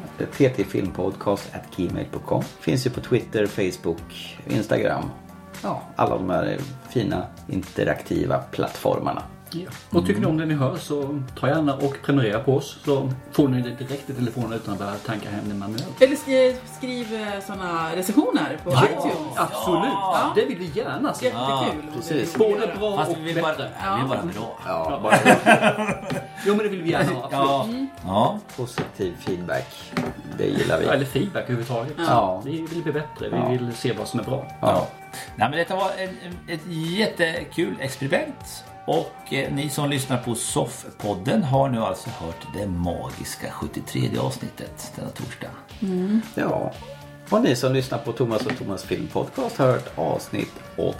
ttfilmpodcast@gmail.com. Finns ju på Twitter, Facebook, Instagram. Ja, alla de här fina interaktiva plattformarna. Ja. Och tycker ni om det ni hör så ta gärna och prenumerera på oss så får ni det direkt i telefonen utan att bara tanka hem det manuellt. Eller skriv såna recensioner på iTunes. Absolut, ja. Det vill vi gärna se. Jättekul. Precis. Både bra fast och vi vill bättre. bara bra. Ja, bara Jo, men det vill vi gärna ha. Absolut. Ja. positiv feedback. Det gillar vi. Eller feedback överhuvudtaget. Ja. Vi vill bli bättre. Vi vill se vad som är bra. Ja. Nej, men detta var ett jättekul experiment. Och ni som lyssnar på Soffpodden har nu alltså hört det magiska 73 avsnittet denna torsdag. Ja. Och ni som lyssnar på Thomas och Thomas filmpodcast har hört avsnitt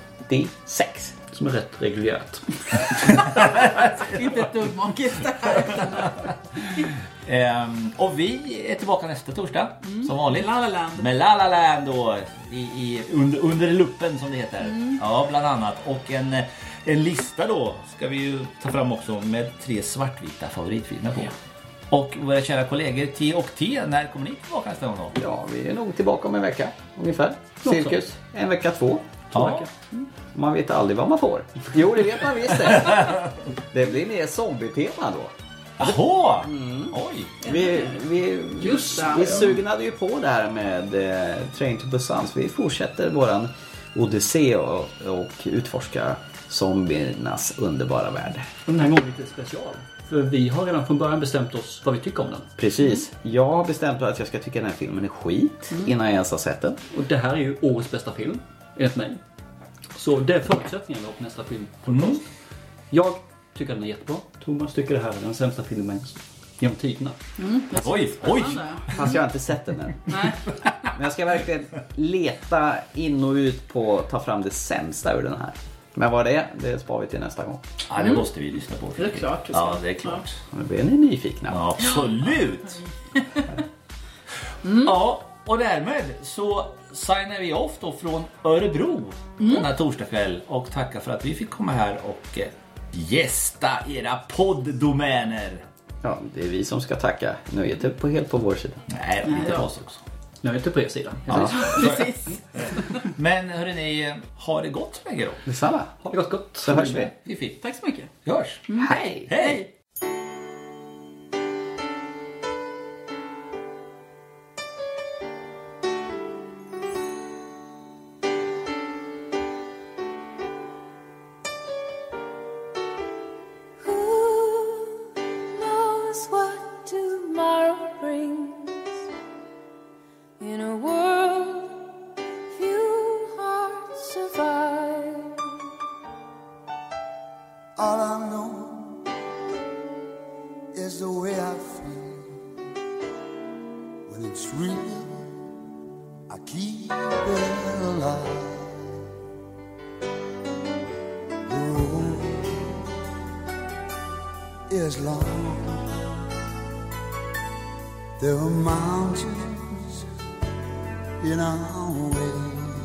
86. Som är rätt reguljärt. Inte ett dugg magiskt det här. Och vi är tillbaka nästa torsdag som vanligt. La La Land. Med La La Land då, under luppen som det heter. Ja, bland annat. Och en lista då ska vi ju ta fram också med 3 svartvita favoritfilmer på. Och våra kära kollegor T och T, när kommer ni tillbaka nästa gång då? Ja, vi är nog tillbaka om en vecka ungefär. Cirkus. En vecka, 2 veckor. Man vet aldrig vad man får. Jo, det vet man visst. Det blir mer zombie-tema då. Jaha! Oj! Vi sugnade ju på det här med Train to Busan. Vi fortsätter våran odyssé och utforska zombiernas underbara värld. Den här gången lite special. För vi har redan från början bestämt oss vad vi tycker om den. Precis. Jag har bestämt att jag ska tycka den här filmen är skit innan jag ens har sett den. Och det här är ju årets bästa film, enligt mig. Så det är förutsättningen på nästa film. Jag tycker den är jättebra. Thomas tycker det här är den sämsta filmen genom tiderna. Oj! Fast jag har inte sett den än. Men jag ska verkligen leta in och ut på att ta fram det sämsta ur den här. Men vad det sparar vi till nästa gång. Ja, det måste vi lyssna på. Det är klart. Ja, det är klart. Nu blir ni nyfikna. Ja, absolut! Ja, och därmed så signar vi off då från Örebro den här torsdagskväll och tackar för att vi fick komma här och gästa era podddomäner. Ja, det är vi som ska tacka. Nöjet är helt på vår sida. Nej, inte på oss också. Nöjet är på er sida. Ja. Precis. Men hörrni, ha det gott så länge då. Detsamma. Ha det gott. Så hörs vi. Fifi. Tack så mycket. Vi hörs. Hej! Hej! is the way I feel. When it's real, I keep it alive. The road is long. There are mountains in our way,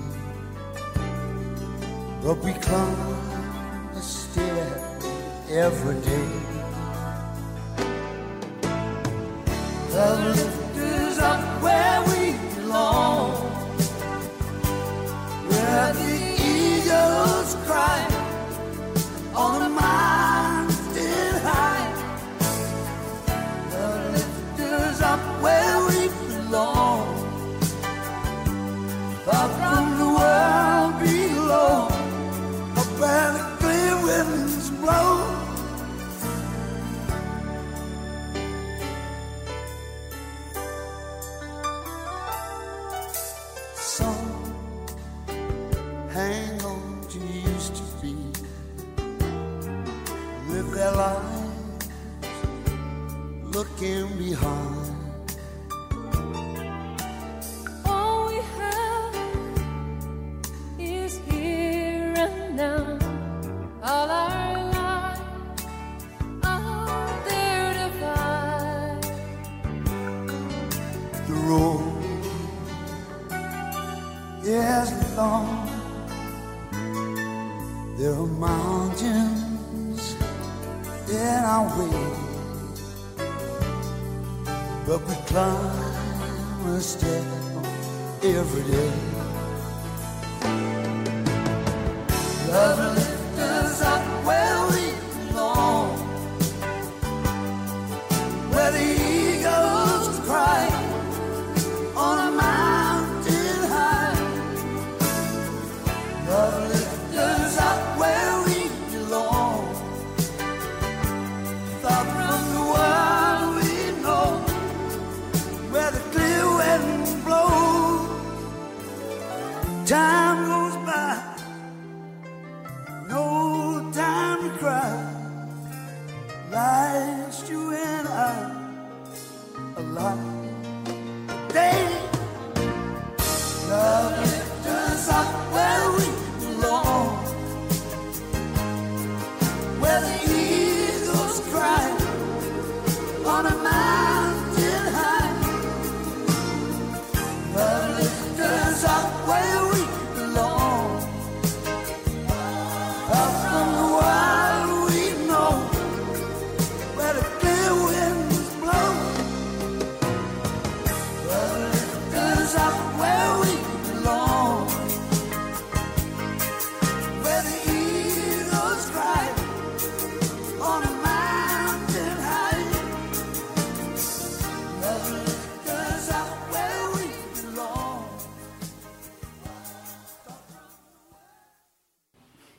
but we climb a stair every day. The lift is up where we belong, where the eagles cry on the mountain high. The lift is up where we belong, far from the world below, up where the clear winds blow. Hang on to used to be, live their lives looking behind. All we have is here and now. All our lives are there to find. The road is long. There are mountains in our way, but we climb a step every day. Love lifts us up where we belong, where the eagles cry on a mountain high. Love lifts us up where we belong, far from the world we know, where the clear wind blows. Time goes by, no time to cry. Life's you and I alive.